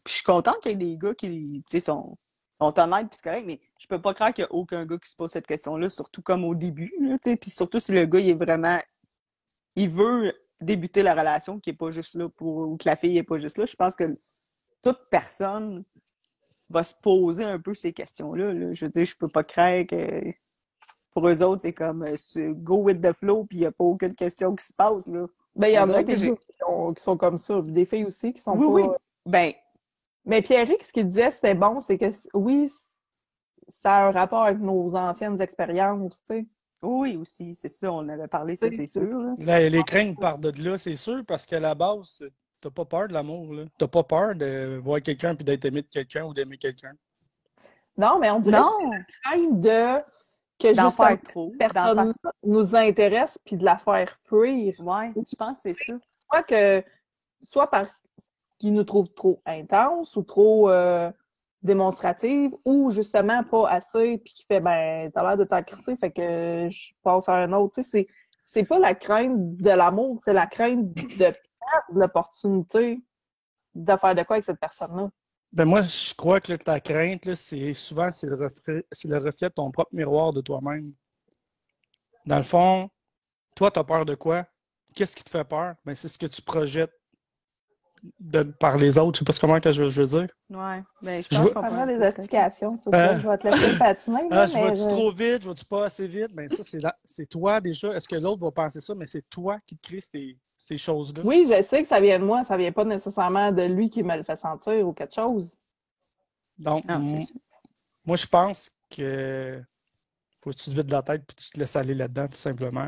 Speaker 2: Puis je suis contente qu'il y ait des gars qui, tu sais, sont, sont honnêtes, puis c'est correct, mais je peux pas croire qu'il y a aucun gars qui se pose cette question-là, surtout comme au début, là, tu sais. Puis surtout si le gars, il est vraiment... Il veut débuter la relation, qui est pas juste là pour... ou que la fille est pas juste là. Je pense que toute personne va se poser un peu ces questions-là, là. Je veux dire, je peux pas croire que... Pour eux autres, c'est comme euh, c'est go with the flow, puis il n'y a pas aucune question qui se passe, là.
Speaker 3: Ben, il y
Speaker 2: On
Speaker 3: en a
Speaker 2: dirait que
Speaker 3: des
Speaker 2: j'ai...
Speaker 3: gars qui, ont- qui sont comme ça, puis des filles aussi qui sont
Speaker 2: Oui,
Speaker 3: pas.
Speaker 2: oui. Ben,
Speaker 3: Mais Pierrick, ce qu'il disait, c'était bon, c'est que c- oui, c- ça a un rapport avec nos anciennes expériences, tu sais.
Speaker 2: oui aussi, c'est ça, on en avait parlé, ça,
Speaker 3: Tu
Speaker 2: c'est
Speaker 3: sais,
Speaker 2: sûr, là.
Speaker 1: Là, les craintes partent de là, c'est sûr, parce qu'à la base, t'as pas peur de l'amour, là. T'as pas peur de voir quelqu'un puis d'être aimé de quelqu'un ou d'aimer quelqu'un.
Speaker 3: Non, mais on dirait que
Speaker 2: Non!
Speaker 3: c'est la crainte de que
Speaker 2: D'en
Speaker 3: justement
Speaker 2: faire trop,
Speaker 3: cette
Speaker 2: d'en
Speaker 3: personne
Speaker 2: faire...
Speaker 3: nous intéresse puis de la faire fuir.
Speaker 2: Ouais, je pense que c'est ça.
Speaker 3: Soit que, soit parce qu'ils nous trouvent trop intense ou trop euh, démonstrative, ou justement pas assez, puis qui fait, ben, t'as l'air de t'en crisser, fait que je passe à un autre. Tu sais, c'est, c'est pas la crainte de l'amour, c'est la crainte de perdre l'opportunité de faire de quoi avec cette personne-là.
Speaker 1: Ben moi, je crois que là, ta crainte, là, c'est souvent c'est le reflet, c'est le reflet de ton propre miroir de toi-même. Dans le fond, toi, tu as peur de quoi? Qu'est-ce qui te fait peur? Ben, c'est ce que tu projettes de, par les autres. Je sais pas comment que je, je veux dire.
Speaker 2: Ouais, ben, je
Speaker 1: Je
Speaker 2: pense
Speaker 1: vois-
Speaker 2: qu'on
Speaker 3: Je
Speaker 2: peut...
Speaker 3: prendrai des explications sur
Speaker 1: Euh,
Speaker 3: ça. Je vais te laisser patiner,
Speaker 1: Ah,
Speaker 3: là,
Speaker 1: je
Speaker 3: mais
Speaker 1: vais-tu
Speaker 3: je-
Speaker 1: trop vite? Je vais-tu pas assez vite? Ben, ça, c'est la- c'est toi déjà. Est-ce que l'autre va penser ça? Mais c'est toi qui te crée ces, ces choses-là.
Speaker 3: oui, je sais que ça vient de moi, ça vient pas nécessairement de lui qui me le fait sentir ou quelque chose.
Speaker 1: Donc,
Speaker 2: Non, c'est
Speaker 1: m-
Speaker 2: ça.
Speaker 1: moi, je pense que faut que tu te vides la tête puis tu te laisses aller là-dedans, tout simplement.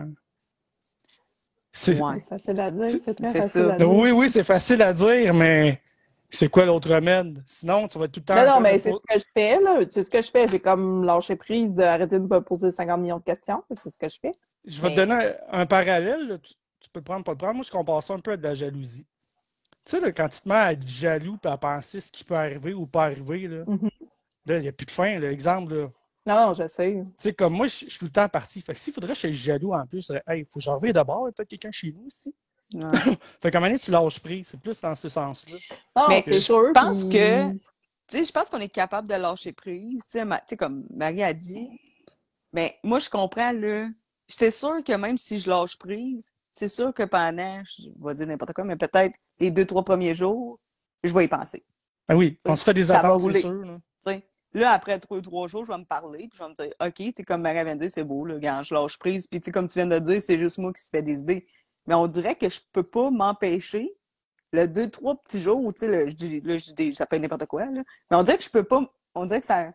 Speaker 1: C'est,
Speaker 2: Ouais.
Speaker 3: C'est facile à dire, c'est très
Speaker 2: C'est
Speaker 3: facile
Speaker 2: ça.
Speaker 3: à dire.
Speaker 1: oui, oui, c'est facile à dire, mais c'est quoi l'autre remède? Sinon, tu vas être tout le temps
Speaker 3: Non,
Speaker 1: en
Speaker 3: non,
Speaker 1: train
Speaker 3: mais
Speaker 1: de
Speaker 3: c'est
Speaker 1: po-
Speaker 3: ce que je fais, là. C'est ce que je fais. J'ai comme lâché prise d'arrêter de me poser cinquante millions de questions. C'est ce que je fais.
Speaker 1: Je vais te
Speaker 3: Mais
Speaker 1: donner un, un parallèle, là. Tu, tu peux le prendre, pas le prendre. Moi, je compare ça un peu à de la jalousie. Tu sais, là, quand tu te mets à être jaloux et à penser ce qui peut arriver ou pas arriver, là,
Speaker 3: mhm.
Speaker 1: là, il n'y a plus de fin. Là. Exemple, là.
Speaker 3: Non, non, je sais.
Speaker 1: Tu sais, comme moi, je je suis tout le temps parti. Fait que s'il faudrait que je sois jaloux en plus, je dirais, hey, il faut que j'en revienne d'abord, il y a peut-être quelqu'un chez nous aussi.
Speaker 2: Ouais.
Speaker 1: Fait qu'à un moment donné, tu lâches prise. C'est plus dans ce sens-là.
Speaker 3: Non,
Speaker 2: Mais
Speaker 3: c'est
Speaker 2: je
Speaker 3: sûr.
Speaker 2: pense
Speaker 3: puis-
Speaker 2: que, tu sais, je pense qu'on est capable de lâcher prise. Tu sais, ma- tu sais, comme Marie a dit. Mais moi, je comprends, là. C'est sûr que même si je lâche prise, c'est sûr que pendant, je vais dire n'importe quoi, mais peut-être les deux, trois premiers jours, je vais y penser.
Speaker 1: Ben oui, on se fait des
Speaker 2: Ça va
Speaker 1: attentes, c'est
Speaker 2: rouler.
Speaker 1: sûr. Là.
Speaker 2: Tu sais. Là, après trois, trois jours, je vais me parler, puis je vais me dire, OK, tu sais, comme Marie vient de dire, c'est beau, là, regarde, je lâche prise, puis tu sais, comme tu viens de dire, c'est juste moi qui se fait des idées. Mais on dirait que je peux pas m'empêcher, le deux, trois petits jours, où, tu sais, le- je dis, là, je dis des- ça peut être n'importe quoi, là, mais on dirait que je peux pas, on dirait que ça,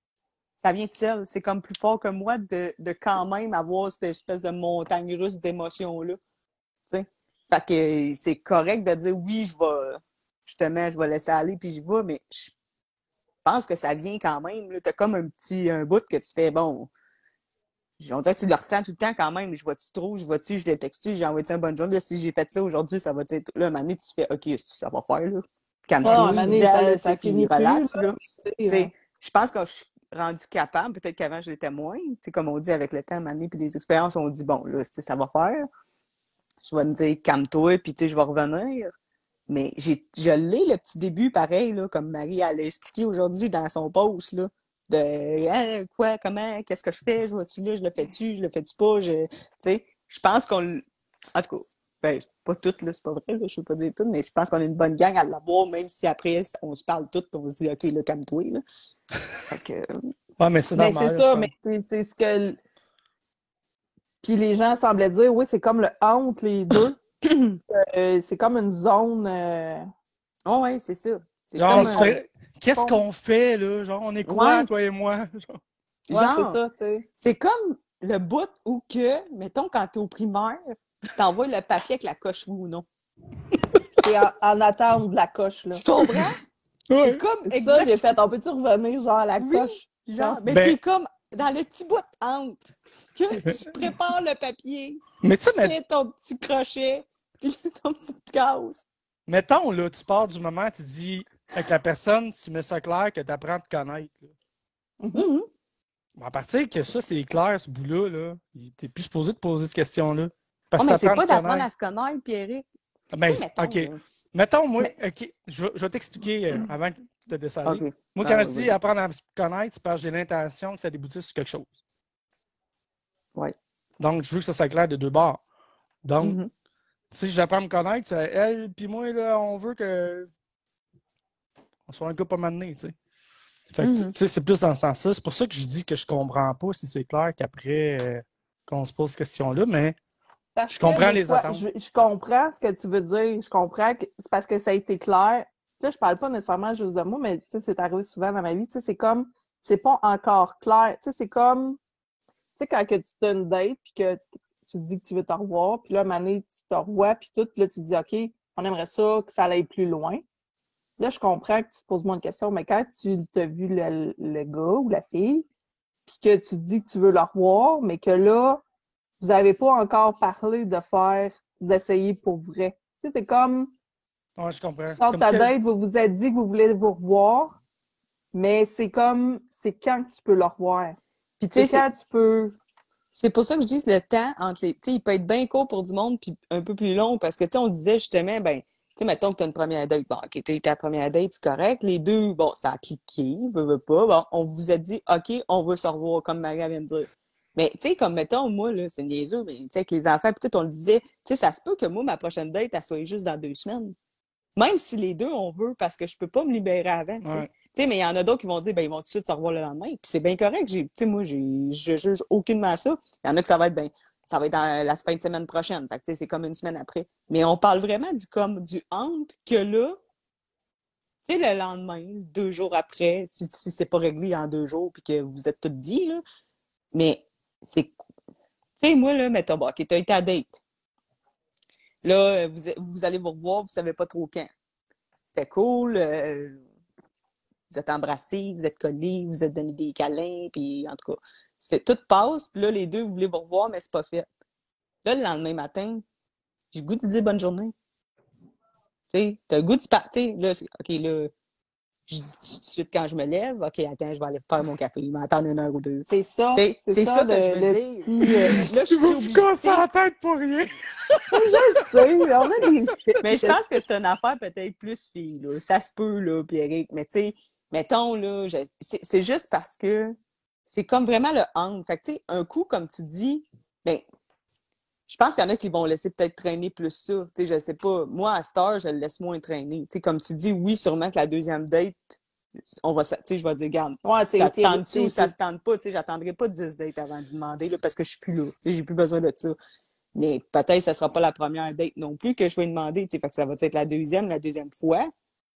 Speaker 2: ça vient tout seul. C'est comme plus fort que moi de, de quand même avoir cette espèce de montagne russe d'émotions-là. Tu sais. Fait que c'est correct de dire oui, je vais, justement, je vais laisser aller puis j'y vais, mais je pense que ça vient quand même. Là. T'as comme un petit un bout que tu fais, bon, on dirait que tu le ressens tout le temps quand même. Je vois-tu trop, je vois-tu, je l'ai texté, j'ai envoyé un bonne journée. Là, si j'ai fait ça aujourd'hui, ça va être. Là, à un moment donné, tu fais, OK, ça va faire, là. Calme-toi,
Speaker 3: Non, à un moment donné,
Speaker 2: Gisèle,
Speaker 3: ça-
Speaker 2: là, tu
Speaker 3: ça
Speaker 2: sais, puis
Speaker 3: finit plus,
Speaker 2: relax,
Speaker 3: là.
Speaker 2: là.
Speaker 3: Tu
Speaker 2: Tu
Speaker 3: sais,
Speaker 2: sais, je pense que je suis rendue capable. Peut-être qu'avant, je l'étais moins. Tu sais, comme on dit avec le temps, à un moment donné, puis des expériences, on dit, bon, là, tu sais, ça va faire. Je vais me dire, calme-toi, puis tu sais, je vais revenir. Mais j'ai, je l'ai, le petit début, pareil, là, comme Marie, elle a expliqué aujourd'hui dans son post, là, de hein, quoi, comment, qu'est-ce que je fais, je vois-tu là, je le fais-tu, je le fais-tu pas, je, tu sais, je pense qu'on, l- en tout cas, ben, pas toutes, là, c'est pas vrai, là, je veux pas dire toutes, mais je pense qu'on a une bonne gang à l'avoir, même si après, on se parle toutes, on se dit, OK, là, calme-toi, là. Fait que,
Speaker 1: Ouais, mais c'est
Speaker 3: Ben,
Speaker 1: normal.
Speaker 3: c'est
Speaker 1: là,
Speaker 3: ça,
Speaker 1: je
Speaker 3: mais
Speaker 1: pense.
Speaker 3: c'est c'est ce que. Puis les gens semblaient dire, oui, c'est comme le entre les deux. Euh, c'est comme une zone. euh,
Speaker 2: oh, ouais, c'est ça. C'est
Speaker 1: Genre,
Speaker 2: comme
Speaker 1: on se
Speaker 2: un,
Speaker 1: fait- qu'est-ce qu'on fait, là? Genre, on est quoi,
Speaker 2: ouais,
Speaker 1: toi et moi? Genre,
Speaker 3: Ouais, c'est
Speaker 2: genre,
Speaker 3: ça, tu sais.
Speaker 2: c'est comme le bout où que, mettons, quand t'es au primaire, t'envoies le papier avec la coche oui ou non.
Speaker 3: Et en, en attente de la coche, là.
Speaker 2: Tu comprends? C'est
Speaker 1: ouais.
Speaker 2: comme
Speaker 3: C'est ça,
Speaker 2: exact.
Speaker 3: j'ai fait. On peut-tu revenir, genre, à la
Speaker 2: Oui,
Speaker 3: coche?
Speaker 2: genre, mais
Speaker 1: Ben-
Speaker 2: t'es comme dans le petit bout de honte que tu prépares le papier,
Speaker 1: Mais tu sais,
Speaker 2: tu
Speaker 1: mais-
Speaker 2: fais ton petit crochet, puis ton petit case.
Speaker 1: mettons, là, tu pars du moment, tu dis avec la personne, tu mets ça clair que tu apprends à te connaître. Là.
Speaker 2: Mhm.
Speaker 1: Bon, à partir que ça, c'est clair, ce bout-là, là, t'es plus supposé te poser cette question-là.
Speaker 2: Oh,
Speaker 1: Parce que
Speaker 2: mais c'est
Speaker 1: t'apprends
Speaker 2: pas
Speaker 1: à te
Speaker 2: d'apprendre
Speaker 1: connaître.
Speaker 2: à se connaître, Pierrick.
Speaker 1: Ben,
Speaker 2: Tu sais, mettons,
Speaker 1: OK.
Speaker 2: là.
Speaker 1: Mettons, moi,
Speaker 2: Mais-
Speaker 1: OK, je vais, je vais t'expliquer euh, avant de descendre.
Speaker 2: OK.
Speaker 1: Moi,
Speaker 2: Ah,
Speaker 1: quand
Speaker 2: ouais,
Speaker 1: je dis
Speaker 2: ouais.
Speaker 1: apprendre à se connaître, c'est parce que j'ai l'intention que ça déboutisse sur quelque chose.
Speaker 2: Ouais.
Speaker 1: Donc, je veux que ça soit clair de deux bords. Donc,
Speaker 2: Mhm.
Speaker 1: si j'apprends à me connaître, c'est elle puis moi, là, on veut que on soit un gars pas mané, tu sais. Fait que, tu
Speaker 2: Mhm.
Speaker 1: sais, c'est plus dans ce sens-là. C'est pour ça que je dis que je comprends pas si c'est clair qu'après euh, qu'on se pose cette question-là, mais
Speaker 3: Parce
Speaker 1: je
Speaker 3: que
Speaker 1: comprends
Speaker 3: des
Speaker 1: les
Speaker 3: fois,
Speaker 1: attentes.
Speaker 3: je, je comprends ce que tu veux dire. Je comprends que c'est parce que ça a été clair. Là, je parle pas nécessairement juste de moi, mais tu sais, c'est arrivé souvent dans ma vie. Tu sais, c'est comme, c'est pas encore clair. Tu sais, c'est comme, tu sais, quand que tu te une date, puis que tu tu te dis que tu veux te revoir, puis là, à un moment donné, tu te revois, puis tout, puis là, tu te dis, OK, on aimerait ça, que ça aille plus loin. Là, je comprends que tu te poses moins de questions, mais quand tu t'as vu le, le gars ou la fille, puis que tu te dis que tu veux le revoir, mais que là, vous n'avez pas encore parlé de faire, d'essayer pour vrai. Tu sais, c'est comme,
Speaker 1: Ouais, je
Speaker 3: tu
Speaker 1: comprends. C'est
Speaker 3: sors de
Speaker 1: comme
Speaker 3: ta
Speaker 1: si elle...
Speaker 3: date, vous vous êtes dit que vous voulez vous revoir, mais c'est comme, c'est quand que tu peux le revoir.
Speaker 2: Puis, tu sais,
Speaker 3: C'est
Speaker 2: c'est
Speaker 3: quand tu peux.
Speaker 2: c'est pour ça que je dis le temps entre les. Tu sais, il peut être bien court pour du monde, puis un peu plus long, parce que, tu sais, on disait justement, ben, tu sais, mettons que tu as une première date. Bon, OK, t'as ta première date, c'est correct. Les deux, bon, ça a cliqué, veut, veut pas. Bon, on vous a dit, OK, on veut se revoir, comme Marie vient de dire. Mais, tu sais, comme, mettons, moi, là, c'est niaiseux, mais, tu sais, avec les enfants, peut-être, on le disait, tu sais, ça se peut que moi, ma prochaine date, elle soit juste dans deux semaines. Même si les deux, on veut, parce que je peux pas me libérer avant, tu sais.
Speaker 1: Ouais.
Speaker 2: Tu sais, mais il y en a d'autres qui vont dire, ben, ils vont tout de suite se revoir le lendemain. Puis c'est bien correct. J'ai, tu sais, moi, j'ai, je juge aucunement ça. Il y en a que ça va être, ben, ça va être dans la fin de semaine prochaine. Fait que, tu sais, c'est comme une semaine après. Mais on parle vraiment du comme, du entre que là, tu sais, le lendemain, deux jours après, si, si c'est pas réglé en deux jours, puis que vous êtes tout dit, là. Mais c'est, tu sais, moi, là, mettons, bon, OK, t'as été à date. Là, vous, vous allez vous revoir, vous savez pas trop quand. C'était cool. Euh, vous êtes embrassés, vous êtes collés, vous êtes donné des câlins, puis en tout cas, c'est, tout passe, puis là, les deux, vous voulez vous revoir, mais c'est pas fait. Là, le lendemain matin, j'ai le goût de dire bonne journée. Tu sais, t'as le goût de partir. Là, OK, là, je dis tout de suite quand je me lève, OK, attends, je vais aller faire mon café. Il m'attend une heure ou deux.
Speaker 3: C'est
Speaker 2: Tu
Speaker 3: ça,
Speaker 2: sais,
Speaker 3: c'est
Speaker 2: c'est
Speaker 3: ça
Speaker 2: ça que je
Speaker 3: le,
Speaker 2: veux
Speaker 3: le
Speaker 2: dire.
Speaker 3: petit. euh,
Speaker 2: Puis là, je
Speaker 1: Tu
Speaker 2: suis
Speaker 1: vas vous
Speaker 2: obligée, tu
Speaker 1: casser
Speaker 2: sais,
Speaker 1: la tête pour rien!
Speaker 3: Je sais, on a des
Speaker 2: mais je
Speaker 3: limites.
Speaker 2: pense que c'est une affaire peut-être plus fille, là. Ça se peut, là, Pierrick. Mais tu sais, mettons, là, je- c'est c'est juste parce que c'est comme vraiment le angle. Fait que, tu sais, un coup, comme tu dis, ben, je pense qu'il y en a qui vont laisser peut-être traîner plus ça. Tu sais, je sais pas. Moi, à cette heure, je le laisse moins traîner. Tu sais, comme tu dis, oui, sûrement que la deuxième date, on va, sa- tu sais, je vais dire, regarde,
Speaker 3: Ouais,
Speaker 2: si
Speaker 3: t'es,
Speaker 2: ça te
Speaker 3: t'es,
Speaker 2: tente-tu ou
Speaker 3: t'es,
Speaker 2: ça
Speaker 3: t'es-
Speaker 2: te tente pas, tu sais, j'attendrai pas dix dates avant de demander, là, parce que je suis plus là. Tu sais, j'ai plus besoin de ça. Mais peut-être que ça sera pas la première date non plus que je vais demander, tu sais, fait que ça va être la deuxième, la deuxième fois.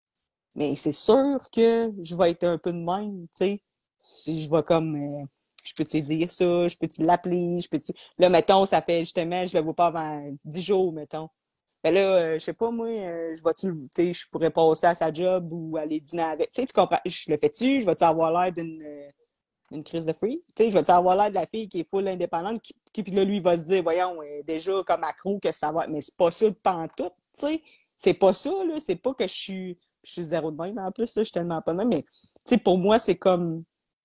Speaker 2: Mais c'est sûr que je vais être un peu de même, tu sais. Si je vais comme, euh, je peux-tu dire ça, je peux-tu l'appeler, je peux-tu... Là, mettons, ça fait justement, je le vois pas avant dix jours, mettons. Ben là, euh, je sais pas, moi, euh, je vais-tu, tu sais, je pourrais passer à sa job ou aller dîner avec. Tu sais, tu comprends? Je le fais-tu? Je vais-tu avoir l'air d'une euh, une crise de free? Tu sais, je vais-tu avoir l'air de la fille qui est full indépendante, qui, qui puis là, lui, il va se dire, voyons, euh, déjà, comme accro, que ça va. Mais c'est pas ça de pantoute, tu sais. C'est pas ça, là. C'est pas que je suis, je suis zéro de même, en plus, là, je suis tellement pas de même. Mais, tu sais, pour moi, c'est comme,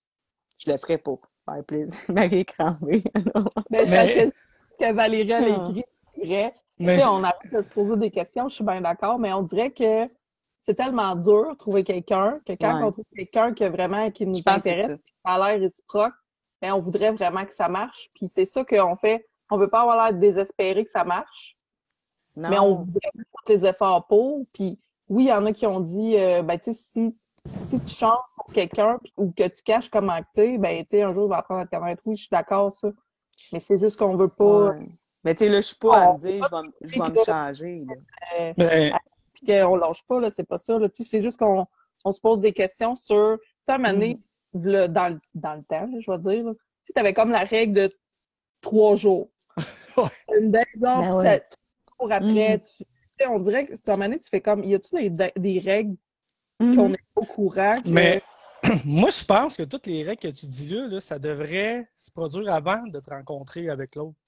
Speaker 2: je le ferais pour faire plaisir. Marie cramée.
Speaker 3: Ben, c'est parce
Speaker 1: Mais,
Speaker 3: que ce que Valérie a
Speaker 2: Ah.
Speaker 3: écrit, c'est vrai. Tu
Speaker 1: mais
Speaker 3: sais,
Speaker 1: je-
Speaker 3: on arrête de se poser des questions, je suis bien d'accord, mais on dirait que c'est tellement dur de trouver quelqu'un que quand on
Speaker 2: Ouais.
Speaker 3: trouve quelqu'un qui vraiment qui
Speaker 2: Je
Speaker 3: nous
Speaker 2: pense que c'est
Speaker 3: intéresse,
Speaker 2: ça.
Speaker 3: puis ça a l'air réciproque, ben on voudrait vraiment que ça marche. Puis c'est ça qu'on fait. On veut pas avoir l'air désespéré que ça marche, mais on
Speaker 2: Non.
Speaker 3: voudrait mettre tous les efforts pour. Puis oui, il y en a qui ont dit, euh, ben tu sais, si si tu chantes pour quelqu'un puis- ou que tu caches comment que t'es, ben tu sais, un jour il va apprendre à te connaître. Oui, je suis d'accord ça. Mais c'est juste qu'on veut pas.
Speaker 2: Ouais. Mais tu sais, là, je suis pas à
Speaker 3: On
Speaker 2: me dire, je vais, m- je
Speaker 3: veut
Speaker 2: vais
Speaker 3: pas
Speaker 2: me
Speaker 3: que
Speaker 2: changer, là.
Speaker 3: euh,
Speaker 1: mais,
Speaker 3: puis qu'on lâche pas, là, c'est pas ça. Là. Tu sais, c'est juste qu'on on se pose des questions sur. Tu sais, à un moment donné,
Speaker 2: Mhm.
Speaker 3: là, dans, le- dans le temps, là, je vais dire, là, tu sais, avais comme la règle de trois jours.
Speaker 1: ouais.
Speaker 3: Une date, genre,
Speaker 2: Ben
Speaker 3: puis
Speaker 2: oui.
Speaker 3: ça, trois jours après,
Speaker 2: Mhm.
Speaker 3: tu, tu sais, on dirait que c'est à un moment donné, tu fais comme, y a-tu des, da- des règles qu'on
Speaker 2: Mhm.
Speaker 3: n'est pas au courant que.
Speaker 1: Mais moi, je pense que toutes les règles que tu dis là, là, ça devrait se produire avant de te rencontrer avec l'autre.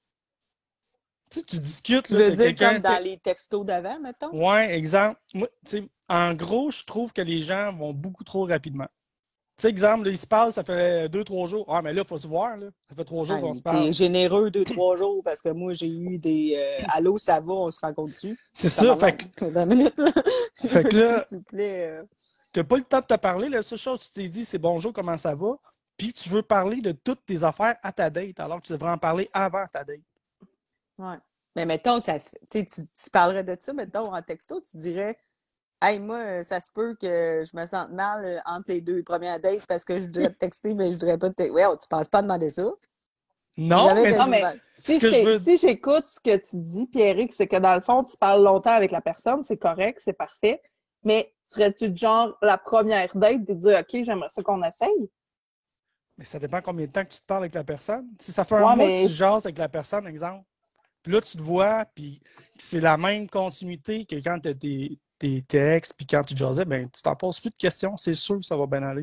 Speaker 1: Tu sais, tu discutes,
Speaker 2: Tu
Speaker 1: là,
Speaker 2: veux
Speaker 1: t'as
Speaker 2: dire
Speaker 1: quelqu'un.
Speaker 2: comme
Speaker 1: t'as-
Speaker 2: dans les textos d'avant, mettons?
Speaker 1: Ouais, exemple. Moi, tu sais, en gros, je trouve que les gens vont beaucoup trop rapidement. sais, exemple, là, il se parle, ça fait deux, trois jours. Ah, mais là, il faut se voir, là. Ça fait trois jours
Speaker 2: Ah,
Speaker 1: qu'on se
Speaker 2: t'es
Speaker 1: parle.
Speaker 2: généreux deux, trois jours parce que moi, j'ai eu des euh, allô, ça va, on se rencontre-tu?
Speaker 1: C'est
Speaker 2: Ça
Speaker 1: ça,
Speaker 2: va
Speaker 1: fait que,
Speaker 2: mal. Dans une minute, là.
Speaker 1: fait que
Speaker 2: Veux-tu,
Speaker 1: là,
Speaker 2: s'il vous plaît? euh,
Speaker 1: t'as pas le temps de te parler. La seule chose que tu t'es dit, c'est bonjour, comment ça va? Puis tu veux parler de toutes tes affaires à ta date, alors que tu devrais en parler avant ta date.
Speaker 2: Ouais. Mais mettons, ça se fait- tu sais, tu, tu parlerais de ça, mettons, en texto, tu dirais, hey, moi, euh, ça se peut que je me sente mal euh, entre les deux premières dates parce que je voudrais te texter, mais je voudrais pas te texter. Ouais, oh, tu penses pas demander ça?
Speaker 1: Non,
Speaker 2: Jamais
Speaker 1: mais
Speaker 2: que
Speaker 3: Non,
Speaker 2: je
Speaker 3: mais
Speaker 2: me-
Speaker 1: ce
Speaker 3: si
Speaker 1: que je
Speaker 3: j'ai-
Speaker 1: veux.
Speaker 3: si j'écoute ce que tu dis, Pierrick, c'est que dans le fond, tu parles longtemps avec la personne, c'est correct, c'est parfait. Mais serais-tu de genre la première date de dire OK, j'aimerais ça qu'on essaye?
Speaker 1: Mais ça dépend combien de temps que tu te parles avec la personne. Si ça fait un
Speaker 3: Ouais,
Speaker 1: mois que
Speaker 3: mais
Speaker 1: tu jases avec la personne, exemple, puis là, tu te vois, puis c'est la même continuité que quand tu as tes, tes textes, puis quand tu jasais, ben, tu t'en poses plus de questions. C'est sûr que ça va bien aller.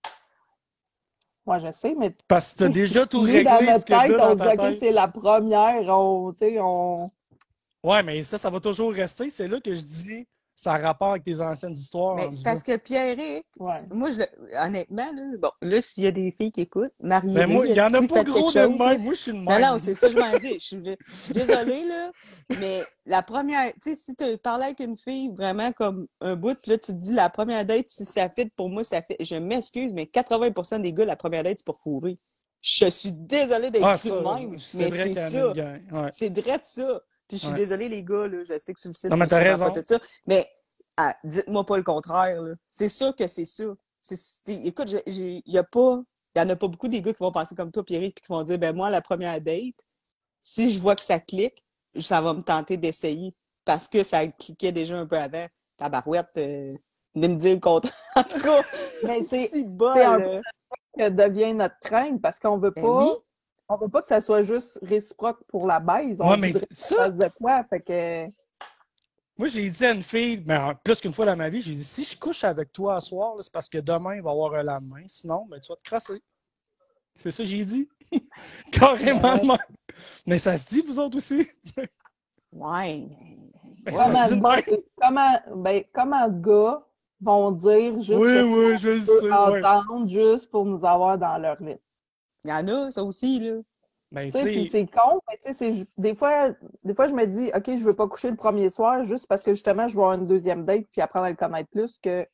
Speaker 3: moi je sais, mais
Speaker 1: Parce que tu as
Speaker 3: tu sais,
Speaker 1: déjà tout
Speaker 3: nous, dans
Speaker 1: réglé ce
Speaker 3: notre
Speaker 1: que tu
Speaker 3: tête,
Speaker 1: as
Speaker 3: on
Speaker 1: dans
Speaker 3: se dit
Speaker 1: ta
Speaker 3: OK,
Speaker 1: tête.
Speaker 3: c'est la première, on, tu sais, on.
Speaker 1: Ouais, mais ça, ça va toujours rester. C'est là que je dis, ça a rapport avec tes anciennes histoires
Speaker 2: Mais c'est
Speaker 1: rendues là.
Speaker 2: parce que Pierrick,
Speaker 3: Ouais.
Speaker 2: moi, je, le- honnêtement, là, bon, là, s'il y a des filles qui écoutent,
Speaker 1: Ben
Speaker 2: mariez-les,
Speaker 1: moi, il y en a
Speaker 2: esti,
Speaker 1: pas
Speaker 2: faites quelque
Speaker 1: gros de
Speaker 2: chose, là.
Speaker 1: même. Moi, je suis de
Speaker 2: Non, non,
Speaker 1: même.
Speaker 2: c'est ça, que je m'en dis. Je suis, je suis désolée, là, mais la première, tu sais, si tu parlais avec une fille vraiment comme un bout, puis là, tu te dis la première date, si ça fit, pour moi, ça fait, je m'excuse, mais quatre-vingts pour cent des gars, la première date, c'est pour fourrer. Je suis désolée d'être
Speaker 1: Ah,
Speaker 2: cru de
Speaker 1: ça,
Speaker 2: même,
Speaker 1: c'est
Speaker 2: mais
Speaker 1: vrai
Speaker 2: c'est
Speaker 1: qu'il y en a une
Speaker 2: ça.
Speaker 1: gang. Ouais,
Speaker 2: C'est vrai de ça. Puis je suis
Speaker 1: ouais.
Speaker 2: désolée, les gars, là, je sais que sur le site,
Speaker 1: Non, mais
Speaker 2: c'est
Speaker 1: t'as
Speaker 2: sûrement pas
Speaker 1: raison.
Speaker 2: tout ça, mais ah, dites-moi pas le contraire, là. C'est sûr que c'est ça. C'est, c'est- écoute, j'ai, j'ai- y a pas, il y en a pas beaucoup des gars qui vont penser comme toi, Pierrick, puis qui vont dire, ben moi, la première date, si je vois que ça clique, ça va me tenter d'essayer parce que ça cliquait déjà un peu avant. Tabarouette, euh, venez me dire le contraire. En tout cas,
Speaker 3: Mais c'est
Speaker 2: si
Speaker 3: c'est
Speaker 2: bol.
Speaker 3: un peu
Speaker 2: euh.
Speaker 3: que devient notre crainte parce qu'on veut
Speaker 2: Ben oui.
Speaker 3: pas. On veut pas que ça soit juste réciproque pour la baise.
Speaker 1: Ouais,
Speaker 3: On
Speaker 1: mais
Speaker 3: voudrait que ça
Speaker 1: ça,
Speaker 3: fasse de quoi. Fait que.
Speaker 1: moi, j'ai dit à une fille, ben, plus qu'une fois dans ma vie, j'ai dit, si je couche avec toi ce soir, là, c'est parce que demain, il va y avoir un lendemain. Sinon, ben, tu vas te crasser. C'est ça que j'ai dit.
Speaker 3: Ben
Speaker 1: Carrément
Speaker 3: ouais.
Speaker 1: de même. Mais ça se dit, vous autres aussi.
Speaker 2: Ouais.
Speaker 1: Ben,
Speaker 2: Ouais,
Speaker 1: ça
Speaker 3: Comment
Speaker 1: se
Speaker 2: mais
Speaker 1: dit
Speaker 3: de
Speaker 1: de
Speaker 3: gars,
Speaker 1: même.
Speaker 3: comment, ben, comment de gars vont dire juste
Speaker 1: Oui,
Speaker 3: que
Speaker 1: oui, je le
Speaker 3: peut
Speaker 1: sais. Ouais.
Speaker 3: entendre juste pour nous avoir dans leur lit.
Speaker 2: il y en a, ça aussi, là.
Speaker 1: Ben,
Speaker 3: Tu
Speaker 1: tu
Speaker 3: sais, puis
Speaker 1: sais,
Speaker 3: c'est con, mais tu sais, c'est ju- des fois, des fois, je me dis, OK, je veux pas coucher le premier soir juste parce que justement, je veux avoir une deuxième date puis apprendre à le connaître plus que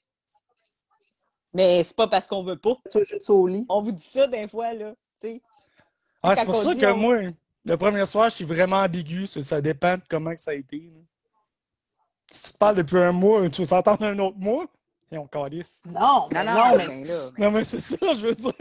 Speaker 2: Mais c'est pas parce qu'on veut pas.
Speaker 3: ça juste au lit.
Speaker 2: On vous dit ça des fois, là. Tu sais, Tu sais,
Speaker 1: ah, c'est
Speaker 2: quand
Speaker 1: pour
Speaker 2: on
Speaker 1: ça
Speaker 2: dit
Speaker 1: que
Speaker 2: on.
Speaker 1: moi, le premier soir, je suis vraiment ambigu. Ça, ça dépend de comment que ça a été. Là. Si tu te parles depuis un mois, tu veux s'entendre un autre mois? Et on calisse.
Speaker 3: Non,
Speaker 2: Non,
Speaker 3: mais non,
Speaker 2: non,
Speaker 3: mais
Speaker 2: mais là,
Speaker 1: Non,
Speaker 2: mais.
Speaker 1: mais c'est ça, je veux dire.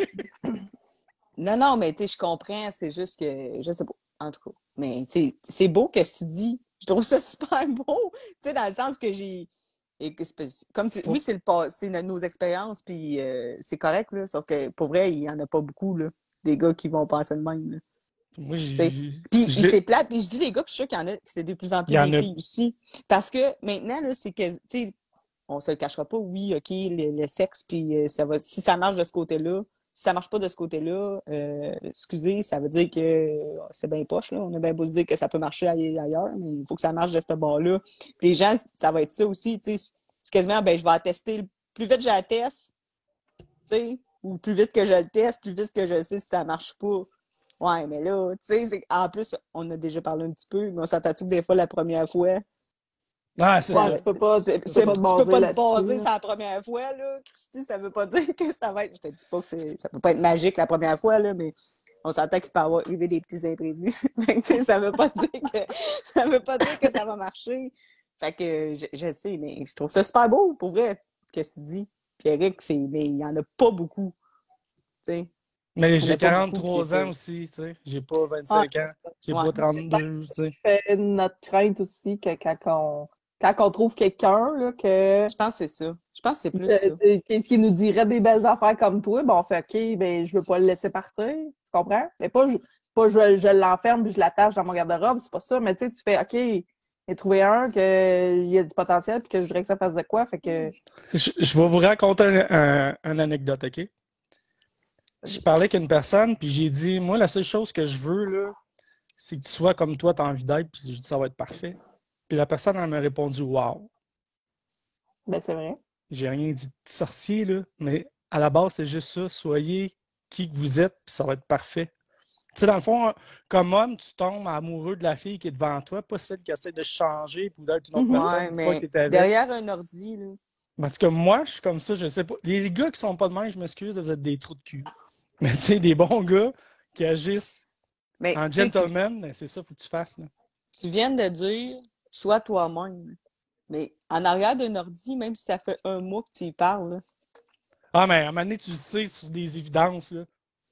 Speaker 2: Non, non, mais tu sais, je comprends, c'est juste que, je sais pas, en tout cas. Mais c'est c'est beau que tu dis. Je trouve ça super beau, tu sais, dans le sens que j'ai, et que c'est- comme tu, oui,
Speaker 1: Pour-
Speaker 2: c'est le pas, c'est no- nos expériences, puis euh, c'est correct, là, sauf que, pour vrai, il y en a pas beaucoup, là, des gars qui vont penser de même, là,
Speaker 1: Moi,
Speaker 2: tu sais.
Speaker 1: j'ai.
Speaker 2: Puis
Speaker 1: je
Speaker 2: il-
Speaker 1: l'ai-
Speaker 2: c'est plate, puis je dis les gars, puis je suis sûre qu'il y en a, que c'est de plus en
Speaker 1: Il
Speaker 2: plus
Speaker 1: y en
Speaker 2: des
Speaker 1: a.
Speaker 2: filles aussi. Parce que, maintenant, là, c'est que, tu sais, on se le cachera pas, oui, OK, le, le sexe, puis euh, ça va, si ça marche de ce côté-là, si ça marche pas de ce côté-là, euh, excusez, ça veut dire que euh, c'est bien poche, là. On a bien beau se dire que ça peut marcher aille- ailleurs, mais il faut que ça marche de ce bord-là. Puis les gens, ça va être ça aussi, tu sais. C'est quasiment, ben, je vais attester, le- plus vite je la teste, tu sais, ou plus vite que je le teste, plus vite que je sais si ça marche pas. Ouais, mais là, tu sais, c'est- en plus, on a déjà parlé un petit peu, mais on s'entend-tu que des fois, la première fois,
Speaker 1: Ah, c'est
Speaker 3: ouais,
Speaker 1: ça.
Speaker 3: tu peux pas, tu
Speaker 2: c'est,
Speaker 3: peux
Speaker 2: c'est-
Speaker 3: pas te
Speaker 2: tu peux
Speaker 3: baser
Speaker 2: pas te
Speaker 3: là-dessus.
Speaker 2: baser
Speaker 3: là.
Speaker 2: sur la première fois, là, Christy, ça veut pas dire que ça va être. Je te dis pas que c'est, ça peut pas être magique la première fois, là, mais on s'entend qu'il peut avoir arriver des petits imprévus. Fait que, tu sais, ça veut pas dire que ça veut pas dire que ça va marcher. Fait que je, je sais, mais je trouve ça super beau, pour vrai, qu'est-ce que tu dis. Pierrick, c'est, mais il y en a pas beaucoup, tu sais.
Speaker 1: Mais
Speaker 2: Il y en
Speaker 1: j'ai
Speaker 2: a pas beaucoup que c'est
Speaker 1: quarante-trois
Speaker 2: ça.
Speaker 1: ans aussi, tu sais. J'ai pas
Speaker 3: Ouais,
Speaker 1: vingt-cinq ans. J'ai
Speaker 2: Ouais.
Speaker 1: pas trente-deux, tu sais.
Speaker 3: c'est notre crainte aussi que quand on, quand on trouve quelqu'un là, que
Speaker 2: Je pense que c'est ça. Je pense que c'est plus ça.
Speaker 3: euh, qui, qui nous dirait des belles affaires comme toi, ben on fait OK, ben je veux pas le laisser partir, tu comprends? Mais pas, je- pas je, je l'enferme puis je l'attache dans mon garde-robe, c'est pas ça, mais tu sais, tu fais OK, j'ai trouvé un que il y a du potentiel puis que je voudrais que ça fasse de quoi, fait que
Speaker 1: Je, je vais vous raconter un, un- une anecdote, OK? Je parlais avec une personne, puis j'ai dit, moi, la seule chose que je veux, là, c'est que tu sois comme toi, tu as envie d'être, puis j'ai dit, ça va être parfait. Puis la personne, elle m'a répondu, wow.
Speaker 3: ben c'est vrai.
Speaker 1: J'ai rien dit de sorcier, là, mais à la base, c'est juste ça. Soyez qui que vous êtes, puis ça va être parfait. Tu sais, dans le fond, comme homme, tu tombes amoureux de la fille qui est devant toi, pas celle qui essaie de changer ou d'être une autre
Speaker 3: Mhm.
Speaker 1: personne
Speaker 2: Ouais,
Speaker 1: une fois que
Speaker 2: mais
Speaker 1: tu es avec.
Speaker 2: derrière un ordi, là.
Speaker 1: Parce que moi, je suis comme ça, je sais pas. Les gars qui sont pas de même, je m'excuse, vous êtes des trous de cul. Mais tu sais, des bons gars qui agissent
Speaker 2: Mais
Speaker 1: en
Speaker 2: tu sais, tu,
Speaker 1: gentleman, ben, c'est ça, faut que tu fasses. Là.
Speaker 2: tu viens de dire, sois toi-même. Mais en arrière d'un ordi, même si ça fait un mois que tu y parles, là,
Speaker 1: Ah, mais à un moment donné, tu le sais sur des évidences. Là.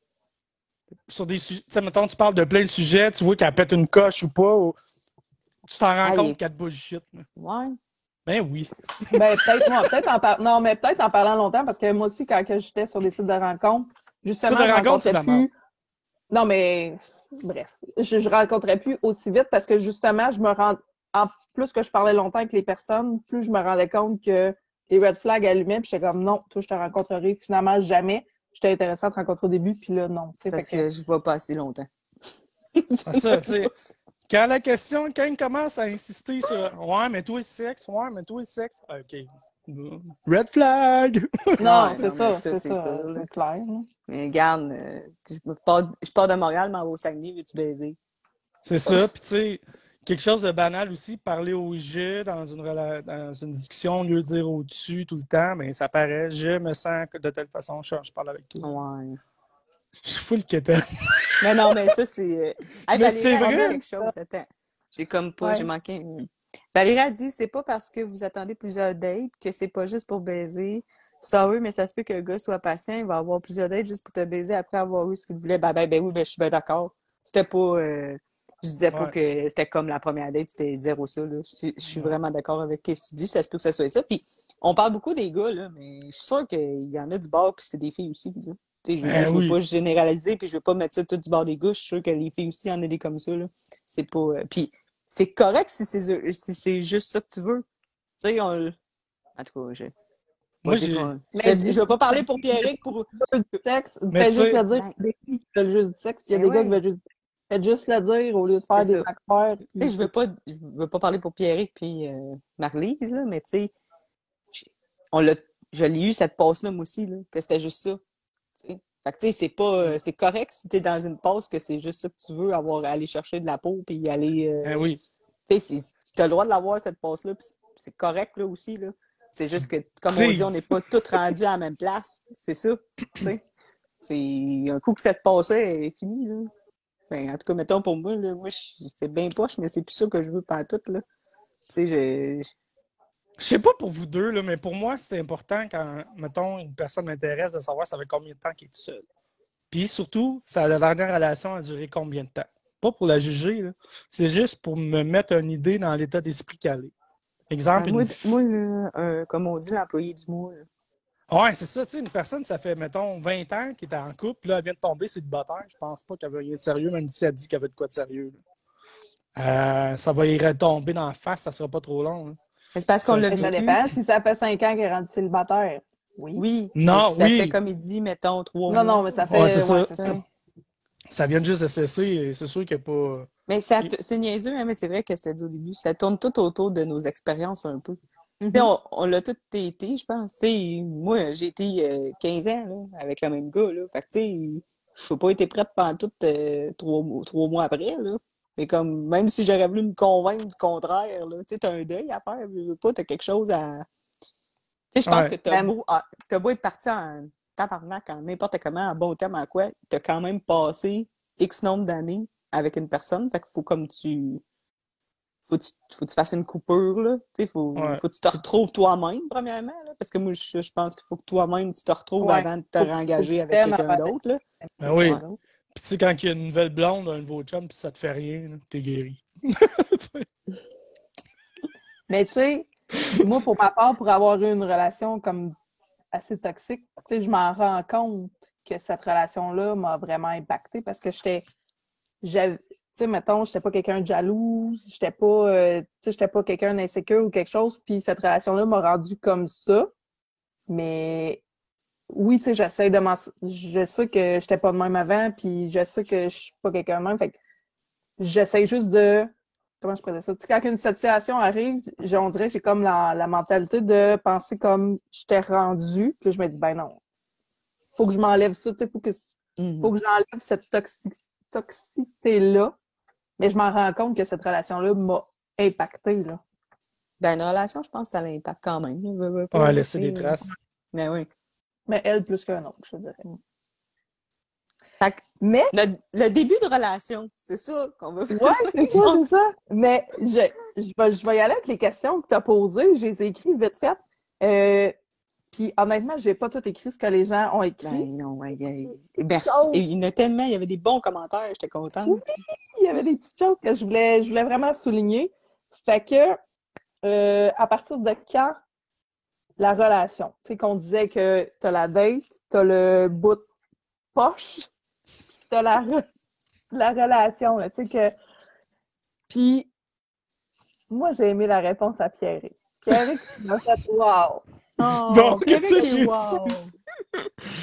Speaker 1: Sur des sujets, tu sais, mettons, tu parles de plein de sujets, tu vois qu'elle pète une coche ou pas, ou tu t'en rends
Speaker 2: ah, il
Speaker 1: compte
Speaker 2: est...
Speaker 1: qu'elle te bullshit. Là.
Speaker 2: Ouais.
Speaker 1: Ben oui.
Speaker 3: Ben, peut-être, moi, peut-être en par... non, mais peut-être en parlant longtemps, parce que moi aussi, quand que j'étais sur des sites de rencontres,
Speaker 1: Ça, de
Speaker 3: justement, je
Speaker 1: rencontre, c'est
Speaker 3: rencontrais
Speaker 1: de la merde.
Speaker 3: plus. Non, mais bref, je, je rencontrais plus aussi vite parce que justement, je me rends. En plus que je parlais longtemps avec les personnes, plus je me rendais compte que les red flags allumaient, puis j'étais comme non, toi, je te rencontrerai finalement jamais. J'étais intéressée à te rencontrer au début, puis là, non. Tu sais, fait
Speaker 2: Parce
Speaker 3: que.
Speaker 2: que je vois pas assez longtemps.
Speaker 1: C'est
Speaker 2: C'est
Speaker 1: ça, tu
Speaker 2: même
Speaker 1: sais.
Speaker 2: pas ça.
Speaker 1: Quand la question, quand il commence à insister sur Ouais, mais toi, sexe, ouais, mais toi, sexe. OK. Red flag!
Speaker 3: Non,
Speaker 2: Ouais,
Speaker 3: c'est
Speaker 2: non, mais
Speaker 3: ça,
Speaker 2: ça,
Speaker 3: c'est
Speaker 2: c'est
Speaker 3: ça,
Speaker 2: sûr,
Speaker 3: euh,
Speaker 2: là.
Speaker 3: c'est clair. Là.
Speaker 2: Mais regarde, euh, je pars, je pars de Montréal, m'en vais au Saguenay, veux-tu baiser?
Speaker 1: C'est ça. Puis, tu sais, quelque chose de banal aussi, parler au je dans une, rela- dans une discussion, au lieu de dire au-dessus tout le temps, mais ça paraît. Je me sens que de telle façon, je, je parle avec toi.
Speaker 2: Ouais.
Speaker 1: Je suis full quétaine.
Speaker 2: Mais non, mais ça, c'est. euh, Hey,
Speaker 1: Mais
Speaker 2: Valérie
Speaker 1: c'est
Speaker 2: a
Speaker 3: On
Speaker 2: dit
Speaker 1: vrai!
Speaker 3: aime
Speaker 2: quelque
Speaker 3: ça.
Speaker 2: chose. Attends. J'ai comme pas, j'ai
Speaker 3: Ouais.
Speaker 2: manqué. un- Valérie a dit c'est pas parce que vous attendez plusieurs dates que c'est pas juste pour baiser. Sorry, mais ça se peut que le gars soit patient, il va avoir plusieurs dates juste pour te baiser après avoir eu ce qu'il voulait. Ben, ben, ben oui, ben, je suis bien d'accord. C'était pas. euh, Je disais pas
Speaker 1: Ouais.
Speaker 2: que c'était comme la première date, c'était zéro ça, là. Je suis je suis
Speaker 1: Ouais.
Speaker 2: vraiment d'accord avec ce que tu dis, ça se peut que ça soit ça. Puis, on parle beaucoup des gars, là, mais je suis sûre qu'il y en a du bord, puis c'est des filles aussi, là. Tu sais, je veux dire,
Speaker 1: Ben
Speaker 2: je veux
Speaker 1: oui.
Speaker 2: pas généraliser, puis je veux pas mettre ça tout du bord des gars. Je suis sûre que les filles aussi, il y en a des comme ça, là. C'est pas... euh, Puis c'est correct si c'est si c'est juste ça que tu veux. Tu sais, on... En tout cas, je...
Speaker 1: Moi,
Speaker 2: Pas dire
Speaker 1: j'ai.
Speaker 2: qu'on... Je,
Speaker 3: Mais
Speaker 2: je
Speaker 3: dis
Speaker 2: veux pas
Speaker 3: pas
Speaker 2: parler pour
Speaker 3: qu'il y a
Speaker 2: Pierrick pour...
Speaker 3: pas du sexe,
Speaker 1: Mais
Speaker 3: fais
Speaker 1: tu
Speaker 3: juste
Speaker 1: sais,
Speaker 3: le dire.
Speaker 2: Ben,
Speaker 3: Il y a des filles qui veulent juste du sexe, puis il y a
Speaker 2: ben
Speaker 3: des gars qui
Speaker 2: ouais,
Speaker 3: veulent juste. Faites juste le dire au lieu de
Speaker 2: c'est
Speaker 3: faire des
Speaker 2: ça.
Speaker 3: affaires.
Speaker 2: Tu sais,
Speaker 3: Puis
Speaker 2: je
Speaker 3: c'est
Speaker 2: veux pas, je veux pas parler pour Pierrick puis euh, Marlise, là, mais tu sais, je- on l'a, je l'ai eu cette passe-là, moi aussi, là, que c'était juste ça. Tu sais. Fait que tu sais, c'est pas, euh, c'est correct si t'es dans une pause que c'est juste ça que tu veux, avoir, aller chercher de la peau puis aller,
Speaker 1: ben
Speaker 2: euh,
Speaker 1: oui.
Speaker 2: tu sais, c'est- tu as le droit de l'avoir cette passe-là, puis c'est c'est correct là aussi, là. C'est juste que, comme on
Speaker 1: Tu
Speaker 2: dit, on n'est
Speaker 1: sais,
Speaker 2: pas tous rendus à la même place. C'est ça, tu sais. C'est un coup que cette passe-là est finie, là. Ben, en tout cas, mettons pour moi, là, moi, je- c'est bien poche, mais c'est plus ça que je veux pas tout, là. Tu sais, je, je-
Speaker 1: je sais pas pour vous deux, là, mais pour moi, c'est important quand, mettons, une personne m'intéresse de savoir ça fait combien de temps qu'il est tout seul. Puis surtout, ça, la dernière relation a duré combien de temps. Pas pour la juger, là. C'est juste pour me mettre une idée dans l'état d'esprit qu'elle est.
Speaker 2: ben,
Speaker 1: Exemple,
Speaker 2: moi,
Speaker 1: une.
Speaker 2: d- moi là, euh, comme on dit, l'employé du mois, là.
Speaker 1: Ouais, c'est ça, tu sais, une personne, ça fait, mettons, vingt ans qu'elle était en couple, puis là, elle vient de tomber célibataire. Je pense pas qu'elle veut rien de sérieux, même si elle dit qu'elle veut de quoi de sérieux. Là. Euh, ça va y retomber dans la face, ça sera pas trop long. Là.
Speaker 2: Mais c'est parce qu'on
Speaker 1: C'est un
Speaker 2: l'a
Speaker 3: ben, ça
Speaker 1: peu.
Speaker 2: vécu.
Speaker 3: dépend. Si ça fait cinq ans qu'elle est rendue célibataire, oui.
Speaker 2: Oui, mais si
Speaker 1: Non,
Speaker 2: ça fait,
Speaker 1: oui.
Speaker 2: comme il dit, mettons, trois
Speaker 3: Non, non,
Speaker 2: mois,
Speaker 3: mais ça
Speaker 1: Ouais, c'est
Speaker 3: fait. Ouais,
Speaker 1: ça.
Speaker 3: c'est
Speaker 2: tu
Speaker 3: ça.
Speaker 2: sais.
Speaker 1: Ça vient juste de cesser, et c'est sûr qu'il n'y a pas.
Speaker 2: Mais ça, te- c'est niaiseux, hein, mais c'est vrai que je te dis au début, ça tourne tout autour de nos expériences un peu. Tu sais,
Speaker 3: Mhm.
Speaker 2: on, on l'a tout été, je pense. Tu sais, moi, j'ai été euh, quinze ans là, avec le même gars. Là. Fait que, tu sais, je n'ai pas été prête pendant tout euh, trois, mois- trois mois après. Là. Mais comme, même si j'aurais voulu me convaincre du contraire, là, tu sais, t'as un deuil à faire, veux, veux pas, t'as quelque chose à. Tu sais, je pense que
Speaker 1: Ouais.
Speaker 2: t'as
Speaker 3: Ben,
Speaker 2: beau, ah, t'as beau être parti en tabarnak, en n'importe comment, en bon terme, en quoi, t'as quand même passé X nombre d'années avec une personne. Fait qu'il faut comme tu faut que tu, faut que tu fasses une coupure, là. Tu sais, faut,
Speaker 1: Ouais.
Speaker 2: faut que tu te retrouves toi-même, premièrement, là. Parce que moi, je, je pense qu'il faut que toi-même, tu te retrouves
Speaker 3: ouais.
Speaker 2: avant de te
Speaker 3: Faut, faut que
Speaker 2: réengager
Speaker 3: tu
Speaker 2: avec
Speaker 3: t'aimes
Speaker 2: quelqu'un
Speaker 3: avant
Speaker 2: d'autre, là.
Speaker 3: d'aimer
Speaker 1: Ben
Speaker 3: quelqu'un
Speaker 1: oui.
Speaker 2: Ouais.
Speaker 3: d'autre.
Speaker 1: Puis tu sais, quand il y a une nouvelle blonde, un nouveau chum, puis ça te fait rien, là, t'es guéri. Tu sais.
Speaker 3: Mais tu sais, moi, pour ma part, pour avoir eu une relation comme assez toxique, tu sais, je m'en rends compte que cette relation-là m'a vraiment impactée parce que j'étais, j'avais, tu sais, mettons, j'étais pas quelqu'un de jalouse, j'étais pas, euh, tu sais, j'étais pas quelqu'un d'insécure ou quelque chose, puis cette relation-là m'a rendue comme ça. Mais oui, tu sais, j'essaie de m'en, je sais que j'étais pas de même avant, puis je sais que je suis pas quelqu'un de même, fait que j'essaie juste de, comment je pourrais dire ça? Tu sais, quand une situation arrive, j'ai- on dirait que j'ai comme la, la mentalité de penser comme j'étais rendue, puis je me dis, ben non. faut que je m'enlève ça, tu sais, faut que,
Speaker 2: Mhm.
Speaker 3: faut que j'enlève cette toxi- toxicité-là. Mais je m'en rends compte que cette relation-là m'a impactée, là.
Speaker 2: Ben, une relation, je pense que ça l'impacte quand même. Je veux, veux pas,
Speaker 1: Ouais,
Speaker 2: là,
Speaker 1: laisser
Speaker 2: tu
Speaker 1: des
Speaker 2: sais.
Speaker 1: traces.
Speaker 2: Mais oui.
Speaker 3: Mais elle, plus qu'un autre, je te dirais.
Speaker 2: Fait que
Speaker 3: Mais,
Speaker 2: le, le début de relation, c'est ça qu'on veut faire.
Speaker 3: ouais, c'est ça, c'est ça. Mais je, je, vais, je vais y aller avec les questions que tu as posées. Je les ai écrites vite fait. Euh, puis honnêtement, j'ai pas tout écrit ce que les gens ont écrit.
Speaker 2: Ben non, ouais, ouais. Merci.
Speaker 3: Chose-
Speaker 2: Et il y en a tellement, il y avait des bons commentaires, j'étais contente.
Speaker 3: Oui. Il y avait des petites choses que je voulais, je voulais vraiment souligner. Fait que, euh, à partir de quand la relation? Tu sais, qu'on disait que t'as la date, t'as le bout de poche, puis t'as la, re- la relation, là, tu sais que... Puis, moi, j'ai aimé la réponse à Pierrick. Pierrick, il m'a fait « Wow!
Speaker 2: Oh,
Speaker 1: Bon,
Speaker 2: Pierrick
Speaker 1: qu'est-ce que
Speaker 2: est
Speaker 1: j'ai
Speaker 2: wow.
Speaker 1: Qu'est-ce que »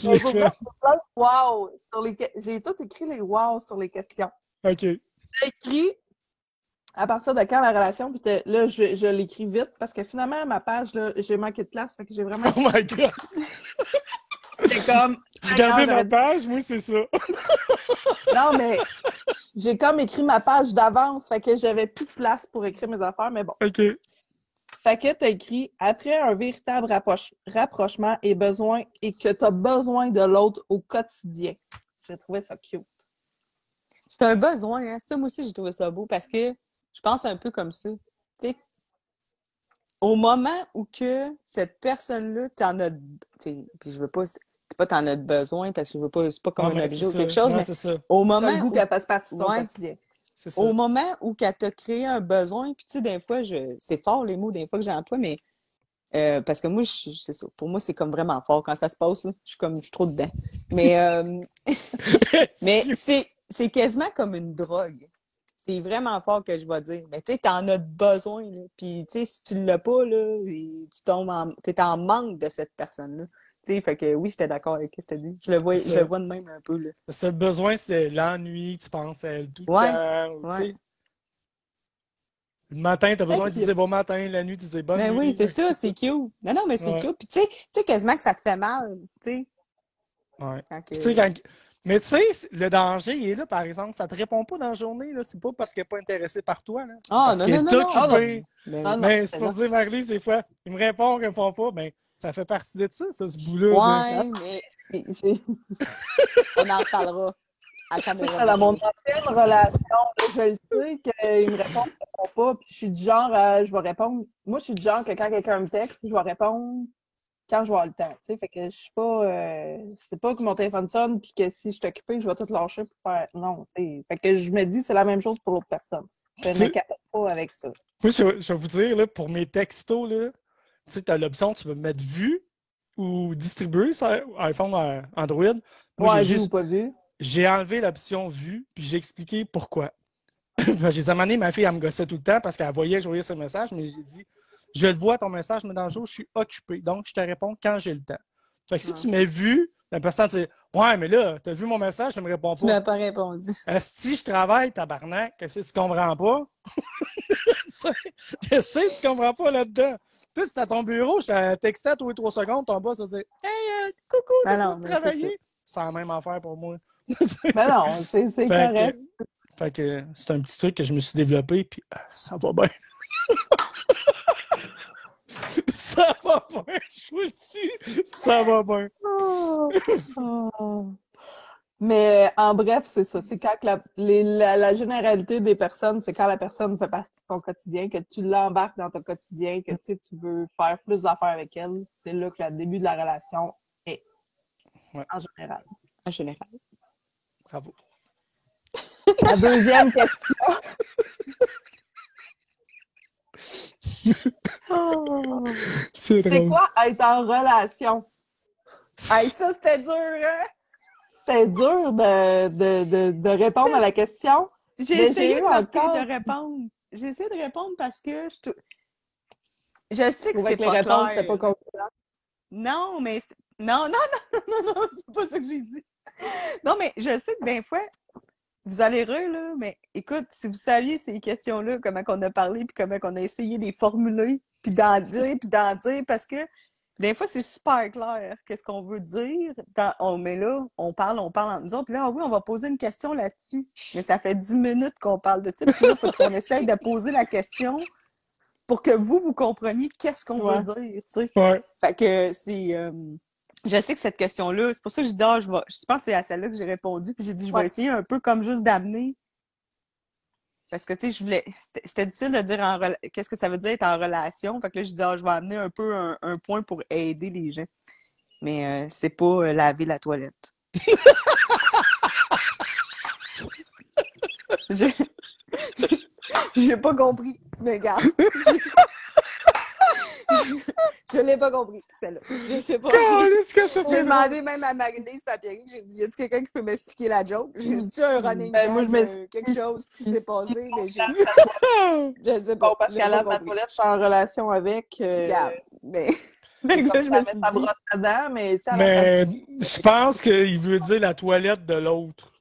Speaker 3: Mais
Speaker 1: j'ai
Speaker 3: pour
Speaker 1: fait?
Speaker 3: vrai, j'ai plein de « wow » sur les... que- J'ai tout écrit les « wow » sur les questions.
Speaker 1: OK.
Speaker 3: J'ai écrit à partir de quand la relation, puis t'es- là, je, je l'écris vite, parce que finalement, ma page, là, j'ai manqué de place, fait que j'ai vraiment...
Speaker 1: Oh my God!
Speaker 3: C'était comme...
Speaker 1: Regardez ma
Speaker 3: J'aurais dit-
Speaker 1: page, moi, c'est ça.
Speaker 3: Non, mais j'ai comme écrit ma page d'avance, fait que j'avais plus de place pour écrire mes affaires, mais bon.
Speaker 1: OK.
Speaker 3: Fait que t'as écrit après un véritable rapproche- rapprochement et besoin et que t'as besoin de l'autre au quotidien. J'ai trouvé ça cute.
Speaker 2: C'est un besoin, hein. Ça, moi aussi, j'ai trouvé ça beau parce que je pense un peu comme ça. Tu sais, au moment où que cette personne-là, t'en as, tu sais, puis je veux pas, c'est pas t'en as besoin parce que je veux pas, c'est pas comme
Speaker 1: Ouais,
Speaker 2: un
Speaker 1: mais
Speaker 2: objet
Speaker 1: c'est
Speaker 2: ou
Speaker 1: ça.
Speaker 2: quelque chose,
Speaker 1: Non,
Speaker 2: mais
Speaker 1: c'est ça.
Speaker 2: au
Speaker 3: T'as
Speaker 2: moment
Speaker 3: le goût
Speaker 2: où,
Speaker 3: qu'elle fasse partie de ton
Speaker 2: ouais,
Speaker 3: quotidien.
Speaker 1: C'est ça.
Speaker 2: au moment où qu'elle t'a créé un besoin, puis tu sais, des fois, je, c'est fort les mots, des fois que j'emploie, mais euh, parce que moi, je, c'est ça. Pour moi, c'est comme vraiment fort quand ça se passe, là. Je suis comme, je suis trop dedans. Mais, euh, mais c'est, c'est quasiment comme une drogue. C'est vraiment fort que je vais dire. Mais tu sais, t'en as besoin, là. Puis, tu sais, si tu l'as pas, là, et tu tombes en, t'es en manque de cette personne-là. Tu sais, fait que oui, j'étais d'accord avec ce que tu as dit. Je le vois,
Speaker 1: C'est
Speaker 2: je le
Speaker 1: ça.
Speaker 2: vois de même un peu, là.
Speaker 1: Le seul besoin, c'est l'ennui, tu penses à elle tout le
Speaker 2: Ouais,
Speaker 1: temps. ou,
Speaker 2: ouais.
Speaker 1: tu sais, le matin, t'as besoin de
Speaker 3: Puis,
Speaker 1: dire bon matin, la nuit, tu dis bonne
Speaker 2: Mais oui,
Speaker 1: nuit.
Speaker 2: c'est
Speaker 1: Fait que
Speaker 2: ça,
Speaker 1: c'est
Speaker 2: c'est
Speaker 1: ça.
Speaker 2: cute. Non, non, mais c'est
Speaker 1: Ouais.
Speaker 2: cute. Puis tu sais, tu sais quasiment que ça te fait mal, tu sais,
Speaker 1: Ouais.
Speaker 2: quand
Speaker 1: Puis, tu sais,
Speaker 2: que...
Speaker 1: quand- Mais tu sais, le danger, il est là, par exemple. Ça te répond pas dans la journée, là. C'est pas parce qu'elle n'est pas intéressée par toi, là. C'est
Speaker 2: Ah,
Speaker 1: parce
Speaker 2: non,
Speaker 1: qu'elle
Speaker 2: non,
Speaker 1: est
Speaker 2: non, non.
Speaker 3: ah non,
Speaker 1: occupée.
Speaker 2: Ben
Speaker 3: ah
Speaker 2: oui.
Speaker 3: non,
Speaker 1: Mais c'est
Speaker 3: c'est
Speaker 1: pour
Speaker 3: non.
Speaker 1: dire, Marie, des fois, il me répond, il répond pas. Ben, ça fait partie de ça, ça, ce bout-là. de-
Speaker 2: Ouais, mais
Speaker 3: Puis, j'ai-
Speaker 2: on en reparlera à
Speaker 3: Ça,
Speaker 2: caméra
Speaker 3: dans mon
Speaker 2: fermée.
Speaker 3: ancienne relation, là, je le sais qu'il me répond, il me répond pas. Puis je suis du genre, à- je vais répondre. Moi, je suis du genre que quand quelqu'un me texte, je vais répondre quand je vais avoir le temps. Tu sais, fait que je suis pas. Euh, c'est pas que mon téléphone sonne puis que si je suis occupée, je vais tout lâcher pour faire. Non, tu sais. Fait que je me dis, c'est la même chose pour l'autre personne. Je
Speaker 1: Puis, tu
Speaker 3: ne
Speaker 1: sais,
Speaker 3: capte pas avec ça.
Speaker 1: moi, je, je vais vous dire, là, pour mes textos, là, tu sais, tu as l'option, tu peux mettre vu ou distribuer sur iPhone, euh, Android. Moi, j'ai
Speaker 3: Ouais, vu ou
Speaker 1: juste,
Speaker 3: pas vu.
Speaker 1: j'ai enlevé l'option vue, puis j'ai expliqué pourquoi. Ben, j'ai dit à un moment donné, ma fille, elle me gossait tout le temps parce qu'elle voyait que je voyais ce message, mais j'ai dit, je le vois ton message, mais dans le jour, je suis occupé. Donc, je te réponds quand j'ai le temps. Fait que si
Speaker 2: Non,
Speaker 1: tu
Speaker 2: c'est
Speaker 1: m'as
Speaker 2: ça.
Speaker 1: vu, la personne dit, ouais, mais là, t'as vu mon message, je me réponds
Speaker 2: Tu
Speaker 1: pas.
Speaker 2: m'as pas répondu.
Speaker 1: Si je travaille, tabarnak, qu'est-ce que tu comprends pas? Qu'est-ce que tu comprends pas là-dedans? Toi, si t'es à ton bureau, je t'ai texté à tous les trois secondes, ton boss va dire, hey, euh, coucou,
Speaker 2: Ah
Speaker 1: t'es pas
Speaker 2: non,
Speaker 1: de
Speaker 2: mais c'est ça.
Speaker 1: travailler? C'est la même affaire pour moi.
Speaker 3: Ben non, c'est c'est
Speaker 1: Fait
Speaker 3: correct.
Speaker 1: que, fait que c'est un petit truc que je me suis développé, puis euh, ça va bien. Ça va bien, je vous le dis, ça va bien.
Speaker 3: Oh, oh. Mais en bref, c'est ça. C'est quand que la, les- la, la généralité des personnes, c'est quand la personne fait partie de ton quotidien, que tu l'embarques dans ton quotidien, que tu sais, tu veux faire plus d'affaires avec elle. C'est là que le début de la relation est,
Speaker 1: Ouais,
Speaker 3: en général.
Speaker 2: En général.
Speaker 1: bravo.
Speaker 3: La deuxième question. Oh.
Speaker 1: C'est
Speaker 3: C'est
Speaker 1: drôle.
Speaker 3: quoi être en relation?
Speaker 2: Hey, ça, c'était dur, hein?
Speaker 3: C'était dur de, de, de, de répondre à la question,
Speaker 2: J'ai
Speaker 3: mais
Speaker 2: essayé
Speaker 3: j'ai eu
Speaker 2: de marquer,
Speaker 3: encore.
Speaker 2: de répondre. J'ai essayé de répondre parce que je, tou- je
Speaker 3: Je
Speaker 2: sais que
Speaker 3: trouvais
Speaker 2: c'est
Speaker 3: que les
Speaker 2: pas
Speaker 3: réponses n'étaient
Speaker 2: clair.
Speaker 3: pas concluantes.
Speaker 2: Non, mais c'est- non, non, non, non, non, c'est pas ça que j'ai dit. Non, mais je sais que des fois, vous allez heureux, là, mais écoute, si vous saviez ces questions-là, comment qu'on a parlé, puis comment qu'on a essayé de les formuler, puis d'en dire, puis d'en dire, parce que des fois, c'est super clair qu'est-ce qu'on veut dire. Dans- on, mais là, on parle, on parle entre nous autres. Puis là, ah oui, on va poser une question là-dessus. Mais ça fait dix minutes qu'on parle de ça. Puis là, il faut qu'on essaye de poser la question pour que vous, vous compreniez qu'est-ce qu'on veut
Speaker 3: Ouais.
Speaker 2: dire, tu sais.
Speaker 1: Ouais.
Speaker 2: Fait que c'est... euh, je sais que cette question-là, c'est pour ça que je dis, ah, je, vais, je pense que c'est à celle-là que j'ai répondu. Puis j'ai dit, je vais
Speaker 3: Ouais.
Speaker 2: essayer un peu comme juste d'amener. Parce que, tu sais, je voulais... C'était c'était difficile de dire en rela- qu'est-ce que ça veut dire être en relation. Fait que là, je dis, ah, je vais amener un peu un, un point pour aider les gens. Mais euh, c'est pas euh, laver la toilette. Je... J'ai pas compris. Mais regarde. Je, je l'ai pas compris, celle-là. Je sais pas. J'ai
Speaker 1: Calisse que ça
Speaker 2: j'ai
Speaker 1: fait drôle.
Speaker 2: demandé même à Marie-Lise Papierry, j'ai dit, y a-tu quelqu'un qui peut m'expliquer la joke? J'ai dit, un running
Speaker 3: Ben, moi,
Speaker 2: gag,
Speaker 3: je m'excuse.
Speaker 2: euh, quelque chose qui s'est passé, mais j'ai... Je sais
Speaker 3: Bon,
Speaker 2: pas.
Speaker 3: parce
Speaker 2: J'ai
Speaker 3: qu'à
Speaker 2: pas
Speaker 3: la ma
Speaker 2: compris.
Speaker 3: toilette, je suis en relation avec. Euh,
Speaker 2: Regarde. Mais...
Speaker 3: c'est
Speaker 2: mais
Speaker 3: comme
Speaker 2: là, je
Speaker 3: ça,
Speaker 2: me
Speaker 3: mettre
Speaker 2: suis
Speaker 3: sa
Speaker 2: dit...
Speaker 3: brosse à dents, mais si elle entend
Speaker 1: Mais je pense qu'il veut dire la toilette de l'autre.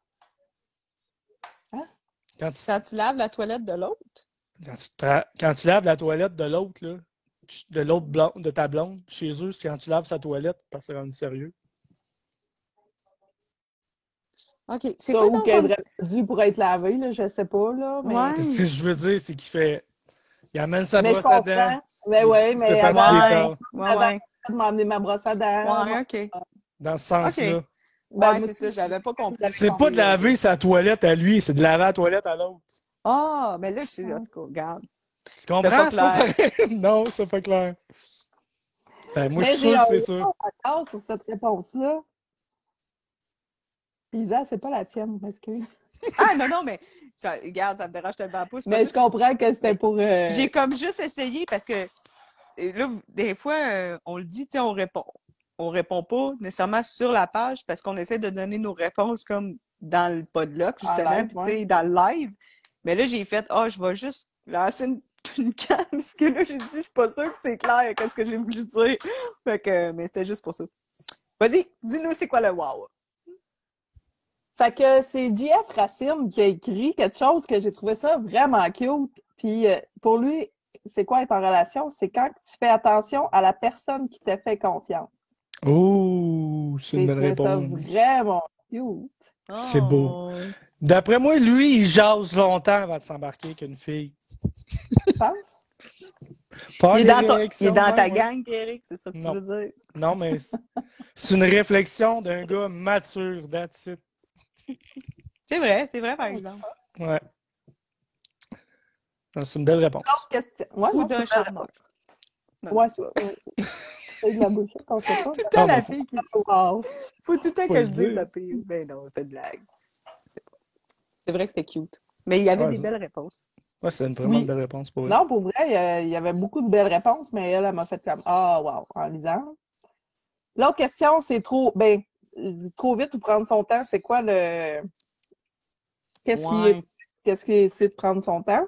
Speaker 3: Hein?
Speaker 1: Quand tu,
Speaker 2: Quand tu laves la toilette de l'autre?
Speaker 1: quand tu, tra- quand tu laves la toilette de l'autre, là, de l'autre blonde, de ta blonde, chez eux, c'est quand tu laves sa toilette, parce que c'est rendu sérieux.
Speaker 2: OK. C'est
Speaker 3: ça
Speaker 2: quoi
Speaker 3: ou
Speaker 2: donc
Speaker 3: qu'elle
Speaker 2: comme...
Speaker 3: est dû pour être lavée, là, je sais pas, là, mais...
Speaker 2: Ouais.
Speaker 1: Ce que je veux dire, c'est qu'il fait. Il amène sa
Speaker 3: Mais je
Speaker 1: brosse à dents.
Speaker 3: comprends. Mais
Speaker 1: Il,
Speaker 3: ouais,
Speaker 1: il fait
Speaker 3: mais
Speaker 1: partie
Speaker 3: avant,
Speaker 1: des
Speaker 2: Ouais.
Speaker 1: tâches.
Speaker 2: Ouais,
Speaker 3: avant
Speaker 2: ouais.
Speaker 3: de m'emmener ma brosse à dents,
Speaker 2: Ouais, OK.
Speaker 1: Dans ce sens-là.
Speaker 2: OK.
Speaker 3: ben,
Speaker 2: Ouais,
Speaker 3: moi,
Speaker 2: c'est ça. J'avais pas compris.
Speaker 1: C'est pas de laver
Speaker 2: OK.
Speaker 1: sa toilette à lui, c'est de laver la toilette à l'autre.
Speaker 2: Ah, mais là, je suis... En tout cas, regarde.
Speaker 1: Tu
Speaker 2: C'est
Speaker 1: comprends
Speaker 2: pas
Speaker 1: ça?
Speaker 2: clair.
Speaker 1: pareil? Non, c'est pas clair. Ben, moi, je
Speaker 3: mais
Speaker 1: suis
Speaker 3: j'ai
Speaker 1: sûr
Speaker 3: un
Speaker 1: que c'est ça.
Speaker 3: non d'accord sur cette réponse-là. Isa, c'est pas la tienne, parce que...
Speaker 2: Ah, non, non, mais... Ça, regarde, ça me dérange tellement pas. C'est pas
Speaker 3: Mais
Speaker 2: ça.
Speaker 3: je comprends que c'était
Speaker 2: Mais
Speaker 3: pour... euh,
Speaker 2: j'ai comme juste essayé parce que et là, des fois, euh, on le dit, tu sais, on répond. On répond pas nécessairement sur la page parce qu'on essaie de donner nos réponses comme dans le podlock,
Speaker 3: en
Speaker 2: justement,
Speaker 3: live,
Speaker 2: puis tu
Speaker 3: ouais.
Speaker 2: sais, dans le live. Mais là, j'ai fait, ah, je vais juste lancer une, une canne parce que là, j'ai dit, je suis pas sûre que c'est clair qu'est-ce que j'ai voulu dire. Fait que, mais c'était juste pour ça. Vas-y, dis-nous c'est quoi le wow.
Speaker 3: Fait que c'est J F Racine qui a écrit quelque chose que j'ai trouvé ça vraiment cute. Puis euh, pour lui, c'est quoi être en relation? C'est quand tu fais attention à la personne qui te fait confiance.
Speaker 1: Oh, c'est une
Speaker 3: J'ai
Speaker 1: bonne
Speaker 3: trouvé ça
Speaker 1: réponse.
Speaker 3: vraiment cute.
Speaker 1: C'est beau.
Speaker 2: Oh.
Speaker 1: D'après moi, lui, il jase longtemps avant de s'embarquer avec une fille.
Speaker 3: Tu penses?
Speaker 1: Pas
Speaker 2: Il est dans, ton- il
Speaker 1: d'érection,
Speaker 2: est dans ta
Speaker 1: ouais.
Speaker 2: gang, Pierrick, c'est ça que tu
Speaker 1: Non.
Speaker 2: veux dire?
Speaker 1: Non, mais c'est- c'est une réflexion d'un gars mature, that's it.
Speaker 2: C'est vrai, c'est vrai, par exemple.
Speaker 1: Ouais. Non, c'est une belle réponse.
Speaker 3: Autre question. Ouais,
Speaker 2: Ou
Speaker 3: non,
Speaker 2: d'un
Speaker 3: c'est
Speaker 2: charmeur. Non,
Speaker 3: Ouais,
Speaker 2: non.
Speaker 3: c'est ouais. C'est de la bullshit, on sait pas.
Speaker 2: Tout le
Speaker 1: Ah,
Speaker 2: temps,
Speaker 1: mais
Speaker 2: la
Speaker 1: faut-
Speaker 2: fille qui...
Speaker 3: Wow.
Speaker 2: Faut tout le temps
Speaker 1: Faut
Speaker 2: que
Speaker 1: le
Speaker 2: je dise
Speaker 1: dire.
Speaker 2: le pire. Ben non, c'est une blague. C'est vrai que c'était cute. Mais il y avait
Speaker 1: Ouais,
Speaker 2: des
Speaker 1: ça-
Speaker 2: belles réponses.
Speaker 1: Ouais, c'est une vraiment
Speaker 3: Oui.
Speaker 1: une belle réponse pour elle.
Speaker 3: Non, pour vrai, il y a- il y avait beaucoup de belles réponses, mais elle, elle m'a fait comme ah, wow, en lisant. L'autre question, c'est trop, ben, trop vite ou prendre son temps, c'est quoi le. Qu'est-ce qui
Speaker 2: Ouais.
Speaker 3: est. Qu'est-ce qui est, c'est de prendre son temps?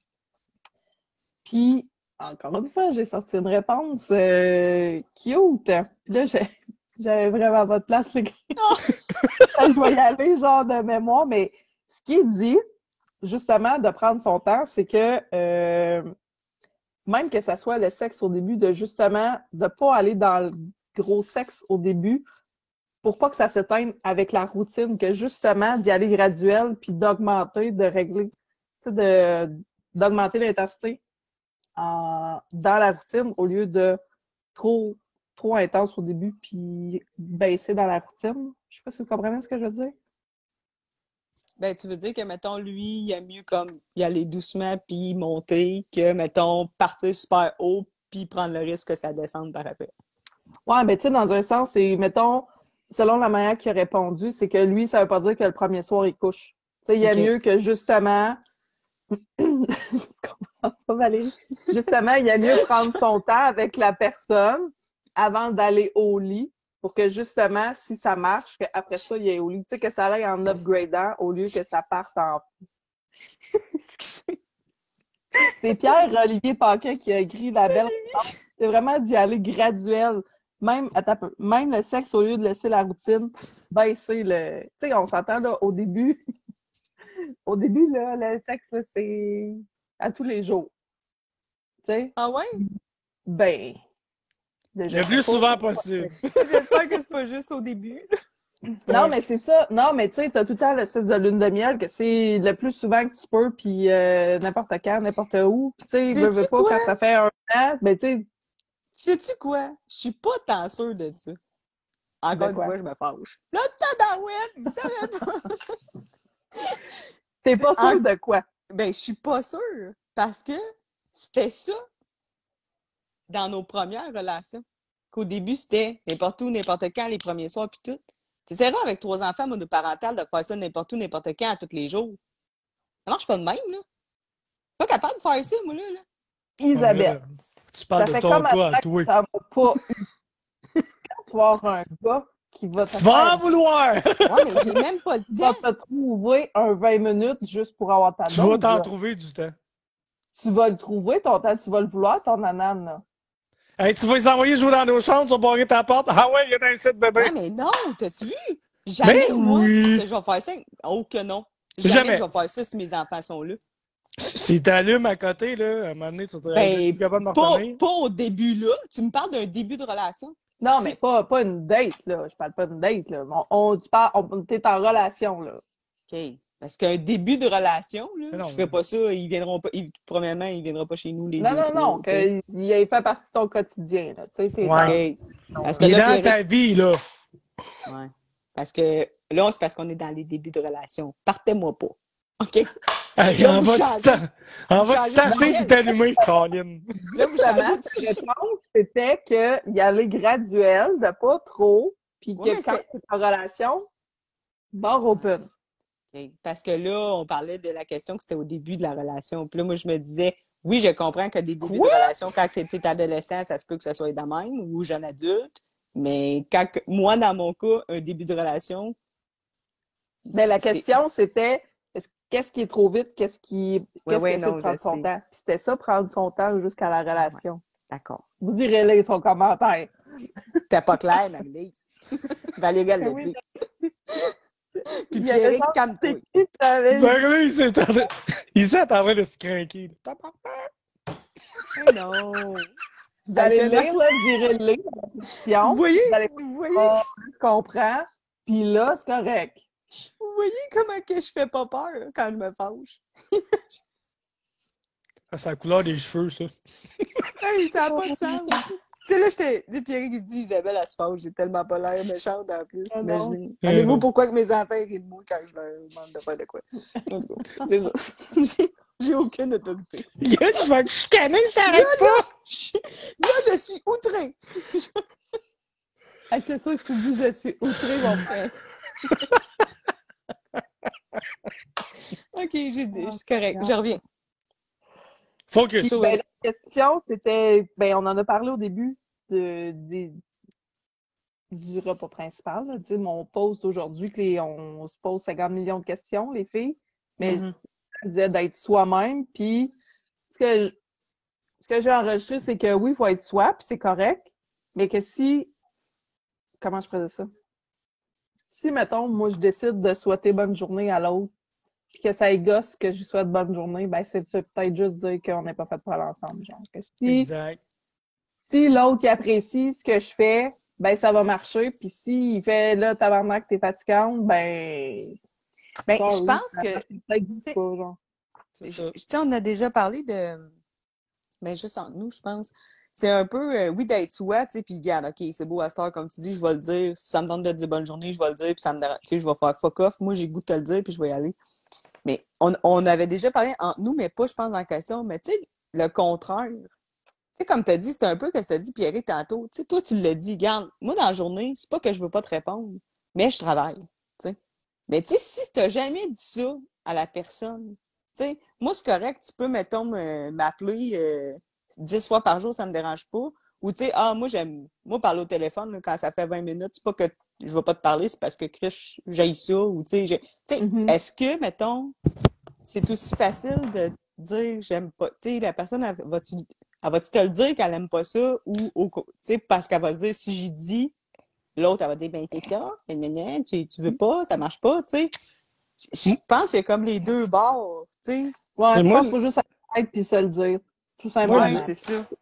Speaker 3: Puis, encore une fois, j'ai sorti une réponse euh, cute. Puis là, j'ai- j'avais vraiment pas de place. là. Je vais y aller, genre, de mémoire. Mais ce qui est dit, justement, de prendre son temps, c'est que euh, même que ça soit le sexe au début, de justement, de pas aller dans le gros sexe au début pour pas que ça s'éteigne avec la routine, que justement, d'y aller graduel, puis d'augmenter, de régler, tu sais, de, d'augmenter l'intensité en, dans la routine au lieu de trop, trop intense au début, puis baisser dans la routine. Je sais pas si vous comprenez ce que je veux dire.
Speaker 2: Ben, tu veux dire que, mettons, lui, il aime mieux comme y aller doucement puis monter que, mettons, partir super haut puis prendre le risque que ça descende par après.
Speaker 3: Ouais, mais tu sais, dans un sens, c'est, mettons, selon la manière qu'il a répondu, c'est que lui, ça veut pas dire que le premier soir, il couche. Tu sais, il y a
Speaker 2: Ok.
Speaker 3: mieux que justement, tu comprends pas, Valérie? Justement, il y a mieux prendre son temps avec la personne avant d'aller au lit pour que justement, si ça marche, qu'après ça, il y ait au lit. Tu sais, que ça aille en upgradant au lieu que ça parte en fou.
Speaker 2: Excusez.
Speaker 3: C'est Pierre-Olivier Paquin qui a écrit la belle réponse. C'est vraiment d'y aller graduel. Même, attends un peu, même le sexe, au lieu de laisser la routine, baisser le... Tu sais, on s'entend, là, au début, au début, là, le sexe, là, c'est à tous les jours. Tu sais?
Speaker 2: Ah ouais?
Speaker 3: Ben, Déjà,
Speaker 1: Le plus
Speaker 3: faut-
Speaker 1: souvent possible.
Speaker 2: J'espère que c'est pas juste au début.
Speaker 3: Non, mais c'est ça. Non, mais tu sais, t'as tout le temps l'espèce de lune de miel que c'est le plus souvent que tu peux, puis euh, n'importe quand, n'importe où. Puis tu sais, veux, veux
Speaker 2: Sais-tu
Speaker 3: pas,
Speaker 2: quoi?
Speaker 3: quand ça fait un an, ben tu sais,
Speaker 2: Sais-tu quoi? Je suis pas tant sûre de ça. Encore
Speaker 3: De
Speaker 2: une
Speaker 3: quoi?
Speaker 2: fois, je me fâche. Là, tabarouette, vous savez pas.
Speaker 3: t'es pas
Speaker 2: En-
Speaker 3: sûr de quoi?
Speaker 2: Ben, je suis pas sûre. Parce que c'était ça dans nos premières relations. Qu'au début, c'était n'importe où, n'importe quand, les premiers soirs, puis tout. C'est rare avec trois enfants monoparentales de faire ça n'importe où, n'importe quand, à tous les jours. Ça marche pas de même, là. Pas capable de faire ça, moi, là. là.
Speaker 3: Isabelle,
Speaker 1: Tu
Speaker 3: ça
Speaker 1: parles de
Speaker 3: fait
Speaker 1: ton
Speaker 3: comme
Speaker 1: cas à
Speaker 3: à
Speaker 1: toi.
Speaker 3: que t'en as pas eu. Quand tu vas avoir un gars qui va te
Speaker 1: Tu vas en
Speaker 3: faire,
Speaker 1: vouloir!
Speaker 2: Ouais, mais j'ai même pas le
Speaker 3: qui va
Speaker 2: temps.
Speaker 3: te trouver un vingt minutes juste pour avoir ta
Speaker 1: Tu vas
Speaker 3: dose,
Speaker 1: t'en
Speaker 3: là.
Speaker 1: trouver du temps.
Speaker 3: Tu vas le trouver, ton temps, tu vas le vouloir, ton anane, là.
Speaker 1: Hey, tu vas les envoyer jouer dans nos chambres, tu vas barrer ta porte. Ah ouais, il y a un site bébé.
Speaker 2: Ouais, mais non, t'as-tu vu? Jamais,
Speaker 1: Ben
Speaker 2: moi,
Speaker 1: oui.
Speaker 2: que je vais faire ça. Oh, que non. Jamais,
Speaker 1: Jamais.
Speaker 2: que je vais faire ça si mes enfants sont là.
Speaker 1: Si t'allumes à côté, là, à un moment donné, tu vas te dire, hey, je suis
Speaker 2: Ben,
Speaker 1: plus capable de me
Speaker 2: pas,
Speaker 1: retenir.
Speaker 2: pas au début, là. Tu me parles d'un début de relation.
Speaker 3: Non,
Speaker 2: Si-
Speaker 3: mais pas, pas une date, là. Je parle pas d'une date, là. On, on, tu parles, on, t'es en relation, là.
Speaker 2: OK. Parce qu'un début de relation, là,
Speaker 1: Mais non,
Speaker 2: je ferai
Speaker 1: mais-
Speaker 2: pas ça. Ils viendront pas. Ils, premièrement, ils viendront pas chez nous les
Speaker 3: Non,
Speaker 2: deux,
Speaker 3: non,
Speaker 2: trois,
Speaker 3: non,
Speaker 2: tu sais.
Speaker 3: qu'il il fait partie de ton quotidien, là. Tu sais, t'es
Speaker 1: Ouais.
Speaker 2: OK. Parce que
Speaker 1: Il est
Speaker 2: là,
Speaker 1: dans
Speaker 2: Pierrick-
Speaker 1: ta vie, là.
Speaker 2: Ouais. Parce que là, c'est parce qu'on est dans les débuts de relation. Partez-moi pas. OK?
Speaker 1: Hey,
Speaker 2: Là,
Speaker 1: on
Speaker 2: vous
Speaker 1: va
Speaker 2: changez.
Speaker 1: te on
Speaker 2: Vous
Speaker 1: va
Speaker 2: changez
Speaker 1: te
Speaker 2: de
Speaker 1: tasser
Speaker 2: sujet.
Speaker 1: puis t'allumer, Colin.
Speaker 2: Là, vous
Speaker 3: Justement,
Speaker 2: changez de
Speaker 3: ta
Speaker 2: sujet.
Speaker 3: réponse, c'était qu'il allait graduel, de pas trop, puis
Speaker 2: Ouais,
Speaker 3: que
Speaker 2: mais
Speaker 3: quand
Speaker 2: c'était-
Speaker 3: t'es en relation, bar open.
Speaker 2: OK. Parce que là, on parlait de la question que c'était au début de la relation. Puis là, moi, je me disais, oui, je comprends que des débuts
Speaker 1: Quoi?
Speaker 2: de relation, quand tu es adolescent, ça se peut que ça soit de même, ou jeune adulte. Mais quand que- moi, dans mon cas, un début de relation.
Speaker 3: Mais la
Speaker 2: c'est-
Speaker 3: question, c'était est-ce- qu'est-ce qui est trop vite, qu'est-ce qui
Speaker 2: Ouais,
Speaker 3: qu'est-ce
Speaker 2: ouais,
Speaker 3: qui essaie
Speaker 2: non,
Speaker 3: de prendre
Speaker 2: je
Speaker 3: son
Speaker 2: sais.
Speaker 3: temps. Puis c'était ça, prendre son temps jusqu'à la relation.
Speaker 2: D'accord.
Speaker 3: Vous irez lire son commentaire.
Speaker 2: T'es pas clair, Marie-Lise. Valérie, elle l'a
Speaker 3: Oui,
Speaker 2: dit. Puis
Speaker 3: Il y avait
Speaker 2: Pierrick,
Speaker 3: genre
Speaker 2: calme-toi.
Speaker 3: qui qui savait.
Speaker 1: Ben là, il s'est en train- il s'est en train de se craquer.
Speaker 2: Mais non.
Speaker 3: Vous allez le
Speaker 2: Alternant-
Speaker 3: lire, là, vous irez le lire, la question.
Speaker 2: Vous voyez,
Speaker 3: Vous allez
Speaker 2: vous voyez,
Speaker 3: Ah, je comprends. Puis là, c'est correct.
Speaker 2: vous voyez comment que je fais pas peur là, quand je me fâche.
Speaker 1: Ah, c'est la couleur des cheveux, ça.
Speaker 2: Hey, ça n'a pas de sens. Tu sais, là, j'étais. Tu sais, Pierrick, il dit Isabelle, elle se fâche, j'ai tellement pas l'air méchante en plus,
Speaker 3: Ah
Speaker 2: t'imagines.
Speaker 1: Eh
Speaker 2: Savez-vous
Speaker 1: non.
Speaker 2: pourquoi que mes enfants rient de moi quand je leur demande de faire de quoi? En tout cas, c'est ça. J'ai- J'ai aucune autorité.
Speaker 1: Il y a qui va te chicaner, ça arrête pas!
Speaker 2: Je- Là, je suis outrée.
Speaker 3: Hey, c'est sûr, si tu dis je suis outrée, mon frère.
Speaker 2: OK, j'ai dit,
Speaker 3: Ah,
Speaker 2: c'est correct, je reviens.
Speaker 1: Focus.
Speaker 3: Puis, ben, la question, c'était, ben, on en a parlé au début de, des- du repas principal, là, tu sais, mon post d'aujourd'hui, que les, on se pose cinquante millions de questions, les filles, mais
Speaker 2: Mhm.
Speaker 3: ça disait d'être soi-même, puis ce que, je- ce que j'ai enregistré, c'est que oui, il faut être soi, puis c'est correct, mais que si, comment je faisais ça? Si, mettons, moi, je décide de souhaiter bonne journée à l'autre, puis que ça égosse que je lui souhaite bonne journée, ben, c'est peut-être juste dire qu'on n'est pas fait pour aller ensemble, genre. Que si,
Speaker 1: Exact.
Speaker 3: si l'autre, il apprécie ce que je fais, ben, ça va marcher, puis s'il fait, là, tabarnak, t'es fatigante, ben,
Speaker 2: Ben,
Speaker 3: sorry,
Speaker 2: je pense
Speaker 3: ça
Speaker 2: que.
Speaker 3: marche peut-être
Speaker 2: c'est-
Speaker 3: pas, genre.
Speaker 1: C'est
Speaker 2: Je-
Speaker 1: ça.
Speaker 2: Tu sais, on a déjà parlé de. Mais juste entre nous, je pense. C'est un peu, euh, oui, d'être soi, tu sais, puis regarde, OK, c'est beau à cette heure, comme tu dis, je vais le dire. Si ça me tente de te dire bonne journée, je vais le dire, puis ça me dérange. Tu sais, je vais faire fuck off. Moi, j'ai le goût de te le dire, puis je vais y aller. Mais on, on avait déjà parlé entre nous, mais pas, je pense, dans la question. Mais tu sais, le contraire. Tu sais, comme tu as dit, c'est un peu que tu as dit, Pierre, tantôt. Tu sais, toi, tu l'as dit, regarde, moi, dans la journée, c'est pas que je veux pas te répondre, mais je travaille. Tu sais. Mais tu sais, si tu n'as jamais dit ça à la personne, tu sais, moi, c'est correct, tu peux, mettons, me- m'appeler euh, dix fois par jour, ça me dérange pas. Ou tu sais, ah, moi, j'aime, moi, parler au téléphone, là, quand ça fait vingt minutes, c'est pas que je vais pas te parler, c'est parce que, Chris, j'haïs ça. Ou tu sais, j'ai- tu sais,
Speaker 3: Mhm.
Speaker 2: est-ce que, mettons, c'est aussi facile de dire j'aime pas. Tu sais, la personne, elle va-tu elle va-tu te le dire qu'elle aime pas ça ou au co- tu sais, parce qu'elle va se dire si j'y dis, l'autre, elle va dire ben t'es ça, gna, tu, tu veux pas, ça marche pas, tu sais. Je je pense qu'il y a comme les deux bords, tu sais.
Speaker 3: Ouais,
Speaker 1: Mais
Speaker 3: je
Speaker 1: moi,
Speaker 3: pense qu'il faut juste être puis se le dire, tout simplement.
Speaker 2: Ouais, c'est ça.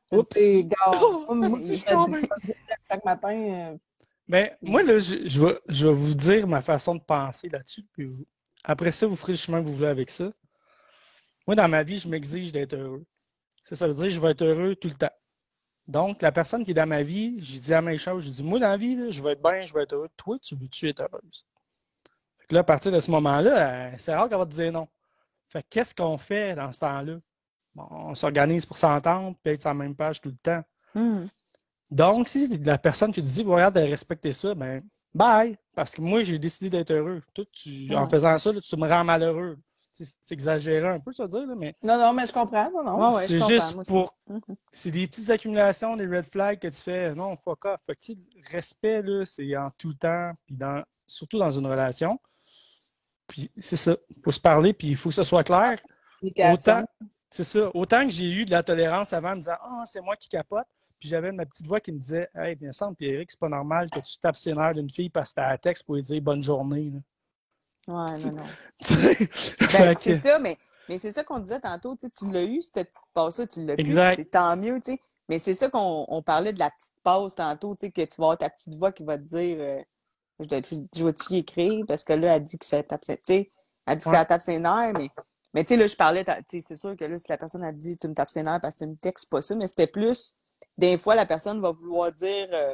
Speaker 1: Oups!
Speaker 3: C'est gars.
Speaker 1: Oh,
Speaker 3: Moi,
Speaker 1: si,
Speaker 3: je
Speaker 1: je tombe.
Speaker 3: fais du chaque matin. euh,
Speaker 1: Ben, moi, là, je, je vais, je vais vous dire ma façon de penser là-dessus. Puis vous- après ça, vous ferez le chemin que vous voulez avec ça. Moi, dans ma vie, je m'exige d'être heureux. Ça, ça veut dire que je vais être heureux tout le temps. Donc, la personne qui est dans ma vie, j'ai dit la même chose. Je dis, moi, dans la vie, là, je vais être bien, je vais être heureux. Toi, tu veux-tu être heureuse? Fait que là, à partir de ce moment-là, euh, c'est rare qu'elle va te dire non. Fait que qu'est-ce qu'on fait dans ce temps-là? Bon, on s'organise pour s'entendre, puis être sur la même page tout le temps.
Speaker 2: Hmm.
Speaker 1: Donc, si c'est la personne qui te dit, regarde, de respecter ça, ben, bye. Parce que moi, j'ai décidé d'être heureux. Toi, tu, en
Speaker 2: Ouais.
Speaker 1: faisant ça, là, tu me rends malheureux. C'est c'est exagéré un peu, ça veut dire, là, mais
Speaker 3: Non, non, mais je comprends. Non, non.
Speaker 2: Ouais, ouais, je
Speaker 1: c'est
Speaker 2: comprends,
Speaker 1: juste
Speaker 2: moi aussi.
Speaker 1: pour.
Speaker 2: Mhm.
Speaker 1: C'est des petites accumulations, des red flags que tu fais. Non, fuck off. Fait que, tu sais, le respect, là, c'est en tout temps, puis dans, surtout dans une relation. Puis c'est ça. Il faut se parler, puis il faut que ce soit clair. Autant,
Speaker 3: Communication.
Speaker 1: c'est ça. Autant que j'ai eu de la tolérance avant en me disant, ah, c'est moi qui capote. Puis j'avais ma petite voix qui me disait, hey, bien semble, Pierrick, c'est pas normal que tu tapes ses nerfs d'une fille parce que t'as un texte pour lui dire bonne journée. Là.
Speaker 2: Ouais, non, non.
Speaker 1: Tu sais?
Speaker 2: Ben,
Speaker 1: Fait
Speaker 2: c'est
Speaker 1: que-
Speaker 2: ça, mais, mais c'est ça qu'on disait tantôt, tu sais, tu l'as eu, cette petite passe-là, tu l'as plus, puis
Speaker 1: Exact.
Speaker 2: c'est tant mieux, tu sais. Mais c'est ça qu'on on parlait de la petite pause tantôt, tu sais, que tu vas avoir ta petite voix qui va te dire, euh, je dois, je vais-tu y écrire, parce que là, elle dit que ça tape ses, tu sais, elle dit que
Speaker 1: Ouais.
Speaker 2: ça tape ses nerfs, mais, mais tu sais, là, je parlais, tu sais, c'est sûr que là, si la personne a dit, tu me tapes ses nerfs parce que tu me textes pas ça, mais c'était plus, des fois, la personne va vouloir dire, euh,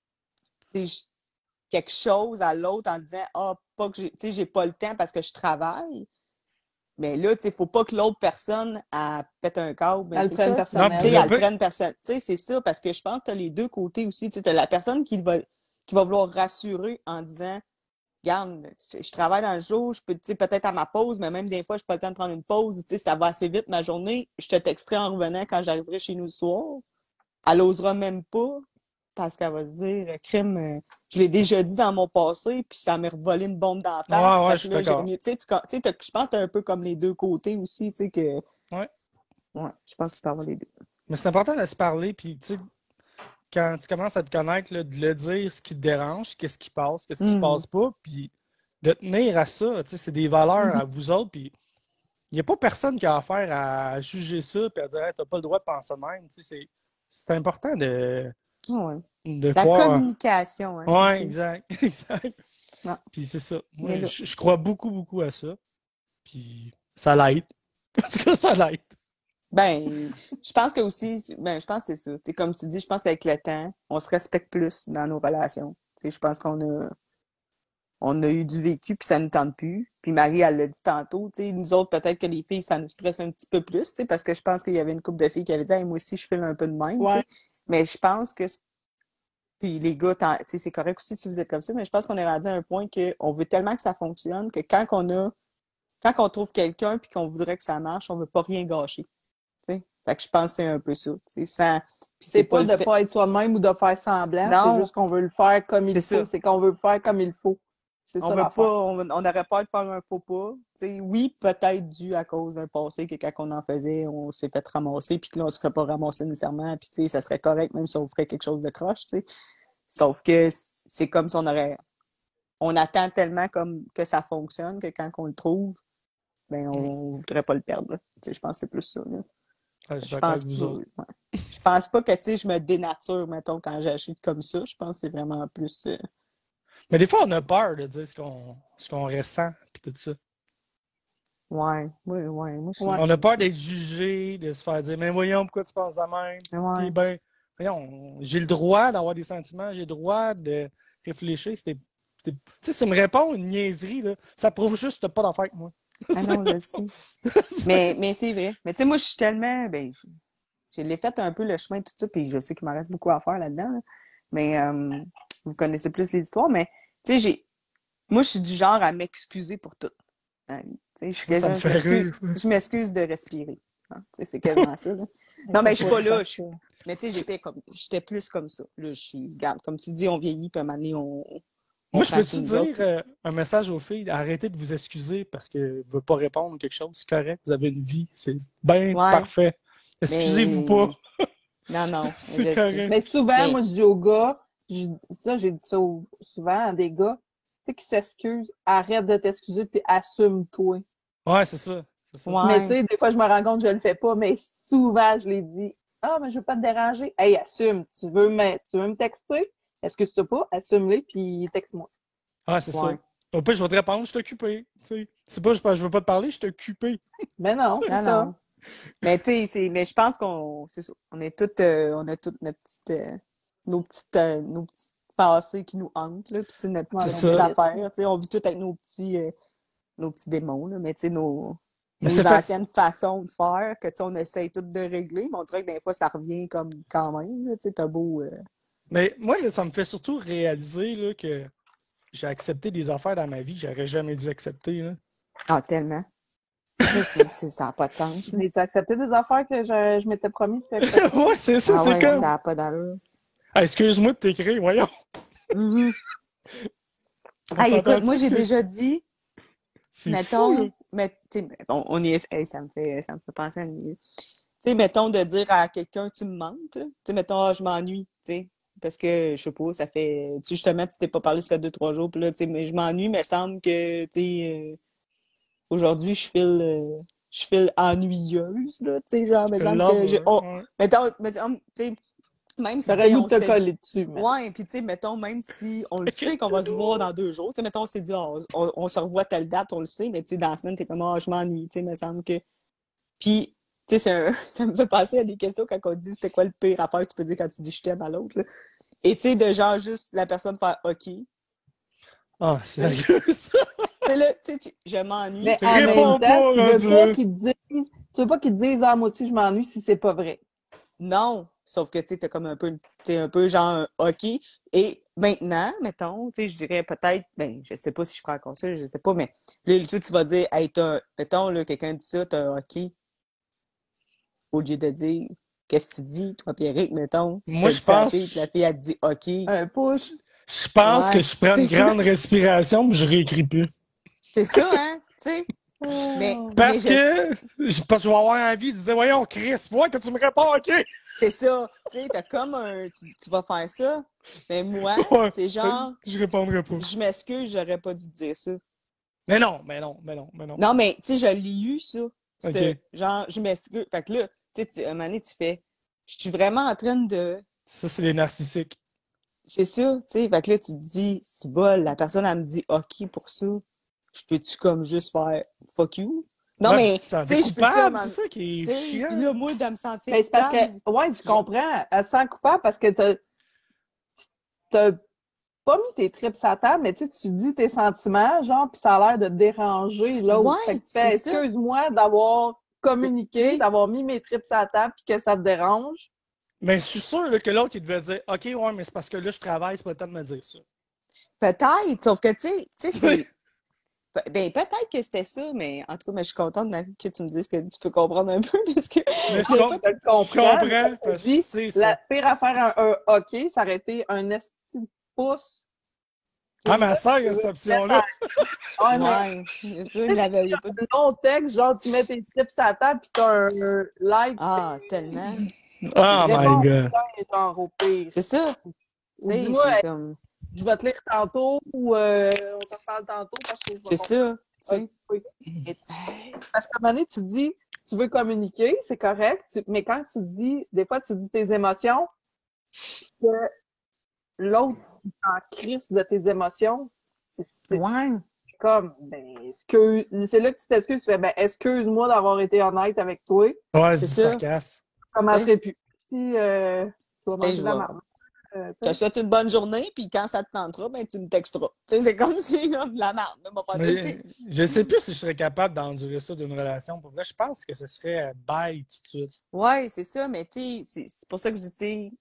Speaker 2: tu sais, quelque chose à l'autre en disant, ah, pas que j'ai, tu sais, j'ai pas le temps parce que je travaille. Mais là, tu sais, faut pas que l'autre personne, elle pète un câble, mais
Speaker 3: Elle le
Speaker 2: c'est
Speaker 3: prenne
Speaker 2: ça.
Speaker 1: Non,
Speaker 2: Tu sais,
Speaker 1: puis
Speaker 3: personnel.
Speaker 1: le
Speaker 2: elle le
Speaker 1: pire-
Speaker 2: prenne personne. Tu sais, c'est ça, parce que je pense que t'as les deux côtés aussi. Tu sais, t'as la personne qui va, qui va vouloir rassurer en disant, regarde, je, je travaille dans le jour, je peux, tu sais, peut-être à ma pause, mais même des fois, je pas le temps de prendre une pause, tu sais, ça va assez vite ma journée. Je te texterai en revenant quand j'arriverai chez nous le soir. Elle osera même pas, parce qu'elle va se dire, crime, euh, je l'ai déjà dit dans mon passé, puis ça m'est revolé une bombe dans la face.
Speaker 1: Ouais, ouais,
Speaker 2: Fait
Speaker 1: je
Speaker 2: que
Speaker 1: suis
Speaker 2: là, j'ai
Speaker 1: d'accord.
Speaker 2: mieux, tu sais, tu, tu sais, t'as- je pense que t'as un peu comme les deux côtés aussi, tu sais, que,
Speaker 1: Ouais.
Speaker 2: ouais, je pense que tu peux avoir les deux.
Speaker 1: Mais c'est important de se parler, puis tu sais, quand tu commences à te connaître, là, de le dire ce qui te dérange, qu'est-ce qui passe, qu'est-ce qui se
Speaker 2: Mhm.
Speaker 1: passe pas, puis de tenir à ça. Tu sais, c'est des valeurs
Speaker 3: Mhm.
Speaker 1: à vous autres, puis il n'y a pas personne qui a affaire à juger ça puis à dire hey, t'as pas le droit de penser de même. Tu sais, c'est, c'est important de,
Speaker 2: Ouais.
Speaker 1: de
Speaker 2: La
Speaker 1: croire.
Speaker 2: communication, hein,
Speaker 1: Ouais,
Speaker 2: c'est-
Speaker 1: exact. exact.
Speaker 2: Ouais.
Speaker 1: Puis c'est ça.
Speaker 2: Mais
Speaker 1: Moi,
Speaker 2: là,
Speaker 1: je, je crois beaucoup, beaucoup à ça. Puis ça l'aide. En tout cas, ça l'aide.
Speaker 2: ben, je pense que aussi, ben, je pense que c'est ça. Tu sais, comme tu dis, je pense qu'avec le temps, on se respecte plus dans nos relations. Tu sais, je pense qu'on a, on a eu du vécu, puis ça ne nous tente plus. Puis Marie, elle l'a dit tantôt, tu sais, nous autres, peut-être que les filles, ça nous stresse un petit peu plus, tu sais, parce que je pense qu'il y avait une couple de filles qui avaient dit, hey, moi aussi, je file un peu de même, tu
Speaker 3: Ouais.
Speaker 2: sais. Mais je pense que, puis les gars, tant- tu sais, c'est correct aussi si vous êtes comme ça, mais je pense qu'on est rendu à un point qu'on veut tellement que ça fonctionne que quand on a, quand on trouve quelqu'un puis qu'on voudrait que ça marche, on veut pas rien gâcher, tu sais. Fait que je pense que c'est un peu ça, tu sais, sans- puis
Speaker 3: C'est
Speaker 2: c'est pas
Speaker 3: pas
Speaker 2: le
Speaker 3: de
Speaker 2: fait.
Speaker 3: pas être soi-même ou de faire semblant, c'est
Speaker 2: Non,
Speaker 3: juste qu'on veut le faire comme
Speaker 2: c'est
Speaker 3: il
Speaker 2: ça.
Speaker 3: faut. C'est qu'on veut le faire comme il faut. C'est
Speaker 2: On
Speaker 3: ça
Speaker 2: veut
Speaker 3: l'affaire.
Speaker 2: pas, on on n'aurait pas de faire un faux pas. Tu sais, oui, peut-être dû à cause d'un passé que quand on en faisait, on s'est fait ramasser, puis que là, on se ferait pas ramasser nécessairement, puis tu sais, ça serait correct même si on ferait quelque chose de croche, tu sais. Sauf que c- c'est comme si on aurait, on attend tellement comme que ça fonctionne que quand on le trouve, ben
Speaker 1: Mm.
Speaker 2: on voudrait pas le perdre, là. Tu sais, je pense que c'est plus ça, là.
Speaker 1: Ah, je suis
Speaker 2: Je
Speaker 1: d'accord
Speaker 2: pense
Speaker 1: avec vous
Speaker 2: pas,
Speaker 1: autres.
Speaker 2: ouais. Je pense pas que, tu sais, je me dénature, mettons, quand j'agis comme ça. Je pense que c'est vraiment plus, euh,
Speaker 1: Mais des fois, on a peur de dire ce qu'on, ce qu'on ressent, puis tout ça.
Speaker 2: ouais, ouais, ouais, moi, je
Speaker 3: Ouais.
Speaker 1: On a peur d'être jugé, de se faire dire mais voyons, pourquoi tu penses de même?
Speaker 2: ouais.
Speaker 1: Puis ben, voyons, j'ai le droit d'avoir des sentiments, j'ai le droit de réfléchir. C'était, c'était- tu sais, si tu me réponds une niaiserie, là, ça prouve juste que t'as pas d'affaire avec moi.
Speaker 2: Ah non, je sais. Mais, mais c'est vrai. Mais tu sais, moi, je suis tellement, ben, je, je l'ai fait un peu le chemin, tout ça, puis je sais qu'il m'en reste beaucoup à faire là-dedans, là. Mais euh, vous connaissez plus les histoires, mais tu sais, j'ai, moi, je suis du genre à m'excuser pour tout. Hein. Tu sais, je suis
Speaker 1: Moi, ça me
Speaker 2: quelqu'un, je
Speaker 1: fait
Speaker 2: m'excuse,
Speaker 1: rire.
Speaker 2: je m'excuse de respirer. Hein. Tu sais, c'est quasiment ça, là. Non, mais je suis pas là. Je, mais tu sais, j'étais comme, j'étais plus comme ça. Là, je suis, regarde, comme tu dis, on vieillit, puis à un moment donné, on, on
Speaker 1: Moi, je
Speaker 2: prend sur
Speaker 1: peux-tu
Speaker 2: nous autres.
Speaker 1: dire euh, un message aux filles? Arrêtez de vous excuser parce que ne veut pas répondre à quelque chose. C'est correct, vous avez une vie. C'est bien
Speaker 2: Ouais,
Speaker 1: parfait. Excusez-vous pas.
Speaker 2: mais non, non,
Speaker 1: C'est
Speaker 2: je sais.
Speaker 1: correct.
Speaker 3: Mais souvent,
Speaker 2: Mais
Speaker 3: moi, je dis aux gars, je dis- ça, j'ai dit ça au- souvent à des gars, tu sais, qui s'excusent, arrête de t'excuser puis assume-toi.
Speaker 1: Ouais, c'est ça. C'est ça.
Speaker 3: Mais tu
Speaker 2: ouais,
Speaker 3: sais, des fois, je me rends compte que je le fais pas, mais souvent, je l'ai dit, Ah, mais je veux pas te déranger. Hey, assume. Tu veux me, tu veux me texter? Est-ce que tu peux pas? Assume-les, puis texte-moi.
Speaker 1: Ah, c'est
Speaker 2: Ouais.
Speaker 1: ça. Au pire, je vais te répondre, je suis occupé. Tu sais. C'est pas, je, je veux pas te parler, je suis occupé.
Speaker 3: Mais non, c'est
Speaker 2: Non,
Speaker 3: ça.
Speaker 2: non. Mais tu sais, c'est, mais je pense qu'on, c'est ça. On est toutes, euh, on a toutes nos petites, euh, nos petites, euh, nos petits passés qui nous hantent, là. Puis tu sais, notre,
Speaker 3: Ouais,
Speaker 1: C'est
Speaker 2: notre
Speaker 3: nos
Speaker 2: petite
Speaker 1: ça.
Speaker 3: limites.
Speaker 2: affaire, tu sais, on vit tout avec nos petits, euh, nos petits démons, là. Mais tu sais, nos,
Speaker 1: Mais
Speaker 2: nos
Speaker 1: c'est facile.
Speaker 2: anciennes façons de faire, que tu sais, on essaye toutes de régler, mais on dirait que des fois, ça revient comme quand même, là. Tu sais, t'as beau, euh,
Speaker 1: Mais moi, là, ça me fait surtout réaliser là, que j'ai accepté des affaires dans ma vie que j'aurais jamais dû accepter. Là.
Speaker 2: ah, tellement. Ça, c'est, c'est- ça n'a pas de sens, là.
Speaker 3: J'ai-tu accepté des affaires que je, je m'étais promis de accepter?
Speaker 1: Ouais, c'est ça,
Speaker 2: Ah
Speaker 1: c'est
Speaker 2: ouais,
Speaker 1: comme.
Speaker 2: ça n'a pas d'allure.
Speaker 1: Ah, excuse-moi de t'écrire, voyons.
Speaker 2: Mhm.
Speaker 1: On
Speaker 2: Ah, écoute,
Speaker 1: s'entend-tu
Speaker 2: moi,
Speaker 1: que
Speaker 2: j'ai
Speaker 1: c'est
Speaker 2: déjà dit,
Speaker 1: c'est fou, là?
Speaker 2: mettons, mais, tu sais, bon, on y est, hey, ça me fait, ça me fait penser à une, tu sais, mettons, de dire à quelqu'un, tu me manques, là. Tu sais, mettons, ah, je m'ennuie, tu sais, parce que, je sais pas, ça fait, tu sais, justement, tu t'es pas parlé, ça fait deux, trois jours, puis là, tu sais, mais je m'ennuie, mais il semble que, tu sais, euh, aujourd'hui, je file, euh, je file ennuyeuse, là, tu sais, genre, il me
Speaker 1: Je
Speaker 2: semble que j'ai,
Speaker 1: love,
Speaker 2: oh,
Speaker 1: ouais.
Speaker 2: mettons, mettons, tu sais, même si
Speaker 3: T'aurais le
Speaker 2: t'es-
Speaker 3: goût
Speaker 2: on
Speaker 3: de te
Speaker 2: s'était,
Speaker 3: coller dessus, mais.
Speaker 2: ouais, puis tu sais, mettons, même si on le
Speaker 1: Ok,
Speaker 2: sait qu'on va se voir dans deux jours, tu sais, mettons, on s'est dit, ah, on, on se revoit telle date, on le sait, mais tu sais, dans la semaine, t'es comme, ah, je m'ennuie, tu sais, il me semble que. Puis, tu sais, c'est un- ça me fait penser à des questions quand on dit c'était quoi le pire affaire que tu peux dire quand tu dis je t'aime à l'autre, là. Et tu sais, de genre juste la personne faire OK. Tu
Speaker 1: Ah,
Speaker 2: sais,
Speaker 1: sérieux, ça?
Speaker 2: Tu sais, là, tu sais, tu- je m'ennuie,
Speaker 3: Mais
Speaker 2: puis
Speaker 3: en
Speaker 2: c'est
Speaker 3: même
Speaker 1: Réponds
Speaker 2: comme,
Speaker 3: temps,
Speaker 1: pas,
Speaker 3: tu veux
Speaker 1: rendu
Speaker 3: pas
Speaker 1: là.
Speaker 3: qu'ils te disent, tu veux pas qu'ils te disent, ah, moi aussi, je m'ennuie si c'est pas vrai.
Speaker 2: non. Sauf que, tu sais, t'as comme un peu, tu sais, un peu genre un OK. Et maintenant, mettons, tu sais, je dirais peut-être, ben, je sais pas si je ferai encore ça, je sais pas, mais là, tu sais, tu vas dire, hey, t'as, un- mettons, là, quelqu'un dit ça, t'as un OK. Au lieu de dire, qu'est-ce que tu dis, toi, Pierrick, mettons, si
Speaker 1: Moi,
Speaker 2: t'as dit
Speaker 1: je
Speaker 2: ça à la fille, puis la
Speaker 1: pense,
Speaker 2: fille, elle te dit OK.
Speaker 3: Un
Speaker 1: je,
Speaker 3: pouce.
Speaker 1: je pense que
Speaker 2: Ouais,
Speaker 1: je prends
Speaker 2: tu
Speaker 1: une
Speaker 2: sais,
Speaker 1: grande respiration et je réécris plus.
Speaker 2: c'est ça, hein, tu sais. Mais,
Speaker 3: Oh.
Speaker 2: mais
Speaker 1: Parce
Speaker 2: je,
Speaker 1: que, je, parce que je vais avoir envie de dire, voyons, Chris, vois que tu me réponds, ok?
Speaker 2: c'est ça, tu sais, t'as comme un, tu, tu vas faire ça. Mais moi,
Speaker 1: Ouais,
Speaker 2: c'est genre,
Speaker 1: je répondrai pas.
Speaker 2: je m'excuse, j'aurais pas dû dire ça.
Speaker 1: Mais non, mais non, mais non, mais non.
Speaker 2: Non, mais, tu sais, je l'ai eu, ça.
Speaker 1: Ok,
Speaker 2: C'était, genre, je m'excuse. Fait que là, tu sais, tu- à un moment donné, tu fais, je suis vraiment en train de,
Speaker 1: ça, c'est les narcissiques.
Speaker 2: c'est ça, tu sais. Fait que là, tu te dis, si bol, la personne, elle me dit OK pour ça. Je peux-tu comme juste faire fuck you? Non,
Speaker 1: Ouais, puis
Speaker 2: mais,
Speaker 1: tu te
Speaker 2: tu
Speaker 1: sens
Speaker 2: sais, je peux-tu, à un
Speaker 1: coupable,
Speaker 2: moment-
Speaker 1: c'est ça qui
Speaker 2: tu
Speaker 1: est
Speaker 2: sais, puis
Speaker 1: chiant.
Speaker 2: là, moi, de me sentir
Speaker 3: Ben, c'est parce
Speaker 2: coupable,
Speaker 3: que, ouais, je
Speaker 2: je-
Speaker 3: comprends. Elle se sent coupable parce que t'as, t'as pas mis tes tripes à table, mais tu sais, tu dis tes sentiments, genre, puis ça a l'air de déranger l'autre. Fait
Speaker 2: ouais,
Speaker 3: que tu
Speaker 2: c'est
Speaker 3: fais,
Speaker 2: ça.
Speaker 3: excuse-moi d'avoir
Speaker 2: Tu
Speaker 3: communiqué,
Speaker 2: sais,
Speaker 3: d'avoir mis mes tripes à table, puis que ça te dérange.
Speaker 1: Mais je suis sûr là, que l'autre, il devait dire, ok, ouais, mais c'est parce que là, je travaille, c'est pas le temps de me dire ça.
Speaker 2: peut-être, sauf que, tu sais, tu sais, c'est, pe- ben, peut-être que c'était ça, mais en tout cas, mais je suis contente, Marie, que tu me dises que tu peux comprendre un peu, parce que
Speaker 1: Mais je,
Speaker 2: des
Speaker 1: com-
Speaker 2: fois,
Speaker 3: Je
Speaker 2: tu...
Speaker 3: le
Speaker 1: je
Speaker 3: comprends, mais
Speaker 1: comprends,
Speaker 3: comme tu
Speaker 1: parce que
Speaker 3: dis,
Speaker 1: c'est
Speaker 3: la
Speaker 1: ça.
Speaker 3: pire affaire un, un hockey, ça aurait été un esti de pouce.
Speaker 1: Ah,
Speaker 2: C'est
Speaker 1: ma
Speaker 2: ça.
Speaker 1: soeur, il y
Speaker 3: Tu
Speaker 1: a cette
Speaker 3: veux mettre
Speaker 1: option-là.
Speaker 3: en... Ouais, mais
Speaker 2: Ouais, c'est ça, il l'avait, il a pas...
Speaker 3: un long texte, genre, tu mets tes tripes à table, puis t'as un, un like,
Speaker 2: Ah, tellement.
Speaker 1: Oh my
Speaker 3: réponds
Speaker 1: god.
Speaker 3: putain, genre, au pire.
Speaker 2: C'est ça. Tu
Speaker 3: Ou
Speaker 2: sais,
Speaker 3: dis-moi,
Speaker 2: j'ai
Speaker 3: hey,
Speaker 2: comme...
Speaker 3: je vais te lire tantôt, ou euh, on se reparle tantôt, parce que je vais
Speaker 2: C'est ça, tu sais.
Speaker 3: comprendre. Et- Parce qu'à un moment donné, tu dis, tu veux communiquer, c'est correct, tu- mais quand tu dis, des fois, tu dis tes émotions, que l'autre est en crise de tes émotions, c'est c'est
Speaker 2: Ouais.
Speaker 3: comme, ben, excuse, c'est là que tu t'excuses, tu fais, ben, excuse-moi d'avoir été honnête avec toi,
Speaker 1: Ouais,
Speaker 2: C'est
Speaker 1: c'est du
Speaker 2: ça.
Speaker 1: sarcasme.
Speaker 3: je commencerai plus. Si, euh, tu vas
Speaker 2: Tu sais,
Speaker 3: manger
Speaker 2: je
Speaker 3: de la
Speaker 2: vais...
Speaker 3: marde. Euh,
Speaker 2: Je
Speaker 3: tu
Speaker 2: te
Speaker 3: sais.
Speaker 2: souhaite une bonne journée, puis quand ça te tentera, ben tu me texteras. Tu sais, c'est comme si, comme de la merde. là, mon pote. Tu sais,
Speaker 1: Mais je sais plus si je serais capable d'endurer ça d'une relation. Pour vrai, je pense que ce serait bye tout de suite.
Speaker 2: ouais, c'est ça, mais tu sais, c'est c'est pour ça que je dis, tu sais,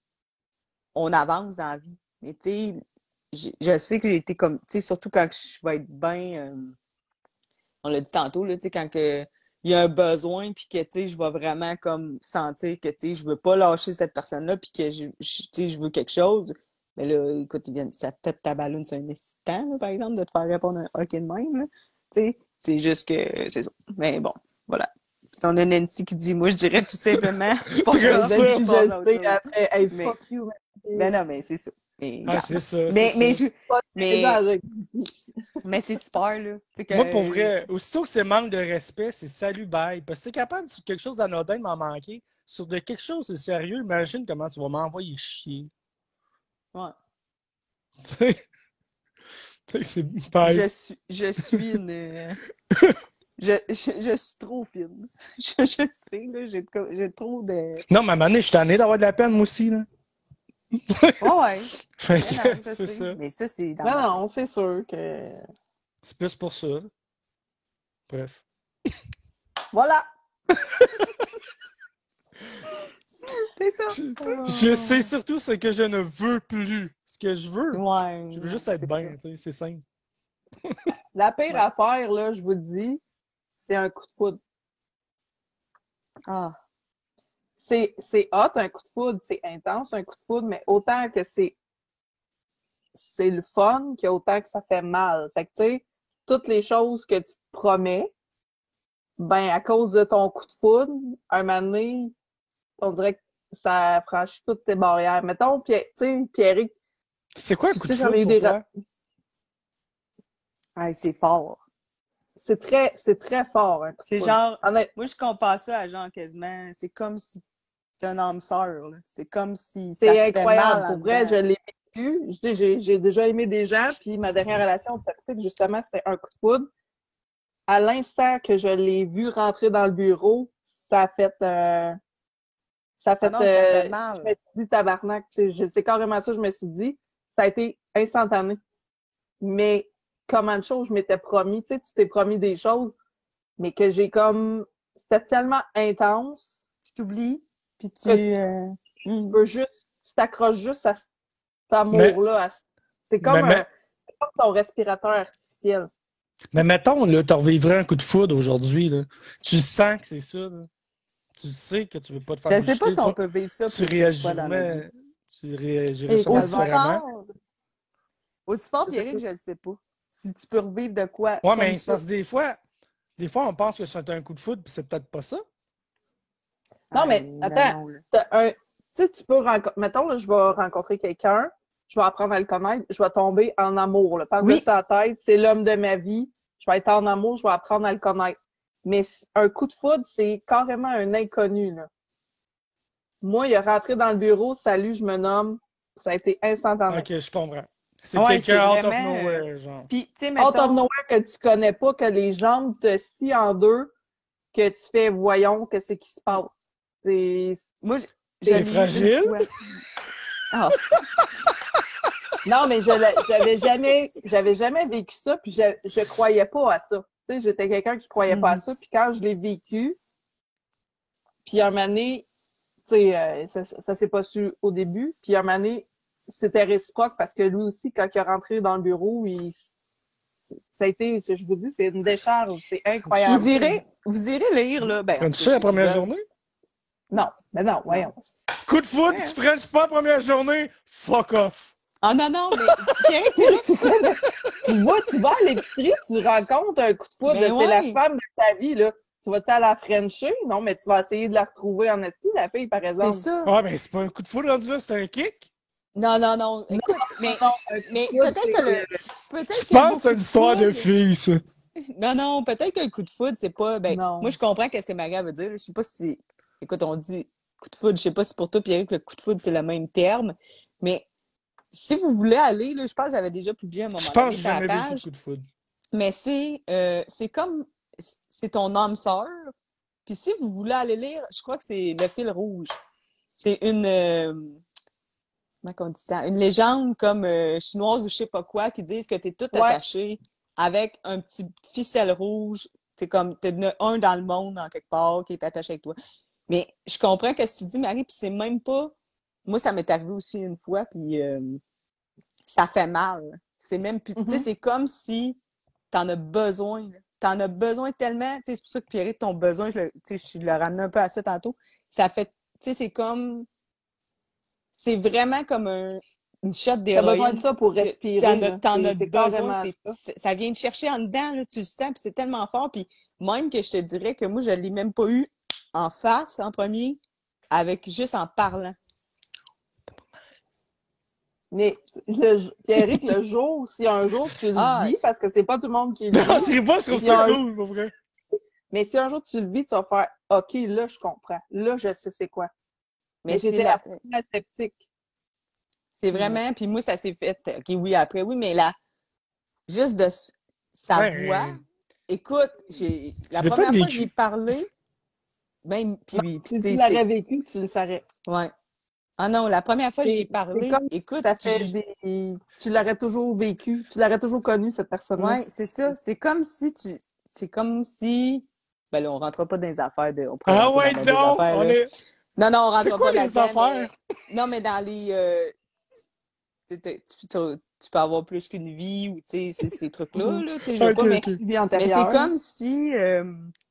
Speaker 2: on avance dans la vie. Mais tu sais, j'ai- je sais que j'ai été comme, tu sais, surtout quand je vais être bien, euh, on l'a dit tantôt, là, tu sais, quand que, il y a un besoin, puis que, tu sais, je vais vraiment comme sentir que, tu sais, je veux pas lâcher cette personne-là, puis que, je, je- tu sais, je veux quelque chose. Mais là, écoute, il vient, ça pète ta ballonne sur un instant, là, par exemple, de te faire répondre un OK de même, là. Tu sais, c'est juste que, c'est ça. Mais bon, voilà. Puis on a Nancy qui dit, moi, je dirais tout simplement, pas
Speaker 1: Très
Speaker 3: Là,
Speaker 1: ça.
Speaker 3: même
Speaker 2: je
Speaker 3: si
Speaker 2: passe
Speaker 3: je
Speaker 2: à autre
Speaker 3: sais,
Speaker 2: chose.
Speaker 3: après, hey,
Speaker 2: Mais,
Speaker 3: fuck you, man.
Speaker 2: ben non, mais c'est ça. Mais,
Speaker 1: Ah,
Speaker 2: regarde.
Speaker 1: c'est ça, c'est
Speaker 2: Mais, mais,
Speaker 1: ça.
Speaker 2: je,
Speaker 3: Pas de
Speaker 2: mais,
Speaker 3: niaisage.
Speaker 2: mais c'est super, là. Tu sais
Speaker 1: Moi, pour
Speaker 2: que,
Speaker 1: vrai, aussitôt que c'est manque de respect, c'est salut, bye. Parce que t'es capable de quelque chose d'anodin de m'en manquer. sur de quelque chose de sérieux, imagine comment tu vas m'envoyer chier.
Speaker 2: Ouais.
Speaker 1: Tu sais, tu sais, c'est
Speaker 2: Je
Speaker 1: bête.
Speaker 2: suis, je suis une. euh, Je, je, je suis trop fine. Je, je sais, là, j'ai, co- j'ai trop de.
Speaker 1: Non, mais à un moment donné, je suis tanné d'avoir de la peine, moi aussi, là.
Speaker 2: Ouais, ouais.
Speaker 1: Fait
Speaker 2: Mais non,
Speaker 1: que,
Speaker 2: je
Speaker 1: c'est
Speaker 2: sais.
Speaker 1: ça.
Speaker 2: Mais ça, c'est dans
Speaker 3: Non,
Speaker 2: ma tête.
Speaker 3: non, c'est sûr que.
Speaker 1: C'est plus pour ça. Bref.
Speaker 2: Voilà! C'est ça.
Speaker 1: Je, je sais
Speaker 2: Oh.
Speaker 1: surtout ce que je ne veux plus. Ce que je veux,
Speaker 2: Ouais,
Speaker 1: je veux juste être
Speaker 2: c'est ça.
Speaker 1: bien, tu sais, c'est simple.
Speaker 3: La pire
Speaker 2: Ouais.
Speaker 3: affaire, là, je vous le dis, c'est un coup de foudre.
Speaker 2: Ah.
Speaker 3: C'est, c'est hot, un coup de foudre, c'est intense, un coup de foudre, mais autant que c'est, c'est le fun, qu'autant que ça fait mal. Fait que, tu sais, toutes les choses que tu te promets, ben, à cause de ton coup de foudre, un moment donné, on dirait que ça franchit toutes tes barrières. Mettons, Pierre, tu sais, Pierrick,
Speaker 1: C'est quoi un
Speaker 3: tu
Speaker 1: coup de
Speaker 3: sais, j'en
Speaker 1: foudre
Speaker 3: ai eu
Speaker 1: pour
Speaker 3: des,
Speaker 1: toi?
Speaker 2: Ouais, c'est fort.
Speaker 3: c'est très, c'est très fort, un coup de
Speaker 2: C'est
Speaker 3: foudre.
Speaker 2: genre,
Speaker 3: Honnête,
Speaker 2: moi, je compare ça à genre quasiment, c'est comme si t'es un âme sœur, là. C'est comme si ça
Speaker 3: c'est
Speaker 2: te fait mal
Speaker 3: incroyable.
Speaker 2: en
Speaker 3: Pour vrai, je
Speaker 2: dedans.
Speaker 3: l'ai vécu. Je dis, j'ai, j'ai déjà aimé des gens, puis ma dernière relation toxique, justement, c'était un coup de foudre. À l'instant que je l'ai vu rentrer dans le bureau, ça a fait, euh, ça a
Speaker 2: Ah
Speaker 3: fait,
Speaker 2: non, ça fait
Speaker 3: euh, je me
Speaker 2: mal.
Speaker 3: suis dit tabarnak, tu sais, je- c'est carrément ça, que je me suis dit. Ça a été instantané. Mais comment de choses je m'étais promis, tu sais, tu t'es promis des choses, mais que j'ai comme, c'était tellement intense
Speaker 2: Tu t'oublies, puis tu...
Speaker 3: que tu
Speaker 2: euh, hmm.
Speaker 3: peux juste, tu t'accroches juste à cet
Speaker 1: Mais,
Speaker 3: amour-là. à ce- C'est
Speaker 1: mais,
Speaker 3: comme un,
Speaker 1: mais,
Speaker 3: c'est comme ton respirateur artificiel.
Speaker 1: mais mettons, là, tu revivrais un coup de foudre aujourd'hui, là. Tu sens que c'est ça, là. Tu sais que tu veux pas te faire
Speaker 2: Je sais pas
Speaker 1: bullshiter.
Speaker 2: si on
Speaker 1: Toi,
Speaker 2: peut vivre ça
Speaker 1: tu
Speaker 2: plus qu'une fois dans la vie.
Speaker 1: réagirais, tu réagirais
Speaker 3: Et
Speaker 1: sûrement
Speaker 2: Aussi
Speaker 3: calvaire.
Speaker 1: différemment.
Speaker 2: fort, aussi fort,
Speaker 3: Je sais
Speaker 2: Pierrick,
Speaker 3: pas.
Speaker 2: je ne sais pas. Si tu peux revivre de quoi
Speaker 1: Ouais,
Speaker 2: comme
Speaker 1: mais c'est
Speaker 2: ça.
Speaker 1: parce que des fois, des fois, on pense que c'est un coup de foudre, puis c'est peut-être pas ça.
Speaker 3: Non,
Speaker 2: Hey,
Speaker 3: mais
Speaker 2: non,
Speaker 3: attends,
Speaker 2: non, là.
Speaker 3: t'as un, tu sais, tu peux rencontrer, mettons, là, je vais rencontrer quelqu'un, je vais apprendre à le connaître, je vais tomber en amour, là. Pense de
Speaker 2: Oui,
Speaker 3: ça à la tête, c'est l'homme de ma vie, je vais être en amour, je vais apprendre à le connaître. Mais c- un coup de foudre, c'est carrément un inconnu, là. Moi, il est rentré dans le bureau, salut, je me nomme, ça a été instantané.
Speaker 1: Ok, je comprends. C'est
Speaker 2: ouais, c'est
Speaker 1: quelqu'un out of
Speaker 2: vraiment... euh,
Speaker 1: nowhere, genre.
Speaker 2: Puis, tu sais,
Speaker 3: Out of
Speaker 2: mettons,
Speaker 3: nowhere que tu connais pas, que les jambes te scient en deux, que tu fais, voyons, qu'est-ce qui se passe. C'est,
Speaker 2: moi, je, je
Speaker 1: C'est
Speaker 2: l'ai eu une
Speaker 1: fragile.
Speaker 2: fois. Ah,
Speaker 3: non, mais je l'a- j'avais jamais, j'avais jamais vécu ça, puis je, je croyais pas à ça. Tu sais, j'étais quelqu'un qui croyait pas à
Speaker 2: mhm.
Speaker 3: ça, puis quand je l'ai vécu, puis un moment donné, tu sais, euh, ça, ça s'est pas su au début, puis un moment donné, c'était réciproque parce que lui aussi, quand il est rentré dans le bureau, il, ça a été, je vous dis, c'est une décharge, c'est incroyable.
Speaker 2: Vous irez, vous irez lire, là. Ben, en tout
Speaker 1: French
Speaker 2: cas,
Speaker 1: la
Speaker 2: ceux qui
Speaker 1: première
Speaker 2: veulent.
Speaker 1: journée?
Speaker 3: Non, mais non,
Speaker 2: Non.
Speaker 3: voyons.
Speaker 1: Coup de foudre,
Speaker 2: Ouais.
Speaker 1: tu French pas la première journée? Fuck off!
Speaker 2: Ah non, non, mais Pierrick, tu sais,
Speaker 3: C'est ça, mais tu vois, tu vas à l'épicerie, tu rencontres un coup de foudre,
Speaker 2: ben
Speaker 3: c'est la
Speaker 2: ouais,
Speaker 3: femme de ta vie, là. Tu vas-tu à la Frencher? Non, mais tu vas essayer de la retrouver en esti, la fille, par
Speaker 2: c'est
Speaker 3: exemple.
Speaker 2: ça.
Speaker 1: Ah, ben c'est pas un coup de foudre rendu là, c'est un kick.
Speaker 2: Non, non, non.
Speaker 3: Non,
Speaker 2: Écoute, mais,
Speaker 3: non, un coup
Speaker 2: mais
Speaker 3: de foudre,
Speaker 2: peut-être que
Speaker 3: c'est,
Speaker 2: le,
Speaker 3: euh,
Speaker 2: peut-être
Speaker 1: Je
Speaker 2: qu'il y a
Speaker 1: pense que
Speaker 2: beaucoup
Speaker 1: c'est une
Speaker 2: de
Speaker 1: histoire de
Speaker 2: foudre.
Speaker 1: fille, ça.
Speaker 2: Non, non, peut-être qu'un coup de foudre, c'est pas. Ben,
Speaker 3: non.
Speaker 2: moi, je comprends qu'est-ce que Maria veut dire. Je sais pas si. Écoute, on dit coup de foudre, je sais pas si pour toi, Pierrick, le coup de foudre, c'est le même terme. Mais si vous voulez aller, là, je pense que j'avais déjà publié à un moment
Speaker 1: Je pense
Speaker 2: donné
Speaker 1: que j'ai
Speaker 2: sur la
Speaker 1: jamais vécu de
Speaker 2: page.
Speaker 1: coup de foudre.
Speaker 2: Mais c'est euh, c'est comme. C'est ton âme sœur. Puis si vous voulez aller lire, je crois que c'est Le Fil Rouge. C'est une. euh, comment on dit ça? Une légende comme euh, chinoise ou je sais pas quoi qui disent que t'es tout
Speaker 3: Ouais,
Speaker 2: attaché avec un petit ficelle rouge. C'est comme, t'en as un dans le monde, en quelque part, qui est attaché avec toi. Mais je comprends ce que tu dis, Marie, puis c'est même pas... Moi, ça m'est arrivé aussi une fois, puis euh, ça fait mal. C'est même... puis, tu sais,
Speaker 3: mhm.
Speaker 2: c'est comme si t'en as besoin. là. T'en as besoin tellement... Tu sais, c'est pour ça que Pierre, ton besoin, je le, tu sais, je le ramené un peu à ça tantôt. Ça fait... Tu sais, c'est comme... C'est vraiment comme un, une shot
Speaker 3: T'as besoin de
Speaker 2: d'héroïne.
Speaker 3: ça pour
Speaker 2: Que
Speaker 3: respirer,
Speaker 2: t'en as,
Speaker 3: là.
Speaker 2: t'en
Speaker 3: C'est,
Speaker 2: as
Speaker 3: c'est
Speaker 2: besoin.
Speaker 3: carrément
Speaker 2: C'est,
Speaker 3: ça.
Speaker 2: c'est- ça vient te chercher en dedans, là, tu le sens, puis c'est tellement fort. Puis même que je te dirais que moi, je l'ai même pas eu en face en premier, avec juste en parlant.
Speaker 3: Mais le, Pierrick, le jour, si un jour tu le
Speaker 2: Ah,
Speaker 3: vis,
Speaker 2: je-
Speaker 3: parce que c'est pas tout le monde qui le
Speaker 1: Non,
Speaker 3: vit,
Speaker 1: c'est pas, je trouve
Speaker 3: si
Speaker 1: ça
Speaker 3: un,
Speaker 1: cool, pour vrai.
Speaker 3: mais si un jour tu le vis, tu vas faire OK, là, je comprends. Là, je sais c'est quoi.
Speaker 2: Mais
Speaker 3: Mais
Speaker 2: c'est
Speaker 3: j'étais
Speaker 2: la...
Speaker 3: la première sceptique.
Speaker 2: c'est vraiment, puis moi, ça s'est fait, OK, oui, après, oui, mais là, juste de s- sa voix,
Speaker 1: Ben,
Speaker 2: écoute, j'ai,
Speaker 1: je
Speaker 2: la
Speaker 1: l'ai pas
Speaker 2: première fois que j'ai
Speaker 1: vécu.
Speaker 2: parlé, même, puis,
Speaker 3: Non,
Speaker 2: puis, tu
Speaker 3: si tu
Speaker 2: sais,
Speaker 3: l'aurais
Speaker 2: c'est,
Speaker 3: vécu, tu le saurais.
Speaker 2: ouais. Ah non, la première fois que j'ai
Speaker 3: C'est c'est
Speaker 2: parlé,
Speaker 3: comme si
Speaker 2: écoute,
Speaker 3: ça fait
Speaker 2: j-
Speaker 3: des... Tu l'aurais toujours vécu. Tu l'aurais toujours connu, cette personne-là.
Speaker 2: ouais, c'est ça, c'est comme si tu, c'est comme si, ben là, on rentrera pas dans les affaires de, on pourrait
Speaker 1: Ah
Speaker 2: rentrer
Speaker 1: ouais,
Speaker 2: dans bien des
Speaker 1: donc,
Speaker 2: affaires,
Speaker 1: on
Speaker 2: là.
Speaker 1: est.
Speaker 2: Non, non, on
Speaker 1: C'est
Speaker 2: rentrera
Speaker 1: quoi
Speaker 2: pas
Speaker 1: les
Speaker 2: là-dedans, mais,
Speaker 1: affaires?
Speaker 2: non, mais dans les, euh, tu, sais, tu, tu- tu peux avoir plus qu'une vie ou, tu sais, ces, ces trucs-là,
Speaker 3: Mhm.
Speaker 2: là, tu sais, je veux
Speaker 1: Ok,
Speaker 2: pas, mais,
Speaker 1: ok.
Speaker 3: Vie
Speaker 2: mais c'est
Speaker 3: antérieure.
Speaker 2: comme si, euh,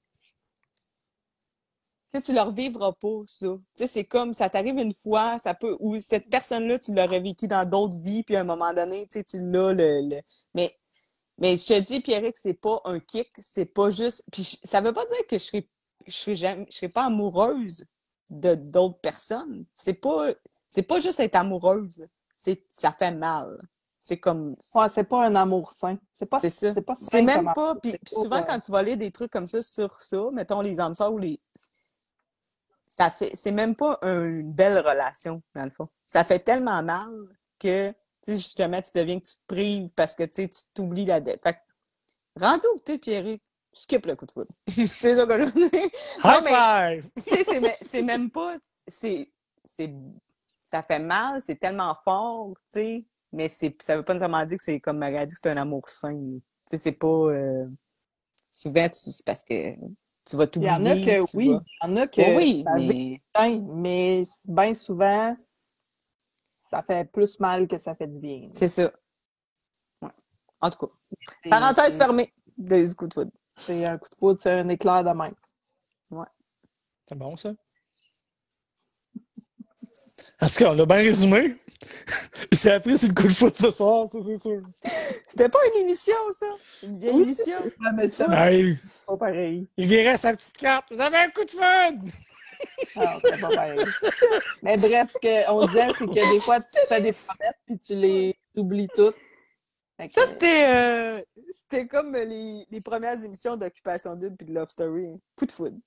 Speaker 2: tu sais, tu le revivras pas, ça. Tu sais, c'est comme, ça t'arrive une fois, ça peut, ou cette personne-là, tu l'aurais vécu dans d'autres vies, puis à un moment donné, tu sais, tu l'as, le, le, mais, mais je te dis, Pierrick, c'est pas un kick, c'est pas juste, puis je- ça veut pas dire que je serais, je serais jamais, je serais pas amoureuse de d'autres personnes. C'est pas, c'est pas juste être amoureuse, c'est, ça fait mal. C'est comme,
Speaker 3: Ouais, c'est pas un amour sain. C'est pas,
Speaker 2: c'est ça.
Speaker 3: c'est pas
Speaker 2: C'est
Speaker 3: sain comme
Speaker 2: même
Speaker 3: amour.
Speaker 2: pas, puis
Speaker 3: C'est
Speaker 2: puis
Speaker 3: pas,
Speaker 2: souvent
Speaker 3: euh,
Speaker 2: quand tu vas lire des trucs comme ça sur ça, mettons les âmes sœurs ou les, ça fait, c'est même pas une belle relation, dans le fond. Ça fait tellement mal que, tu sais, justement, tu deviens que tu te prives parce que, tu sais, tu t'oublies la dette. Fait que, rendu où t'es, Pierrick, skip le coup de foudre. C'est ça que je veux dire. Non,
Speaker 1: High
Speaker 2: mais,
Speaker 1: five!
Speaker 2: tu sais, c'est, c'est même pas, c'est, c'est, ça fait mal, c'est tellement fort, tu sais, mais c'est, ça veut pas nécessairement dire que c'est, comme Marie a dit, que c'est un amour sain. Tu sais, c'est pas, euh, souvent, tu, c'est parce que tu vas
Speaker 3: il y en a
Speaker 2: t'oublier,
Speaker 3: que
Speaker 2: tu vas,
Speaker 3: oui, il y en a
Speaker 2: oh
Speaker 3: que
Speaker 2: oui,
Speaker 3: ça vit
Speaker 2: mais,
Speaker 3: bien, mais bien souvent, ça fait plus mal que ça fait du bien.
Speaker 2: c'est ça. Ouais. En tout cas.
Speaker 3: C'est
Speaker 2: Parenthèse
Speaker 3: c'est-
Speaker 2: fermée de du coup de foudre.
Speaker 3: c'est un coup de foudre, c'est un éclair de même.
Speaker 2: Ouais.
Speaker 1: C'est bon, ça? En tout cas, on l'a bien résumé. J'ai appris sur le coup de foot ce soir, ça, c'est sûr.
Speaker 2: C'était pas une émission, ça? Une vieille
Speaker 3: Oui,
Speaker 2: émission?
Speaker 3: Ah, mais
Speaker 2: de
Speaker 3: c'était
Speaker 2: foot?
Speaker 1: Hey,
Speaker 3: pas pareil.
Speaker 1: il virait sa petite carte. Vous avez un coup de foot!
Speaker 3: Ah, c'était pas pareil. Mais bref, ce qu'on disait, c'est que des fois, tu te fais des promesses puis tu les oublies toutes. Fait
Speaker 2: Ça,
Speaker 3: que,
Speaker 2: c'était euh, c'était comme les, les premières émissions d'Occupation Double puis de Love Story. Hein. Coup de foudre.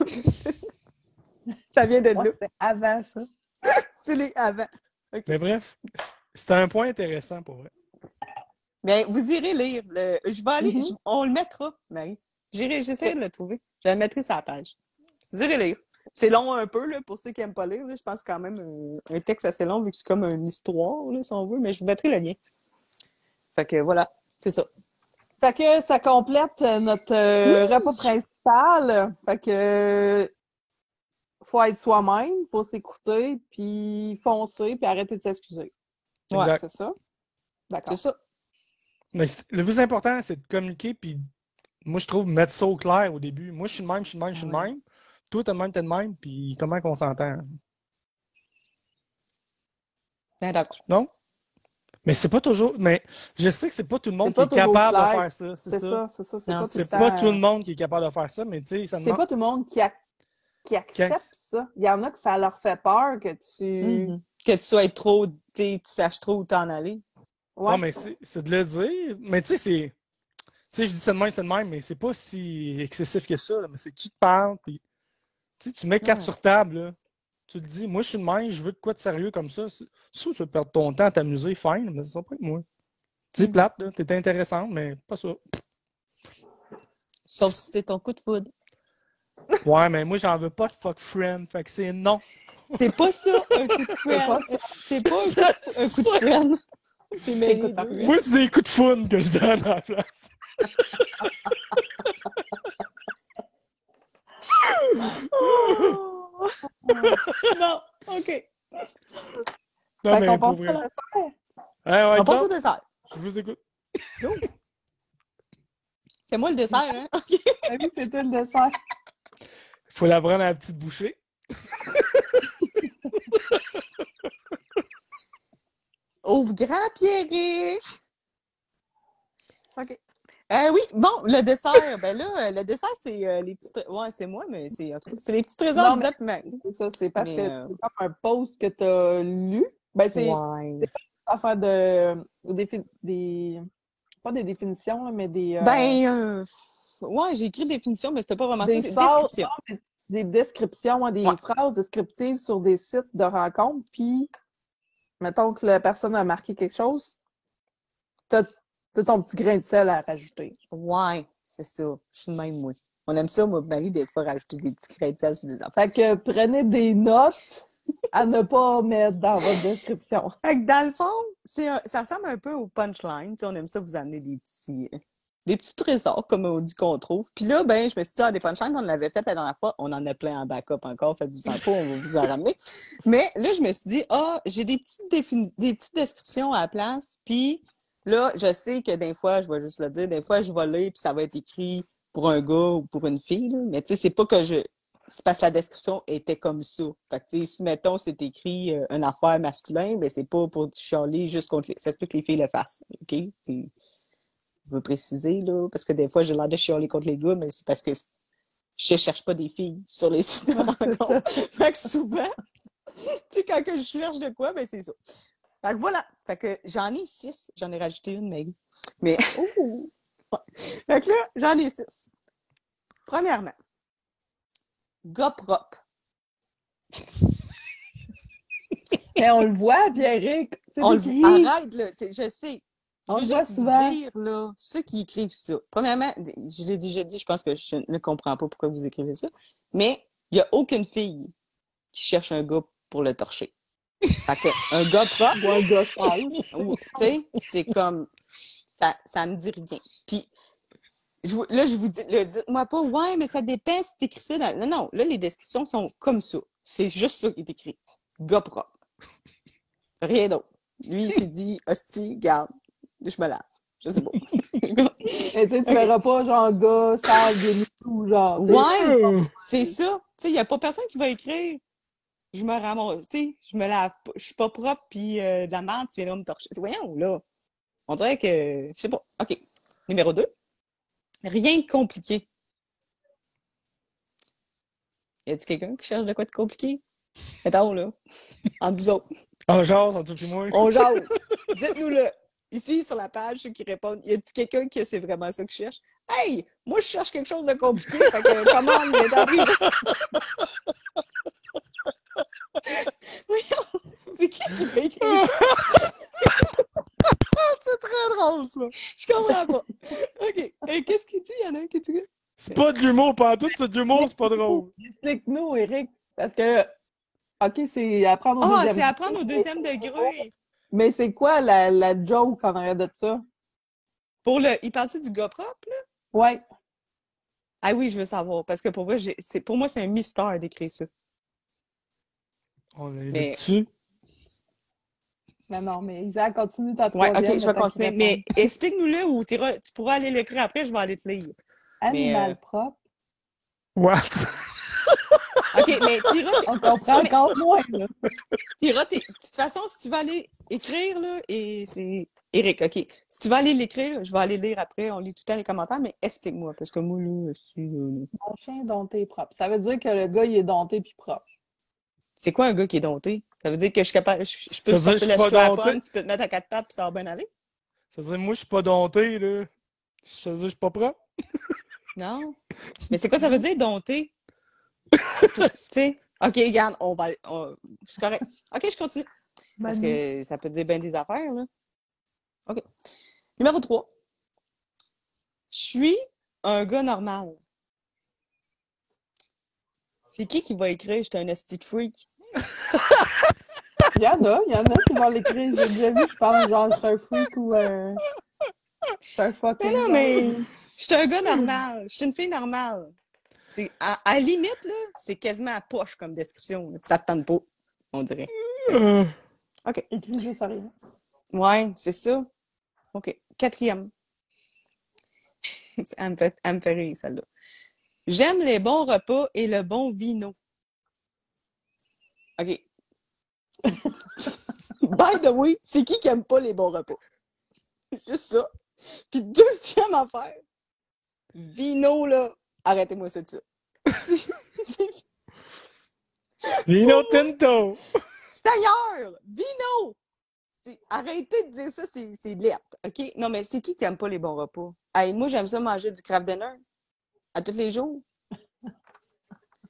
Speaker 2: Ça vient de
Speaker 3: moi,
Speaker 2: là.
Speaker 3: c'était avant ça.
Speaker 2: C'est les avant. OK.
Speaker 1: Mais bref, c'était un point intéressant pour vrai.
Speaker 2: Mais vous irez lire. Le... Je vais aller.
Speaker 3: Mhm.
Speaker 2: je- On le mettra, Marie. J'irai, j'essaierai de le trouver. Je le mettrai sur la page. Vous irez lire. C'est long un peu, là, pour ceux qui n'aiment pas lire. Là. Je pense quand même un, un texte assez long, vu que c'est comme une histoire, là, si on veut, mais je vous mettrai le lien. Fait que voilà, c'est ça.
Speaker 3: Fait que ça complète euh, notre euh,
Speaker 2: Oui!
Speaker 3: repas principal. Fait que euh, faut être soi-même, faut s'écouter, puis foncer, puis arrêter de s'excuser.
Speaker 2: Ouais,
Speaker 1: Exact.
Speaker 3: C'est ça?
Speaker 2: c'est
Speaker 3: D'accord.
Speaker 2: ça.
Speaker 1: Mais c'est- le plus important, c'est de communiquer, puis moi, je trouve mettre ça au clair au début. Moi, je suis de même, je suis de même, je suis de
Speaker 3: Ouais.
Speaker 1: même. Toi, t'es de même, t'es de même, puis comment qu'on s'entend?
Speaker 2: Ben d'accord.
Speaker 1: Non? Mais c'est pas toujours. Mais je sais que c'est pas tout le
Speaker 3: C'est
Speaker 1: monde qui
Speaker 3: pas
Speaker 1: est
Speaker 3: toujours
Speaker 1: capable de
Speaker 3: clair.
Speaker 1: faire ça. C'est
Speaker 3: C'est
Speaker 1: ça.
Speaker 3: ça, c'est ça. C'est
Speaker 2: Non,
Speaker 3: pas tout
Speaker 2: c'est
Speaker 3: le
Speaker 1: C'est pas
Speaker 3: temps.
Speaker 1: tout le monde qui est capable de faire ça, mais tu sais, ça
Speaker 3: C'est
Speaker 1: demande.
Speaker 3: pas tout le monde qui, ac- qui accepte ça. Il y en a que ça leur fait peur que tu.
Speaker 2: Mhm. Que tu sois trop, tu sais, tu saches trop où t'en aller.
Speaker 3: Ouais.
Speaker 1: Ouais, mais c'est c'est de le dire. Mais tu sais, c'est. Tu sais, je dis ça de même, c'est de même, mais c'est pas si excessif que ça. Là. Mais c'est que tu te parles, puis tu sais, tu mets carte
Speaker 2: Ouais.
Speaker 1: sur table, là. Tu te dis, moi, je suis de même, je veux de quoi de sérieux comme ça. Si si tu veux perdre ton temps à t'amuser, fine, mais c'est ça pas que moi. Tu dis
Speaker 2: Mhm.
Speaker 1: plate, là. T'es intéressante, mais pas ça.
Speaker 2: Sauf si c'est ton coup de foudre.
Speaker 1: Ouais, mais moi, j'en veux pas de fuck friend. Fait que c'est non.
Speaker 2: C'est pas ça, un coup de
Speaker 3: C'est pas
Speaker 2: friend.
Speaker 3: ça.
Speaker 2: C'est pas un coup de, un coup de friend. J'ai mêlé
Speaker 3: Écoute,
Speaker 2: deux.
Speaker 1: Moi, c'est des coups de foudre que je donne à la place.
Speaker 2: Oh! Non, OK.
Speaker 1: Non,
Speaker 3: Fait
Speaker 1: mais
Speaker 3: qu'on
Speaker 1: pour
Speaker 3: passe
Speaker 1: vrai.
Speaker 3: à la fin.
Speaker 1: Ouais, ouais,
Speaker 2: On passe au
Speaker 1: donc,
Speaker 2: dessert.
Speaker 1: je vous écoute.
Speaker 2: C'est moi le dessert, hein? OK.
Speaker 3: Ah oui, c'était le dessert.
Speaker 1: Faut la prendre à la petite bouchée.
Speaker 2: Ouvre grand, Pierrick! OK. Euh, oui, bon, le dessert, ben là, euh, le dessert, c'est euh, les petits... tré- Ouais, c'est moi, mais c'est en tout cas, c'est les petits trésors
Speaker 3: Non, mais
Speaker 2: d'Isaac et Marie.
Speaker 3: c'est ça, c'est parce
Speaker 2: Mais,
Speaker 3: que
Speaker 2: euh,
Speaker 3: c'est comme un post que tu as lu. Ben, c'est
Speaker 2: ouais.
Speaker 3: une affaire de. Des, fi- des. Pas des définitions, là, mais des. euh,
Speaker 2: Ben, euh, ouais, j'ai écrit définition, mais c'était pas vraiment ça,
Speaker 3: des
Speaker 2: c'est
Speaker 3: phrases.
Speaker 2: description.
Speaker 3: Non, mais des descriptions, hein, des
Speaker 1: Ouais.
Speaker 3: phrases descriptives sur des sites de rencontres, puis mettons que la personne a marqué quelque chose, t'as, t'as ton petit grain de sel à rajouter.
Speaker 2: Ouais, c'est ça. Je suis de même, moi. On aime ça, moi, Marie, des fois, rajouter des petits grains de sel sur des affaires.
Speaker 3: Fait que prenez des notes à ne pas mettre dans votre description.
Speaker 2: Fait que dans le fond, c'est un- ça ressemble un peu au punchline. Tu sais, on aime ça vous amener des petits, euh, des petits trésors, comme on dit qu'on trouve. Puis là, ben, je me suis dit, ah, des punchlines, on l'avait fait la dernière fois. On en a plein en backup encore. Faites-vous en pas, on va vous en ramener. Mais là, je me suis dit, ah, j'ai des petites défini- des petites descriptions à la place. Puis là, je sais que des fois, je vais juste le dire, des fois, je vais lire, puis ça va être écrit pour un gars ou pour une fille. Là. Mais tu sais, c'est pas que je. C'est parce que la description était comme ça. Fait que, tu sais, si, mettons, c'est écrit euh, une affaire masculin, ben c'est pas pour chialer juste contre les... Ça se peut que les filles le fassent, OK? C'est- Je veux préciser, là, parce que des fois, j'ai l'air de chialer contre les gars, mais c'est parce que je cherche pas des filles sur les sites de
Speaker 3: Ouais, c'est ça.
Speaker 2: rencontres. Fait que souvent, tu sais, quand que je cherche de quoi, ben c'est ça. Fait que voilà. Fait que j'en ai six. J'en ai rajouté une, Maggie. Mais,
Speaker 3: Ouh!
Speaker 2: fait que là, j'en ai six. Premièrement, gars propre.
Speaker 3: Mais on le voit, Pierrick. C'est
Speaker 2: On le
Speaker 3: écrit.
Speaker 2: arrête, là. C'est- Je sais. Je
Speaker 3: On
Speaker 2: veux
Speaker 3: le voit
Speaker 2: juste vous
Speaker 3: souvent.
Speaker 2: dire, là, ceux qui écrivent ça. Premièrement, je l'ai déjà dit, je pense que je ne comprends pas pourquoi vous écrivez ça, mais il n'y a aucune fille qui cherche un gars pour le torcher. Fait que, un gars propre,
Speaker 3: Ou un gars sale.
Speaker 2: ou, tu sais, c'est comme, ça, ça me dit rien. Puis, je vous- là, je vous dis, là, dites-moi pas, ouais, mais ça dépend si t'écris ça dans... Non, non, là, les descriptions sont comme ça. C'est juste ça qui est écrit. Gars propre. Rien d'autre. Lui, il s'est dit, hostie, garde, je me lave. Je sais pas.
Speaker 3: Mais tu sais, tu verras pas genre gars sale, bien ou genre. tu sais.
Speaker 2: Ouais,
Speaker 1: Euh,
Speaker 2: c'est ça. Tu sais, il n'y a pas personne qui va écrire, je me ramasse, tu sais, je me lave pas, je suis pas propre, puis euh, de la merde, tu viendras me torcher. Voyons, là. On dirait que, je sais pas. OK. Numéro deux. Rien de compliqué. Y a-tu quelqu'un qui cherche de quoi de compliqué? Attends, là. Entre vous autres.
Speaker 1: On jase, en tout puis moi.
Speaker 2: On jase. Dites-nous-le. Ici, sur la page, ceux qui répondent, y a-tu quelqu'un qui c'est vraiment ça que je cherche? Hey! Moi, je cherche quelque chose de compliqué. Fait que, commande, viens d'arriver. Voyons. C'est qui qui m'a écrit ça?
Speaker 1: C'est très drôle, ça.
Speaker 2: Je comprends pas. OK. Euh, qu'est-ce qu'il dit? Il y en a un qui dit...
Speaker 1: C'est pas de l'humour, pas tout, c'est de l'humour, c'est pas drôle.
Speaker 3: Explique-nous, Eric. Parce que, OK, c'est apprendre au
Speaker 2: Ah,
Speaker 3: deuxième
Speaker 2: c'est apprendre au deuxième degré.
Speaker 3: Mais c'est quoi la, la joke en arrière de ça?
Speaker 2: Pour le... Il parle-tu du gars propre, là?
Speaker 3: Ouais.
Speaker 2: Ah oui, je veux savoir. Parce que pour moi, j'ai... c'est... pour moi, c'est un mystère d'écrire ça.
Speaker 1: On est
Speaker 2: Mais-
Speaker 1: dessus.
Speaker 3: Non, non, mais Isaac, continue ta
Speaker 2: Ouais,
Speaker 3: troisième.
Speaker 2: OK, je vais
Speaker 3: le temps qu'il
Speaker 2: continuer. Mais
Speaker 3: réponde.
Speaker 2: explique-nous-le ou t'iras- tu pourras aller l'écrire après, je vais aller te lire.
Speaker 3: Animal
Speaker 2: mais, euh,
Speaker 3: propre.
Speaker 1: What?
Speaker 2: OK, mais t'iras...
Speaker 3: On comprend
Speaker 2: mais-
Speaker 3: encore moins, là.
Speaker 2: t'iras tes- De toute façon, si tu vas aller écrire, là, et c'est... Eric, OK. Si tu vas aller l'écrire, je vais aller lire après. On lit tout le temps les commentaires, mais explique-moi. Parce que moi, là, c'est... euh,
Speaker 3: Mon chien dompté propre. Ça veut dire que le gars, il est dompté puis propre.
Speaker 2: C'est quoi un gars qui est dompté? Ça veut dire que je suis capable... Je, je peux
Speaker 1: Ça
Speaker 2: te
Speaker 1: veut dire
Speaker 2: sortir
Speaker 1: que
Speaker 2: le
Speaker 1: je suis pas
Speaker 2: strap-on,
Speaker 1: dompté?
Speaker 2: tu peux te mettre à quatre pattes, puis ça va bien aller?
Speaker 1: Ça veut dire, moi, je suis pas dompté, là. Ça veut dire, je suis pas propre.
Speaker 2: Non. Mais c'est quoi ça veut dire, dompté? Tu sais? OK, regarde, on va... on- C'est correct. OK, je continue. Parce
Speaker 3: Manu.
Speaker 2: que ça peut dire bien des affaires, là. OK. Numéro trois. Je suis un gars normal. C'est qui qui va écrire « Je suis un esti de freak » ?
Speaker 3: Il y en a, il y en a qui vont l'écrire. J'ai déjà vu, je pense, genre, je suis un freak ou un. Je suis un fucking.
Speaker 2: Mais non,
Speaker 3: genre.
Speaker 2: mais je suis un gars normal. Je suis une fille normale. C'est, à, à la limite, là, c'est quasiment à poche comme description. là. Ça te tente pas, on dirait.
Speaker 1: Euh,
Speaker 2: OK.
Speaker 3: Écris juste rien.
Speaker 2: Ouais, c'est ça. OK. Quatrième. elle, me fait, elle me fait rire, celle-là. J'aime les bons repas et le bon vino. OK. By the way, c'est qui qui aime pas les bons repas? Juste ça. Puis deuxième affaire. Vino, là. Arrêtez-moi ça de ça. C'est- c'est-
Speaker 1: Vino Tinto.
Speaker 2: C'est ailleurs! Vino! C'est- Arrêtez de dire ça, c'est c'est lettre, OK? Non, mais c'est qui qui aime pas les bons repas? Hey, moi, j'aime ça manger du Kraft Dinner à tous les jours.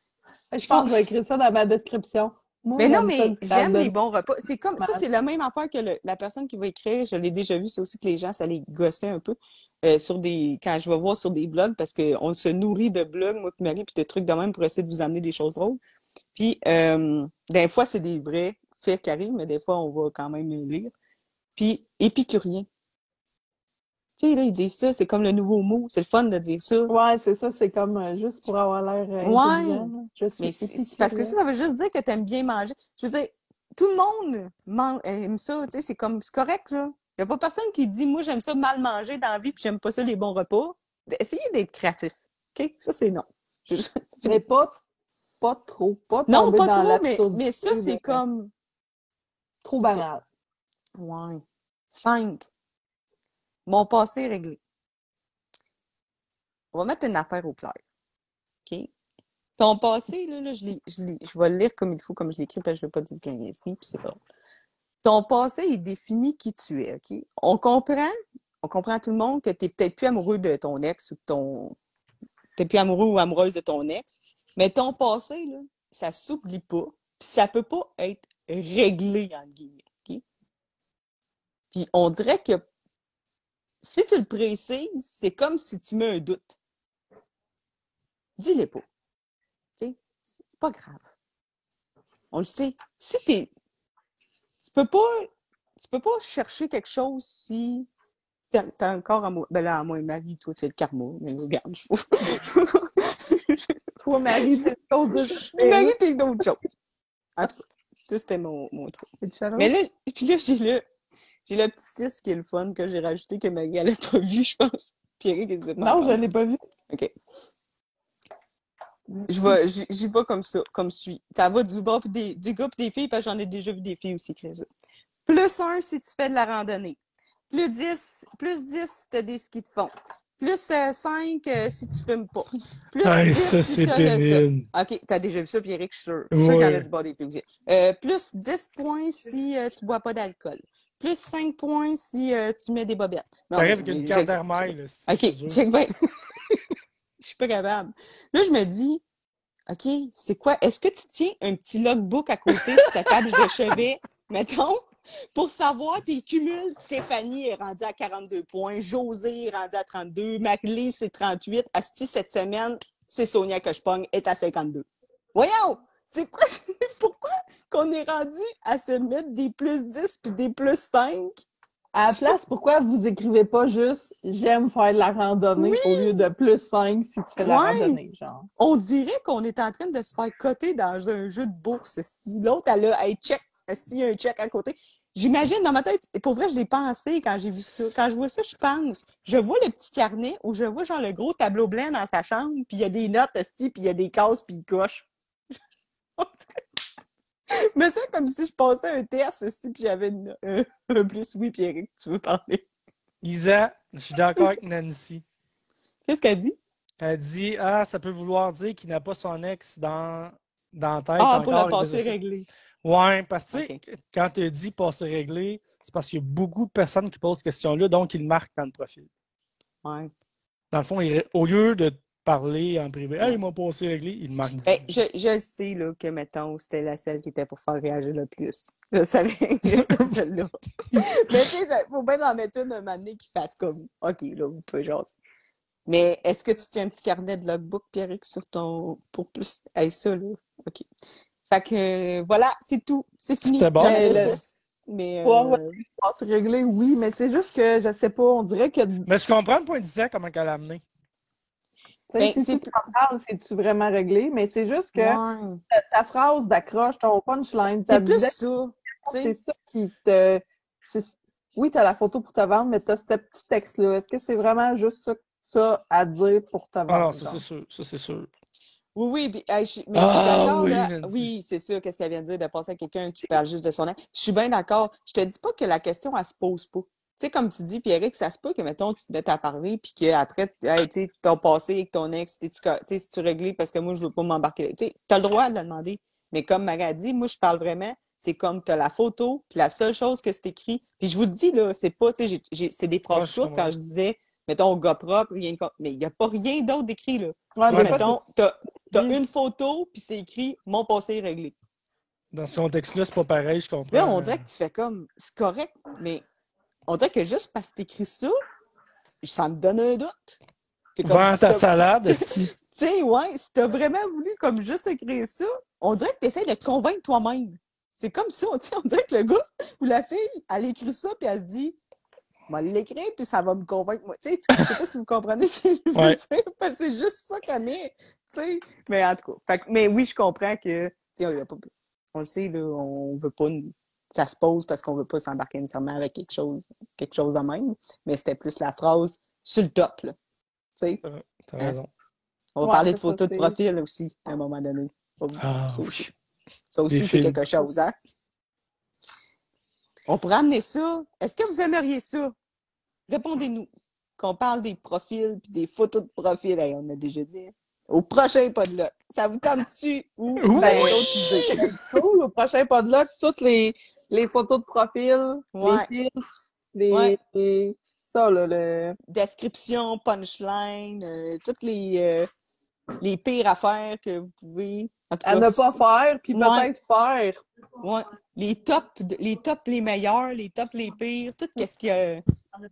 Speaker 3: Je pense que je vais écrire ça dans ma description. Moi,
Speaker 2: Mais non,
Speaker 3: j'aime ça
Speaker 2: mais
Speaker 3: du
Speaker 2: j'aime les
Speaker 3: random.
Speaker 2: bons repas. C'est comme ça, c'est la même affaire que le- la personne qui va écrire. Je l'ai déjà vu, c'est aussi que les gens, ça les gossait un peu euh, sur des, quand je vais voir sur des blogs, parce qu'on se nourrit de blogs, moi et Marie, puis de trucs de même pour essayer de vous amener des choses drôles. Puis, euh, des fois, c'est des vrais faits qui arrivent, mais des fois, on va quand même les lire. Puis, épicurien. Tu sais, là, ils disent ça, c'est comme le nouveau mot. C'est le fun de dire ça.
Speaker 3: Ouais, c'est ça, c'est comme euh, juste pour avoir l'air euh,
Speaker 2: Ouais,
Speaker 3: intelligent. Là. Je
Speaker 2: mais
Speaker 3: suis
Speaker 2: c'est c'est parce que ça,
Speaker 3: épicurien.
Speaker 2: ça veut juste dire que t'aimes bien manger. Je veux dire, tout le monde man- aime ça, tu sais, c'est comme, c'est correct, là. Il n'y a pas personne qui dit, moi, j'aime ça mal manger dans la vie, puis j'aime pas ça les bons repas. Essayez d'être créatif, OK? Ça, c'est non. Je-
Speaker 3: Mais pas, pas trop. Pas
Speaker 2: Non,
Speaker 3: tomber
Speaker 2: pas
Speaker 3: dans
Speaker 2: trop, mais, mais ça,
Speaker 3: l'absurdité
Speaker 2: c'est
Speaker 3: de
Speaker 2: comme,
Speaker 3: trop
Speaker 2: c'est ça.
Speaker 3: banal.
Speaker 2: Ouais. Cinq. Mon passé est réglé. On va mettre une affaire au clair, OK? Ton passé, là, là je, l'ai- je, l'ai- je vais le lire comme il faut, comme je l'écris, parce que je ne veux pas dire de la niaiserie, puis c'est pas. Ton passé, il définit qui tu es, OK? On comprend, on comprend tout le monde que tu n'es peut-être plus amoureux de ton ex ou de ton. Tu n'es plus amoureux ou amoureuse de ton ex, mais ton passé, là, ça s'oublie pas, puis ça peut pas être réglé, entre guillemets, OK? Puis on dirait que si tu le précises, c'est comme si tu mets un doute. Dis-le pas, OK? C'est c'est pas grave. On le sait. Si t'es. Tu peux pas. Tu peux pas chercher quelque chose si t'es t'es encore amoureux. Ben là, moi et Marie, toi, c'est le karma. Mais regarde, je
Speaker 3: Toi, Marie, t'es une chose
Speaker 2: Puis Marie,
Speaker 3: désespérée.
Speaker 2: t'es d'autres choses. En tout cas, ça, c'était mon, mon truc.
Speaker 3: C'est du
Speaker 2: Mais
Speaker 3: challenge?
Speaker 2: là, puis là, j'ai le, j'ai le petit six qui est le fun que j'ai rajouté que Marie, elle a pas vu, je pense. Pierre, qui sait pas
Speaker 3: Non, je
Speaker 2: encore.
Speaker 3: l'ai pas vu.
Speaker 2: OK. Je vais, j'y j'y vais comme ça, comme suit. Ça va du gars pis des, du gars pis des filles, parce que j'en ai déjà vu des filles aussi créer ça. Plus un si tu fais de la randonnée. Plus dix, plus dix si tu as des skis de fond. Plus euh, cinq euh, si tu fumes pas. Plus
Speaker 1: Hey,
Speaker 2: dix
Speaker 1: ça,
Speaker 2: si
Speaker 1: c'est
Speaker 2: tu as le ça.
Speaker 1: pénible.
Speaker 2: OK, t'as déjà vu ça, Pierrick, je suis sûre. Je suis sûre qu'il y en a
Speaker 1: Ouais.
Speaker 2: du bord des plus que euh, Plus dix points si euh, tu bois pas d'alcool. Plus cinq points si euh, tu mets des bobettes. Non,
Speaker 1: T'arrives
Speaker 2: mais,
Speaker 1: avec une
Speaker 2: mais
Speaker 1: carte
Speaker 2: j'exagère.
Speaker 1: d'Hermès, là, si je te
Speaker 2: OK,
Speaker 1: jure.
Speaker 2: check bien. Je suis pas capable. Là, je me dis, OK, c'est quoi? Est-ce que tu tiens un petit logbook à côté sur ta table de chevet, mettons, pour savoir tes cumuls? Stéphanie est rendue à quarante-deux points, José est rendue à trente-deux, Marie-Lise, c'est trente-huit. Asti, cette semaine, c'est Sonia que je pogne, est à cinquante-deux. Voyons! C'est quoi? Pourquoi qu'on est rendu à se mettre des plus dix puis des plus cinq?
Speaker 3: À la place, pourquoi vous écrivez pas juste j'aime faire de la randonnée
Speaker 2: Oui!
Speaker 3: au lieu de plus cinq si tu fais de la
Speaker 2: Ouais!
Speaker 3: randonnée, genre?
Speaker 2: On dirait qu'on est en train de se faire coter dans un jeu de bourse. Si l'autre, elle a, hey, check, est-ce qu'il y a un check à côté? J'imagine dans ma tête, et pour vrai, je l'ai pensé quand j'ai vu ça. Quand je vois ça, je pense. Je vois le petit carnet où je vois genre le gros tableau blanc dans sa chambre, puis il y a des notes, esti, puis il y a des cases, puis il coche. Mais c'est comme si je passais un test, esti, puis j'avais une- un, un plus. Oui, Pierrick, tu veux parler?
Speaker 1: Isa, je suis d'accord avec Nancy.
Speaker 2: Qu'est-ce qu'elle dit?
Speaker 1: Elle dit, ah, ça peut vouloir dire qu'il n'a pas son ex dans, dans la tête
Speaker 2: Ah, pour le
Speaker 1: encore. Il
Speaker 2: passé
Speaker 1: faisait ça.
Speaker 2: réglé.
Speaker 1: Ouais, parce que, tu sais,
Speaker 2: OK.
Speaker 1: quand tu dis passer réglé, c'est parce qu'il y a beaucoup de personnes qui posent cette question-là, donc ils le marquent dans le profil.
Speaker 2: Ouais.
Speaker 1: Dans le fond, il- au lieu de parler en privé, hey,
Speaker 2: Ouais.
Speaker 1: il m'a passé réglé, il le marque
Speaker 2: Ben,
Speaker 1: direct.
Speaker 2: je, je sais là, que, mettons, c'était la celle qui était pour faire réagir le plus. Je savais que c'était celle-là. Mais tu sais, il faut bien en mettre une un moment donné qui fasse comme OK, là, vous pouvez jaser. Mais est-ce que tu tiens un petit carnet de logbook, Pierrick, sur ton. Pour plus. Hey, ça, là. OK. Fait que euh, voilà, c'est tout. C'est fini.
Speaker 1: C'était bon.
Speaker 2: J'en
Speaker 3: Mais
Speaker 2: avais
Speaker 3: le
Speaker 2: six. Mais
Speaker 3: pouvoir
Speaker 2: euh,
Speaker 3: se régler, oui, mais c'est juste que je sais pas, on dirait que tu
Speaker 1: Mais je comprends le point d'Isa, comment elle l'a amené.
Speaker 3: sais,
Speaker 2: ben,
Speaker 3: si
Speaker 2: c'est
Speaker 3: tu
Speaker 2: plus.
Speaker 3: t'en parles, c'est-tu vraiment réglé? Mais c'est juste que
Speaker 2: Ouais.
Speaker 3: ta, ta phrase d'accroche, ton punchline, ta
Speaker 2: C'est plus
Speaker 3: vidéo,
Speaker 2: ça. Tu
Speaker 3: c'est
Speaker 2: sais.
Speaker 3: ça qui te. c'est- Oui, t'as la photo pour te vendre, mais t'as ce petit texte-là. Est-ce que c'est vraiment juste ça, ça à dire pour te
Speaker 1: Ah non,
Speaker 3: vendre,
Speaker 1: ça c'est
Speaker 3: genre?
Speaker 1: sûr, ça c'est sûr.
Speaker 2: Oui, oui, puis, hey, je- mais je suis
Speaker 1: Ah
Speaker 2: d'accord,
Speaker 1: oui,
Speaker 2: là.
Speaker 1: Nancy.
Speaker 2: Oui, c'est sûr, qu'est-ce qu'elle vient de dire, de passer à quelqu'un qui parle juste de son ex. Je suis bien d'accord. Je te dis pas que la question, elle se pose pas. Tu sais, comme tu dis, Pierrick, ça se peut que, mettons, tu te mettes à parler, puis qu'après, hey, tu sais, ton passé avec ton ex, tu sais, si tu réglé parce que moi, je veux pas m'embarquer. Tu sais, t'as le droit de le demander. Mais comme Marie dit, moi, je parle vraiment, c'est comme t'as la photo, puis la seule chose que c'est écrit. Puis je vous le dis, là, c'est pas, tu sais, j'ai- j'ai- c'est des
Speaker 1: Ouais,
Speaker 2: phrases
Speaker 1: je
Speaker 2: courtes quand
Speaker 1: comprends.
Speaker 2: je disais, mettons, gars propre, rien de com- mais il y a pas rien d'autre d'écrit, là.
Speaker 3: Ouais,
Speaker 2: C'est,
Speaker 3: des
Speaker 1: Ouais,
Speaker 3: fois, c'est
Speaker 2: mettons, t'as t'as
Speaker 3: Oui.
Speaker 2: une photo, puis c'est écrit « Mon passé est réglé ».
Speaker 1: Dans ce contexte-là, c'est pas pareil, je comprends.
Speaker 2: Là, on dirait que tu fais comme « C'est correct », mais on dirait que juste parce que t'écris ça, ça me donne un doute. C'est comme
Speaker 1: Vends
Speaker 2: si
Speaker 1: ta
Speaker 2: t'as-
Speaker 1: salade, si.
Speaker 2: Tu sais, ouais, si t'as vraiment voulu comme juste écrire ça, on dirait que t'essaies de te convaincre toi-même. C'est comme ça, tu sais, on dirait que le gars ou la fille, elle écrit ça, puis elle se dit « Je vais l'écrire, puis ça va me convaincre, moi. » Tu sais, tu- je sais pas si vous comprenez ce que je veux
Speaker 1: Ouais.
Speaker 2: dire, parce que c'est juste ça qu'elle met, tu sais. Mais en tout cas, fait que- mais oui, je comprends que, tu sais, on, y a pas- on le sait, là, on veut pas, une- ça se pose parce qu'on veut pas s'embarquer nécessairement avec quelque chose, quelque chose de même, mais c'était plus la phrase sur le top, là, tu sais.
Speaker 1: Euh, T'as
Speaker 2: Hein?
Speaker 1: raison.
Speaker 2: On va
Speaker 3: Ouais,
Speaker 2: parler
Speaker 3: c'est
Speaker 2: de
Speaker 3: ça,
Speaker 2: photos de
Speaker 3: c'est-
Speaker 2: profil aussi, à un moment donné. Oh,
Speaker 1: Ah,
Speaker 2: ça aussi,
Speaker 1: oui.
Speaker 2: ça aussi
Speaker 1: Des
Speaker 2: c'est
Speaker 1: films.
Speaker 2: quelque chose, hein? On pourrait amener ça. Est-ce que vous aimeriez ça? Répondez-nous. Qu'on parle des profils puis des photos de profil. Hey, on a déjà dit. Hein? Au prochain podluck. Ça vous tente-tu ou
Speaker 1: Oui!
Speaker 2: vous avez d'autres idées?
Speaker 3: Cool, au prochain podluck, toutes les, les photos de profil,
Speaker 2: Ouais.
Speaker 3: les filtres, les,
Speaker 2: Ouais.
Speaker 3: les- ça, là, le...
Speaker 2: Description, punchline, euh, toutes les, euh, les pires affaires que vous pouvez. En tout
Speaker 3: à
Speaker 2: cas,
Speaker 3: ne pas
Speaker 2: si-
Speaker 3: faire, puis
Speaker 2: Ouais.
Speaker 3: peut-être faire.
Speaker 2: Ouais. Les tops, de- les tops les meilleurs, les tops les pires, tout qu'est-ce qu'il y a.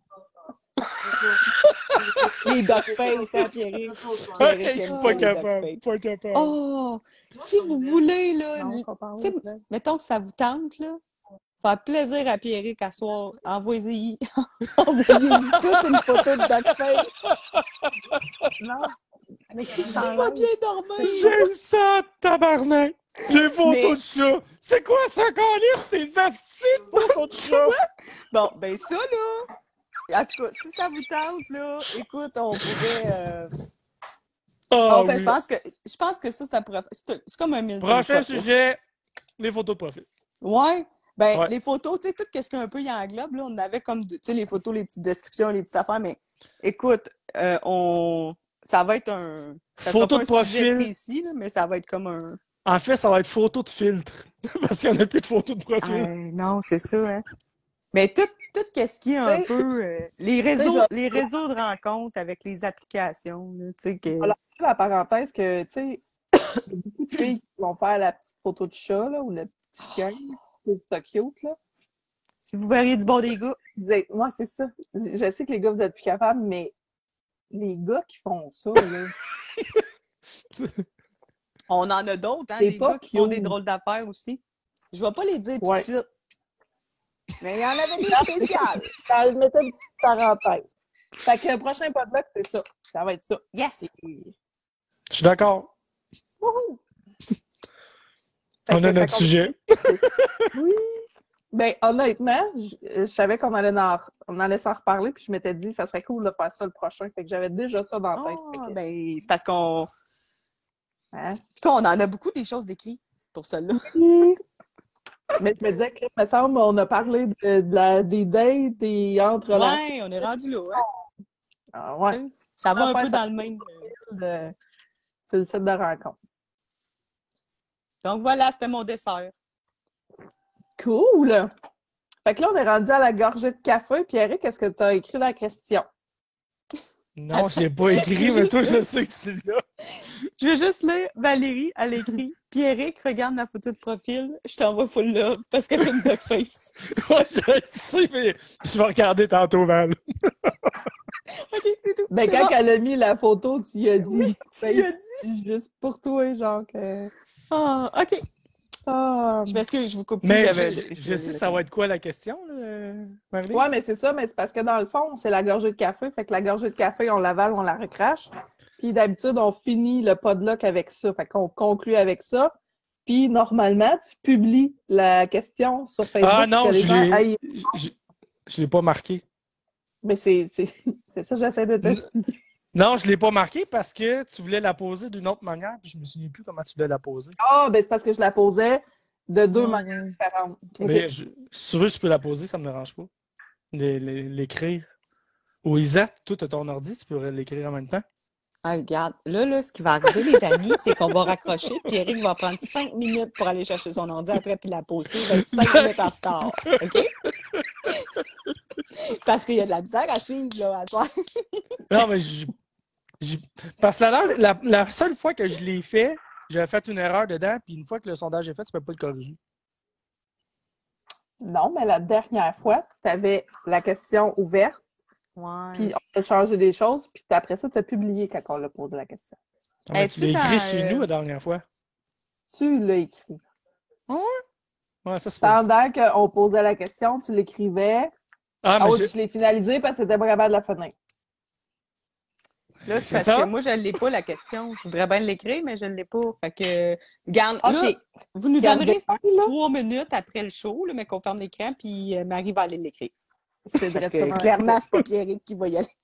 Speaker 2: Les duckface, hein, Pierrick? Pierrick
Speaker 1: Hey,
Speaker 2: aime
Speaker 1: je suis
Speaker 2: ça,
Speaker 1: pas
Speaker 2: les
Speaker 1: capable.
Speaker 2: duckface.
Speaker 1: Pas capable.
Speaker 2: Oh! Si vous voulez, là,
Speaker 3: Non,
Speaker 2: l-
Speaker 3: faut parler
Speaker 2: tu sais,
Speaker 3: de-
Speaker 2: mettons que ça vous tente, là, faire plaisir à Pierrick à soir, envoyez-y, envoyez-y toute une photo de duckface.
Speaker 3: Non, avec qui
Speaker 2: Il
Speaker 3: t'en
Speaker 2: va
Speaker 3: l'air?
Speaker 2: bien dormir.
Speaker 1: J'aime ça, tabarnak! Les photos
Speaker 2: Mais-
Speaker 1: de chat! C'est quoi ça, Calice? Tes astis de photos de chat!
Speaker 2: Bon, ben ça, là, en tout cas, si ça vous tente, là, écoute, on pourrait... euh,
Speaker 1: Ah
Speaker 2: on fait-
Speaker 1: oui.
Speaker 2: je, pense que, je pense que ça, ça pourrait... C'est c'est comme un mille
Speaker 1: Prochain sujet, les photos de profil.
Speaker 2: Ouais. Ben,
Speaker 1: Ouais.
Speaker 2: les photos, tu sais, tout ce qu'un peu il englobe, là, on avait comme, tu sais, les photos, les petites descriptions, les petites affaires, mais écoute, euh, on... ça va être un... Ça sera
Speaker 1: Photo
Speaker 2: pas
Speaker 1: de
Speaker 2: un sujet
Speaker 1: profil.
Speaker 2: précis, là, mais ça va être comme un...
Speaker 1: En fait, ça va être photo de filtre. Parce qu'il n'y en a plus de photos de profil.
Speaker 2: Euh, non, c'est ça, hein. Mais tout, tout ce qui est un
Speaker 3: Tu sais,
Speaker 2: peu... euh, les réseaux,
Speaker 3: je-
Speaker 2: les réseaux de rencontres avec les applications, là, tu sais, que...
Speaker 3: Alors, la parenthèse que, tu sais, il y a beaucoup de filles qui vont faire la petite photo de chat, là, ou le petit chien, c'est ça cute, là.
Speaker 2: Si vous verriez du bon des gars.
Speaker 3: Ils disaient, moi, c'est ça. Je sais que les gars, vous êtes plus capables, mais les gars qui font ça, là,
Speaker 2: On en a d'autres, hein,
Speaker 3: C'est
Speaker 2: des
Speaker 3: pas
Speaker 2: gars qui font
Speaker 3: cute.
Speaker 2: des drôles d'affaires aussi. Je vais pas les dire tout
Speaker 3: Ouais.
Speaker 2: de suite. Mais il y en avait des spéciales.
Speaker 3: ça le mettait une petite parenthèse. Fait que le prochain podluck, c'est ça. Ça va être ça.
Speaker 2: Yes!
Speaker 3: Et-
Speaker 1: Je suis d'accord.
Speaker 2: Wouhou!
Speaker 3: Fait
Speaker 1: On
Speaker 3: que
Speaker 1: a
Speaker 3: ça
Speaker 1: notre
Speaker 3: compte-
Speaker 1: sujet.
Speaker 3: Oui. Ben, honnêtement, je, je savais qu'on allait, en, on allait s'en reparler, puis je m'étais dit, ça serait cool de faire ça le prochain. Fait que j'avais déjà ça dans la tête.
Speaker 2: Ah,
Speaker 3: Fait que,
Speaker 2: ben, c'est parce qu'on...
Speaker 3: hein.
Speaker 2: En tout cas, on en a beaucoup des choses décrites pour celle-là.
Speaker 3: Mais je me disais que, il me semble, on a parlé de, de la, des dates et entre la...
Speaker 2: Ouais, on est rendu là, hein?
Speaker 3: Ah, ouais.
Speaker 2: Ça va
Speaker 3: On
Speaker 2: un
Speaker 3: va
Speaker 2: peu
Speaker 3: faire
Speaker 2: dans le même... euh,
Speaker 3: de- sur le site de rencontre.
Speaker 2: Donc voilà, c'était mon dessert.
Speaker 3: Cool! Fait que là, on est rendu à la gorgée de café. Pierrick, est-ce que tu as écrit la question?
Speaker 1: Non, je l'ai pas écrit, mais toi, je sais que tu l'as.
Speaker 2: Je vais juste lire Valérie, elle écrit « Pierrick, regarde ma photo de profil, je t'envoie full love parce qu'elle fait une duckface.
Speaker 1: Ouais, je sais, mais je vais regarder tantôt, Val. »
Speaker 2: OK, c'est tout.
Speaker 3: Ben,
Speaker 2: C'est
Speaker 3: quand
Speaker 2: bon.
Speaker 3: elle a mis la photo, tu y as dit.
Speaker 2: Oui, tu y as dit.
Speaker 3: Juste pour toi, genre que.
Speaker 2: Ah, OK.
Speaker 3: Ah.
Speaker 2: Je m'excuse, je vous coupe plus.
Speaker 1: Mais
Speaker 2: j'avais-
Speaker 1: je, je, je sais, ça va être quoi la question, là, Marie?
Speaker 3: Ouais, mais c'est ça, mais c'est parce que dans le fond, c'est la gorgée de café. Fait que la gorgée de café, on l'avale, on la recrache. Puis d'habitude, on finit le podluck avec ça. Fait qu'on conclut avec ça. Puis normalement, tu publies la question sur Facebook.
Speaker 1: Ah non,
Speaker 3: que les
Speaker 1: je
Speaker 3: gens
Speaker 1: l'ai
Speaker 3: aillent-
Speaker 1: je, je l'ai pas marqué.
Speaker 3: Mais c'est c'est c'est ça, j'essaie de t'expliquer.
Speaker 1: Non, je l'ai pas marqué parce que tu voulais la poser d'une autre manière, puis je me souviens plus comment tu voulais la poser.
Speaker 3: Ah, ben c'est parce que je la posais de deux
Speaker 2: Hmm.
Speaker 3: manières différentes.
Speaker 1: Mais je- si tu veux, je peux la poser, ça me dérange pas. Les- les- L'écrire. Ou Isa, toi, t'as ton ordi, tu pourrais l'écrire en même temps.
Speaker 2: Ah, regarde, là, là, ce qui va arriver, les amis, c'est qu'on va raccrocher, puis Eric va prendre cinq minutes pour aller chercher son ordi après, puis la poster. Il va être cinq minutes en retard. OK? Parce qu'il y a de la misère à suivre, là, à soir.
Speaker 1: Non, mais je- J'ai- Parce que la, la, la seule fois que je l'ai fait, j'avais fait une erreur dedans, puis une fois que le sondage est fait, tu peux pas le corriger.
Speaker 3: Non, mais la dernière fois, tu avais la question ouverte,
Speaker 2: Ouais.
Speaker 3: puis on a changé des choses, puis après ça, tu as publié quand on l'a posé la question.
Speaker 1: Ah, mais
Speaker 2: Hey,
Speaker 1: tu
Speaker 2: tu
Speaker 1: l'as
Speaker 2: sais,
Speaker 1: écrit
Speaker 2: dans,
Speaker 1: chez
Speaker 2: euh,
Speaker 1: nous la dernière fois.
Speaker 3: Tu l'as écrit.
Speaker 1: Ouais, ça c'est pas.
Speaker 3: Pendant qu'on posait la question, tu l'écrivais.
Speaker 1: Ah,
Speaker 3: Ah
Speaker 1: mais
Speaker 3: oui,
Speaker 1: je-
Speaker 3: puis je l'ai finalisé parce que c'était pas capable de la finir.
Speaker 2: Là, c'est
Speaker 1: c'est
Speaker 2: parce
Speaker 1: ça?
Speaker 2: que moi, je l'ai pas, la question. Je voudrais bien l'écrire, mais je l'ai pas. Fait que, garde, là,
Speaker 3: OK.
Speaker 2: vous nous
Speaker 3: Gardez
Speaker 2: donnerez
Speaker 3: un, là.
Speaker 2: trois minutes après le show, là, mais qu'on ferme l'écran, puis euh, Marie va aller l'écrire.
Speaker 3: C'est
Speaker 2: Parce
Speaker 3: vrai,
Speaker 2: que, clairement, c'est pas Pierrick qui va y aller.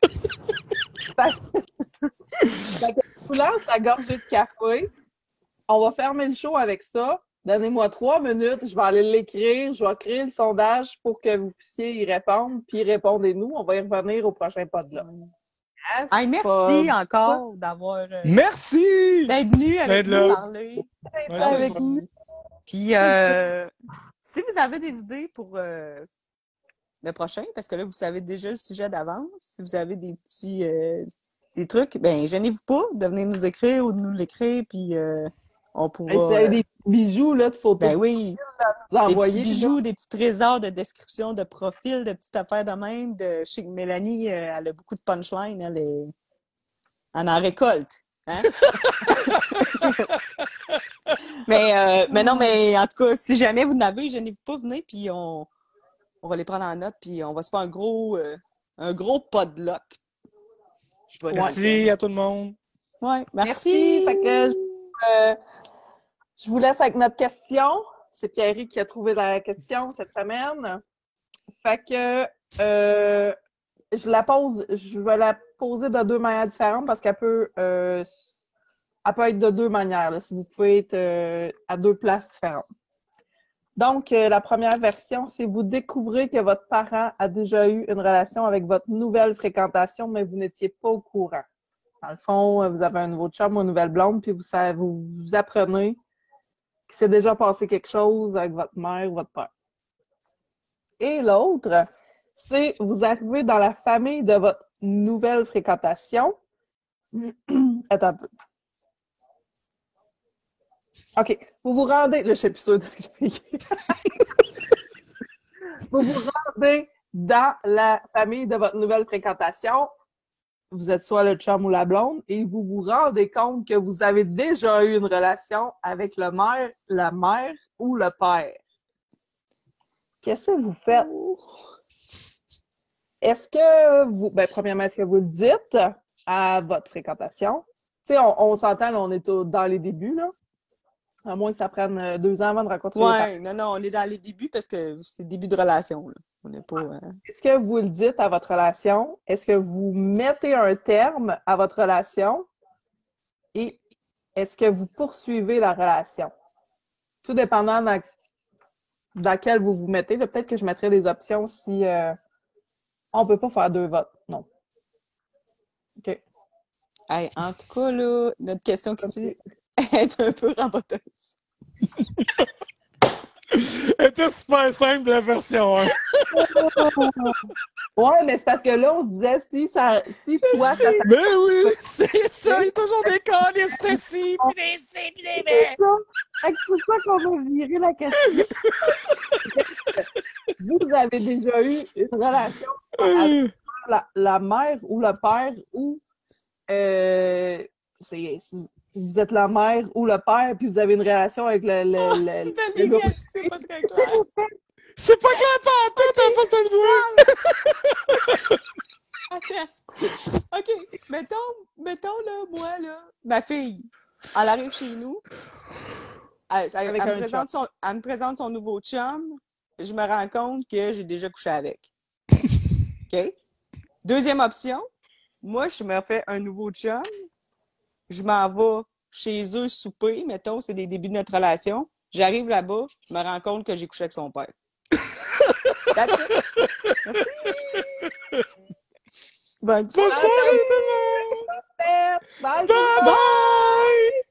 Speaker 3: Fait que je vous lance la gorgée de café. On va fermer le show avec ça. Donnez-moi trois minutes. Je vais aller l'écrire. Je vais créer le sondage pour que vous puissiez y répondre. Puis répondez-nous. On va y revenir au prochain pod là. Hein,
Speaker 2: Hey,
Speaker 3: c'est pas-
Speaker 2: merci encore d'avoir, euh,
Speaker 1: Merci!
Speaker 2: d'être venu avec
Speaker 1: D'être
Speaker 2: nous
Speaker 1: là.
Speaker 2: parler.
Speaker 3: d'être
Speaker 1: Ouais,
Speaker 3: là
Speaker 1: c'est
Speaker 3: avec
Speaker 1: le
Speaker 3: nous.
Speaker 1: fun.
Speaker 2: Puis, euh, si vous avez des idées pour euh, le prochain, parce que là, vous savez déjà le sujet d'avance, si vous avez des petits euh, des trucs, ben, gênez-vous pas de venir nous écrire ou de nous l'écrire, puis euh, on
Speaker 3: Et si
Speaker 2: pourra.
Speaker 3: vous avez
Speaker 2: euh,
Speaker 3: des bijoux là, de photos
Speaker 2: ben
Speaker 3: de
Speaker 2: oui,
Speaker 3: vous
Speaker 2: des petits
Speaker 3: envoyer.
Speaker 2: bijoux, des petits trésors de description, de profil, de petites affaires de même. De... Je sais que Mélanie, euh, elle a beaucoup de punchline, elle est. Elle en récolte. Hein? mais, euh, mais non, mais en tout cas, si jamais vous n'avez, gênez-vous pas, venez, puis on, on va les prendre en note, puis on va se faire un gros, euh, un gros podlock. Je vais dire
Speaker 1: Merci à tout le monde.
Speaker 2: ça. Ouais,
Speaker 3: Merci.
Speaker 2: merci.
Speaker 3: Fait que je, euh, je vous laisse avec notre question. C'est Pierre qui a trouvé la question cette semaine. Fait que euh, je la pose, je vais la poser de deux manières différentes parce qu'elle peut, euh, elle peut être de deux manières, là, si vous pouvez être euh, à deux places différentes. Donc, euh, la première version, c'est vous découvrez que votre parent a déjà eu une relation avec votre nouvelle fréquentation, mais vous n'étiez pas au courant. Dans le fond, vous avez un nouveau chum ou une nouvelle blonde, puis vous savez, vous, vous apprenez qu'il s'est déjà passé quelque chose avec votre mère ou votre père. Et l'autre, c'est vous arrivez dans la famille de votre nouvelle fréquentation. Attends un peu. OK. Vous vous rendez. Là, je sais plus sûr de ce que je peux écrire. Vous vous rendez dans la famille de votre nouvelle fréquentation. Vous êtes soit le chum ou la blonde et vous vous rendez compte que vous avez déjà eu une relation avec le mère, la mère ou le père. Qu'est-ce que vous faites? Est-ce que vous, ben, premièrement, est-ce que vous le dites à votre fréquentation? Tu sais, on, on s'entend, là, on est au- dans les débuts, là. À moins que ça prenne euh, deux ans avant de rencontrer les parents.
Speaker 2: Ouais, non, non, on est dans les débuts parce que c'est le début de relation, là. On n'est pas. euh,
Speaker 3: Est-ce que vous le dites à votre relation? Est-ce que vous mettez un terme à votre relation? Et est-ce que vous poursuivez la relation? Tout dépendant dans, dans laquelle vous vous mettez. Là, peut-être que je mettrai des options si euh, on peut pas faire deux votes. Non. OK.
Speaker 2: Hey, en tout cas, là, notre question qui tue est un peu raboteuse.
Speaker 1: Elle était super simple, la version un.
Speaker 3: Ouais, mais c'est parce que là, on se disait, si, ça, si toi, ça t'a-
Speaker 1: Mais oui, c'est ça. Il y a toujours des calistes ici, pis des ci, pis des mais.
Speaker 3: C'est ça. Fait que c'est ça qu'on va virer la question. Vous avez déjà eu une relation avec la, la mère ou le père ou euh, c'est, c'est- vous êtes la mère ou le père puis vous avez une relation avec le, le, le, le
Speaker 2: Valérie,
Speaker 3: gars.
Speaker 2: elle dit que c'est pas très clair.
Speaker 1: C'est pas clair pas en tête, on va se le dire.
Speaker 2: Attends. OK. Mettons, mettons, là, moi, là, ma fille, elle arrive chez nous. Elle, elle-
Speaker 3: Avec
Speaker 2: elle me
Speaker 3: un
Speaker 2: présente son, elle me présente son nouveau chum. Je me rends compte que j'ai déjà couché avec. OK? Deuxième option, moi, je me fais un nouveau chum. Je m'en vais chez eux souper. Mettons, c'est des débuts de notre relation. J'arrive là-bas, je me rends compte que j'ai couché avec son père. That's it. Merci. Bonne
Speaker 1: Bonne
Speaker 2: soirée.
Speaker 1: soirée, tout le monde.
Speaker 3: Bye!
Speaker 1: Bye bye.